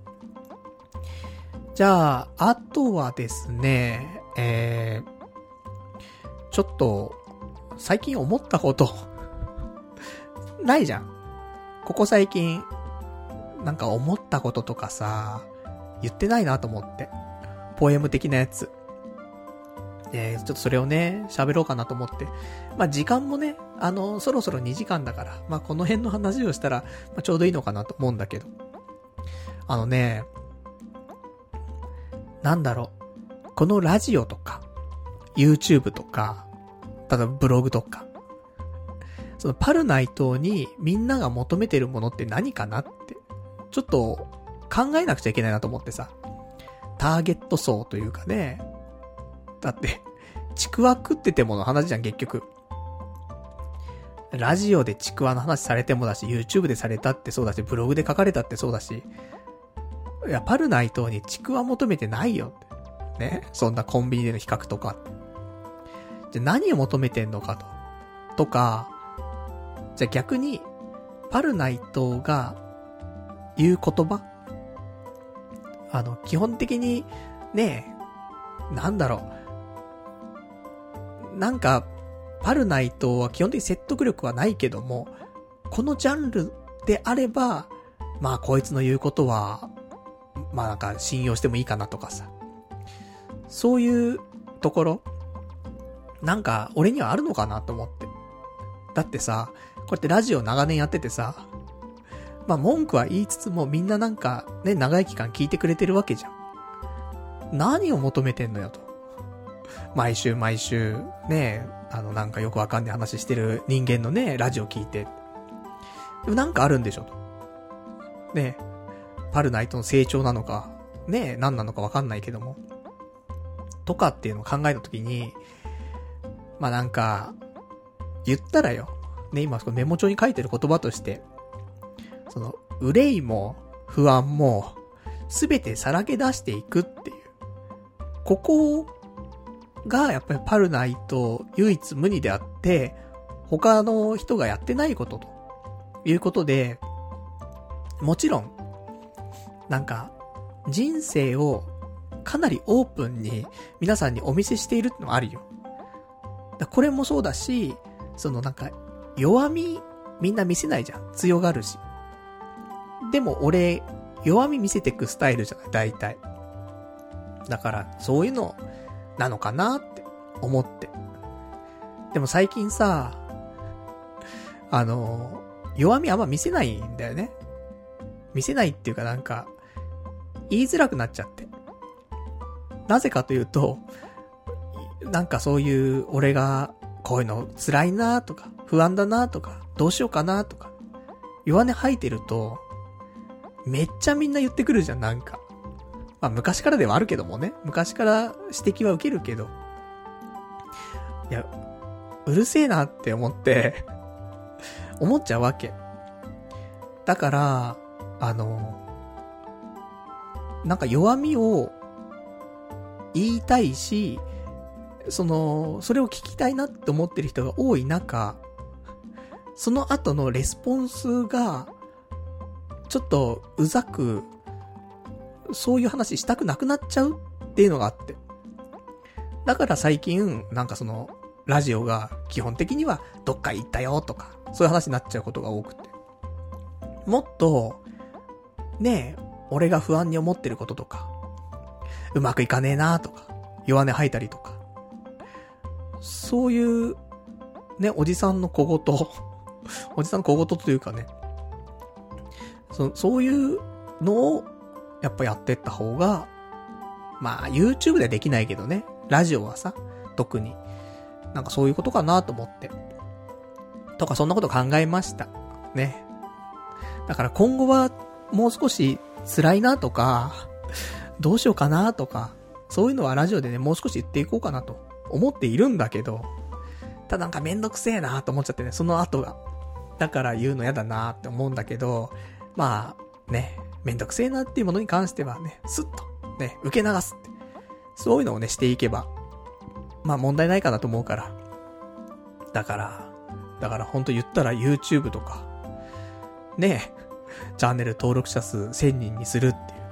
じゃあ、あとはですね、えー、ちょっと、最近思ったこと、ないじゃん。ここ最近、なんか思ったこととかさ、言ってないなと思って。ポエム的なやつ。えー、ちょっとそれをね、喋ろうかなと思って。まあ、時間もね、あの、そろそろにじかんだから、まあ、この辺の話をしたら、まあ、ちょうどいいのかなと思うんだけど。あのね、なんだろう。このラジオとか、YouTube とか、ただブログとか、そのパルナイトにみんなが求めてるものって何かなって、ちょっと考えなくちゃいけないなと思ってさ。ターゲット層というかね。だって、ちくわ食っててもの話じゃん結局。ラジオでちくわの話されてもだし、YouTube でされたってそうだし、ブログで書かれたってそうだし、いや、パルナイトにちくわ求めてないよって。ね。そんなコンビニでの比較とか。じゃあ何を求めてんのかと。とか、じゃあ逆に、パルナイトが言う言葉？あの、基本的に、ねえ、なんだろう。なんか、パルナイトは基本的に説得力はないけども、このジャンルであれば、まあこいつの言うことは、まあなんか信用してもいいかなとかさ。そういうところなんか俺にはあるのかなと思って。だってさ、こうやってラジオ長年やっててさ、まあ文句は言いつつもみんななんかね、長い期間聞いてくれてるわけじゃん。何を求めてんのよと。毎週毎週ね、あのなんかよくわかんない話してる人間のね、ラジオ聞いて。でもなんかあるんでしょと。ね、パルナイトの成長なのか、ね、何なのかわかんないけども。とかっていうのを考えたときに、まあなんか、言ったらよ。ね、今メモ帳に書いてる言葉として、その、憂いも不安も、すべてさらけ出していくっていう。ここがやっぱりパルナイト唯一無二であって、他の人がやってないことということで、もちろん、なんか、人生をかなりオープンに皆さんにお見せしているってのもあるよ。だこれもそうだし、そのなんか、弱みみんな見せないじゃん。強がるし。でも俺、弱み見せてくスタイルじゃない、大体。だから、そういうのなのかなって思って。でも最近さ、あの、弱みあんま見せないんだよね。見せないっていうかなんか、言いづらくなっちゃって。なぜかというと、なんかそういう俺がこういうの辛いなとか、不安だなとか、どうしようかなとか、弱音吐いてると、めっちゃみんな言ってくるじゃん、なんか。まあ昔からではあるけどもね。昔から指摘は受けるけど。いや、うるせえなって思って、思っちゃうわけ。だから、あの、なんか弱みを言いたいし、その、それを聞きたいなって思ってる人が多い中、その後のレスポンスが、ちょっとうざく、そういう話したくなくなっちゃうっていうのがあって。だから最近、なんかその、ラジオが基本的にはどっか行ったよとか、そういう話になっちゃうことが多くて。もっと、ねえ、俺が不安に思ってることとか、うまくいかねえなとか、弱音吐いたりとか、そういう、ね、おじさんの小言、おじさんの小言というかね、そ、そういうのを、やっぱやってった方が、まあ、YouTube ではできないけどね、ラジオはさ、特に、なんかそういうことかなと思って。とか、そんなこと考えました。ね。だから今後は、もう少し辛いなとか、どうしようかなとか、そういうのはラジオでね、もう少し言っていこうかなと思っているんだけど、ただなんかめんどくせえなと思っちゃってね、その後が。だから言うのやだなって思うんだけど、まあ、ね、めんどくせえなっていうものに関してはね、スッと、ね、受け流すって。そういうのをね、していけば、まあ問題ないかなと思うから。だから、だからほんと言ったら YouTube とか、ね、チャンネル登録者数せんにんにする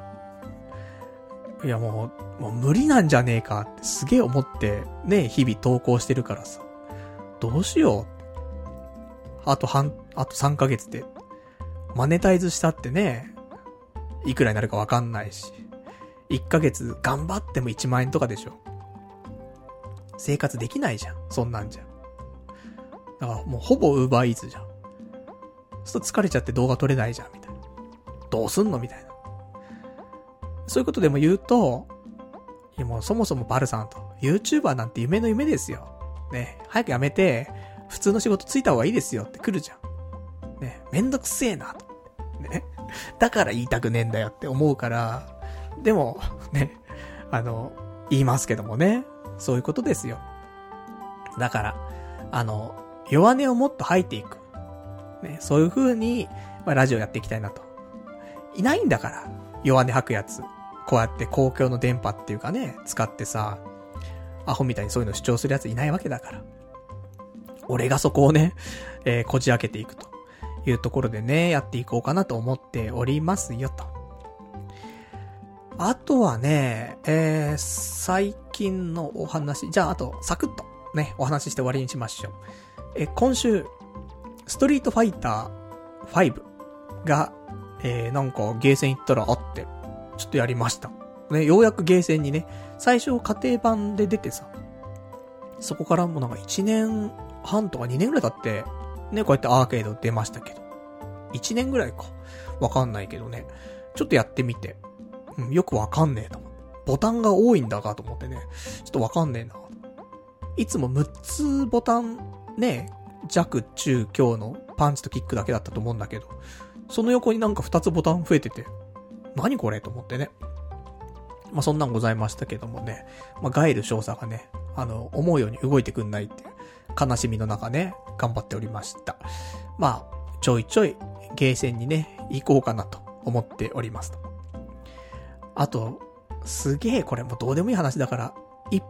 っていう。いやもう、もう無理なんじゃねえかってすげえ思って、ね、日々投稿してるからさ。どうしよう。あと半、あとさんかげつで、マネタイズしたってね、いくらになるかわかんないし。いっかげつ頑張ってもいちまんえんとかでしょ。生活できないじゃん。そんなんじゃん。だからもうほぼ Uber Eats じゃん。そう疲れちゃって動画撮れないじゃん、みたいな。どうすんのみたいな。そういうことでも言うと、いやもうそもそもバルさんと、YouTuber なんて夢の夢ですよ。ね、早くやめて、普通の仕事ついた方がいいですよって来るじゃん。ね、めんどくせえなと。ね。だから言いたくねえんだよって思うから、でも、ね、あの、言いますけどもね、そういうことですよ。だから、あの、弱音をもっと吐いていく。ね、そういう風に、まあ、ラジオやっていきたいなと。いないんだから、弱音吐くやつ。こうやって公共の電波っていうかね、使ってさ、アホみたいにそういうの主張するやついないわけだから。俺がそこをね、えー、こじ開けていくというところでね、やっていこうかなと思っておりますよと。あとはね、えー、最近のお話、じゃああと、サクッとね、お話しして終わりにしましょう。えー、今週、ストリートファイターファイブが、えー、なんかゲーセン行ったらあって、ちょっとやりました。ね、ようやくゲーセンにね、最初家庭版で出てさ、そこからもなんかいちねんはんとかにねんぐらい経って、ね、こうやってアーケード出ましたけど。いちねんぐらいか。わかんないけどね。ちょっとやってみて。うん、よくわかんねえと思って。ボタンが多いんだかと思ってね。ちょっとわかんねえな。いつもむっつボタン、ね、弱、中、強のパンチとキックだけだったと思うんだけど、その横になんかふたつボタン増えてて、何これと思ってね。まあ、そんなんございましたけどもね。まあ、ガエル少佐がね、あの、思うように動いてくんないっていう悲しみの中ね、頑張っておりました。まあ、ちょいちょいゲーセンにね、行こうかなと思っておりますと。あと、すげえこれもうどうでもいい話だから、いっぷん。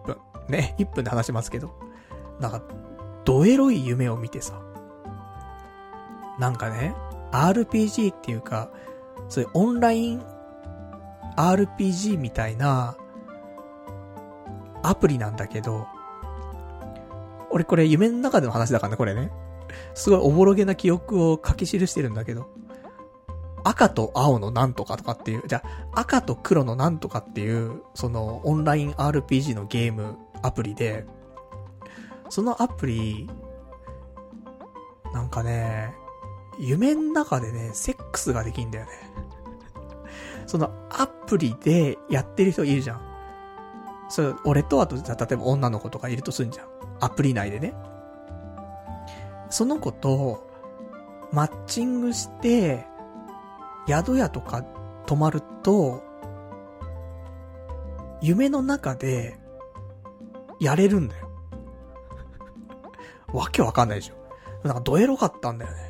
ね、いっぷんで話しますけど、なんか、ドエロい夢を見てさ、なんかね、アールピージー っていうか、そういうオンライン アールピージー みたいなアプリなんだけど、俺これ夢の中での話だからね、これね。すごいおぼろげな記憶を書き記してるんだけど、赤と青のなんとかとかっていう、じゃあ赤と黒のなんとかっていう、そのオンライン アールピージー のゲームアプリで、そのアプリ、なんかね、夢の中でね、セックスができんだよね。そのアプリでやってる人いるじゃん。それ、俺とあと、例えば女の子とかいるとすんじゃん。アプリ内でね。その子と、マッチングして、宿屋とか泊まると、夢の中で、やれるんだよ。わけわかんないでしょ。なんかドエロかったんだよね。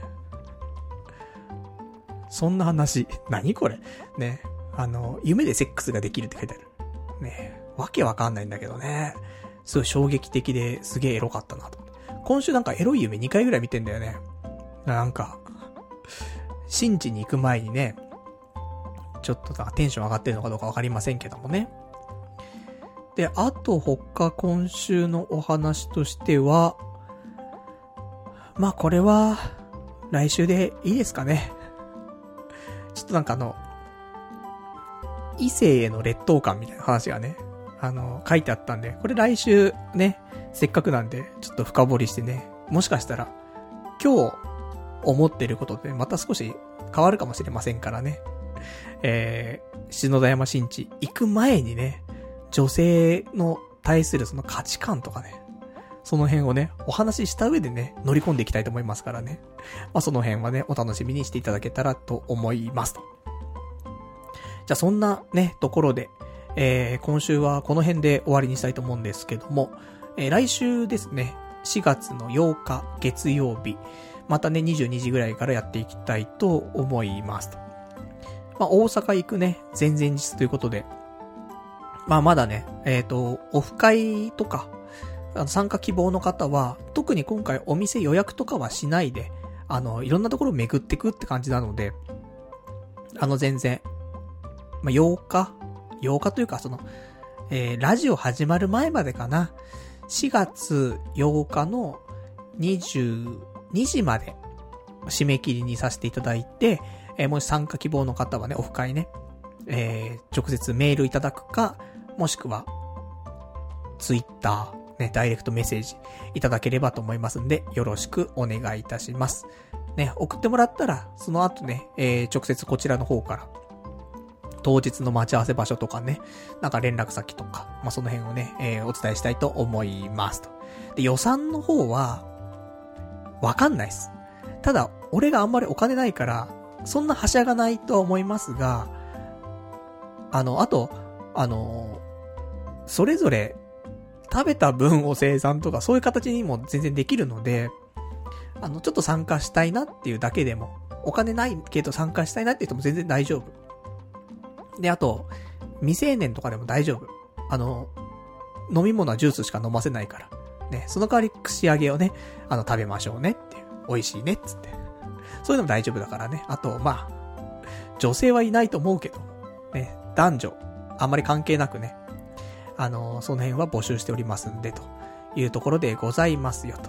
そんな話。何これね。あの、夢でセックスができるって書いてある。ね。わけわかんないんだけどね。すごい衝撃的ですげえエロかったなと。今週なんかエロい夢にかいぐらい見てんだよね。なんか、新地に行く前にね、ちょっとテンション上がってるのかどうかわかりませんけどもね。で、あと他今週のお話としては、まあこれは、来週でいいですかね。ちょっとなんかあの、異性への劣等感みたいな話がね、あの、書いてあったんで、これ来週ね、せっかくなんで、ちょっと深掘りしてね、もしかしたら、今日思ってることでまた少し変わるかもしれませんからね。えー、篠田山新地行く前にね、女性の対するその価値観とかね、その辺をね、お話しした上でね、乗り込んでいきたいと思いますからね。まあ、その辺はね、お楽しみにしていただけたらと思いますと。じゃあそんなね、ところで、えー、今週はこの辺で終わりにしたいと思うんですけども、えー、来週ですね、しがつのようか月曜日、またね、にじゅうにじぐらいからやっていきたいと思いますと。まあ、大阪行くね、前々日ということで、まあ、まだね、えっと、オフ会とか、あの参加希望の方は、特に今回お店予約とかはしないで、あの、いろんなところを巡ってくって感じなので、あの、全然、まあ、ようか ?ようかというか、その、えー、ラジオ始まる前までかな。しがつようかのにじゅうにじまで締め切りにさせていただいて、えー、もし参加希望の方はね、オフ会ね、えー、直接メールいただくか、もしくは、ツイッター、ね、ダイレクトメッセージいただければと思いますんで、よろしくお願いいたします。ね、送ってもらったら、その後ね、えー、直接こちらの方から、当日の待ち合わせ場所とかね、なんか連絡先とか、まあ、その辺をね、えー、お伝えしたいと思いますと。で、予算の方は、わかんないっす。ただ、俺があんまりお金ないから、そんなはしゃがないとは思いますが、あの、あと、あの、それぞれ、食べた分を生産とか、そういう形にも全然できるので、あの、ちょっと参加したいなっていうだけでも、お金ないけど参加したいなっていう人も全然大丈夫。で、あと、未成年とかでも大丈夫。あの、飲み物はジュースしか飲ませないから。ね、その代わり串揚げをね、あの、食べましょうねっていう。美味しいねっつって。そういうのも大丈夫だからね。あと、まあ、女性はいないと思うけど、ね、男女、あんまり関係なくね、あの、その辺は募集しておりますんで、というところでございますよと。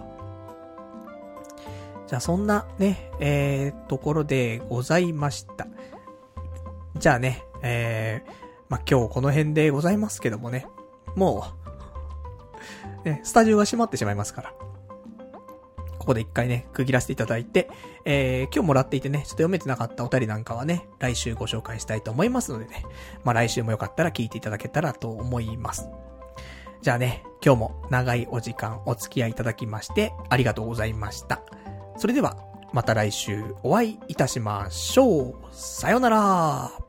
じゃあ、そんなね、えー、ところでございました。じゃあね、えー、まあ、今日この辺でございますけどもね、もう、ね、スタジオが閉まってしまいますから、ここで一回ね、区切らせていただいて、えー、今日もらっていてね、ちょっと読めてなかったお便りなんかはね、来週ご紹介したいと思いますのでね、まあ、来週もよかったら聞いていただけたらと思います。じゃあね、今日も長いお時間お付き合いいただきまして、ありがとうございました。それでは、また来週お会いいたしましょう。さよなら。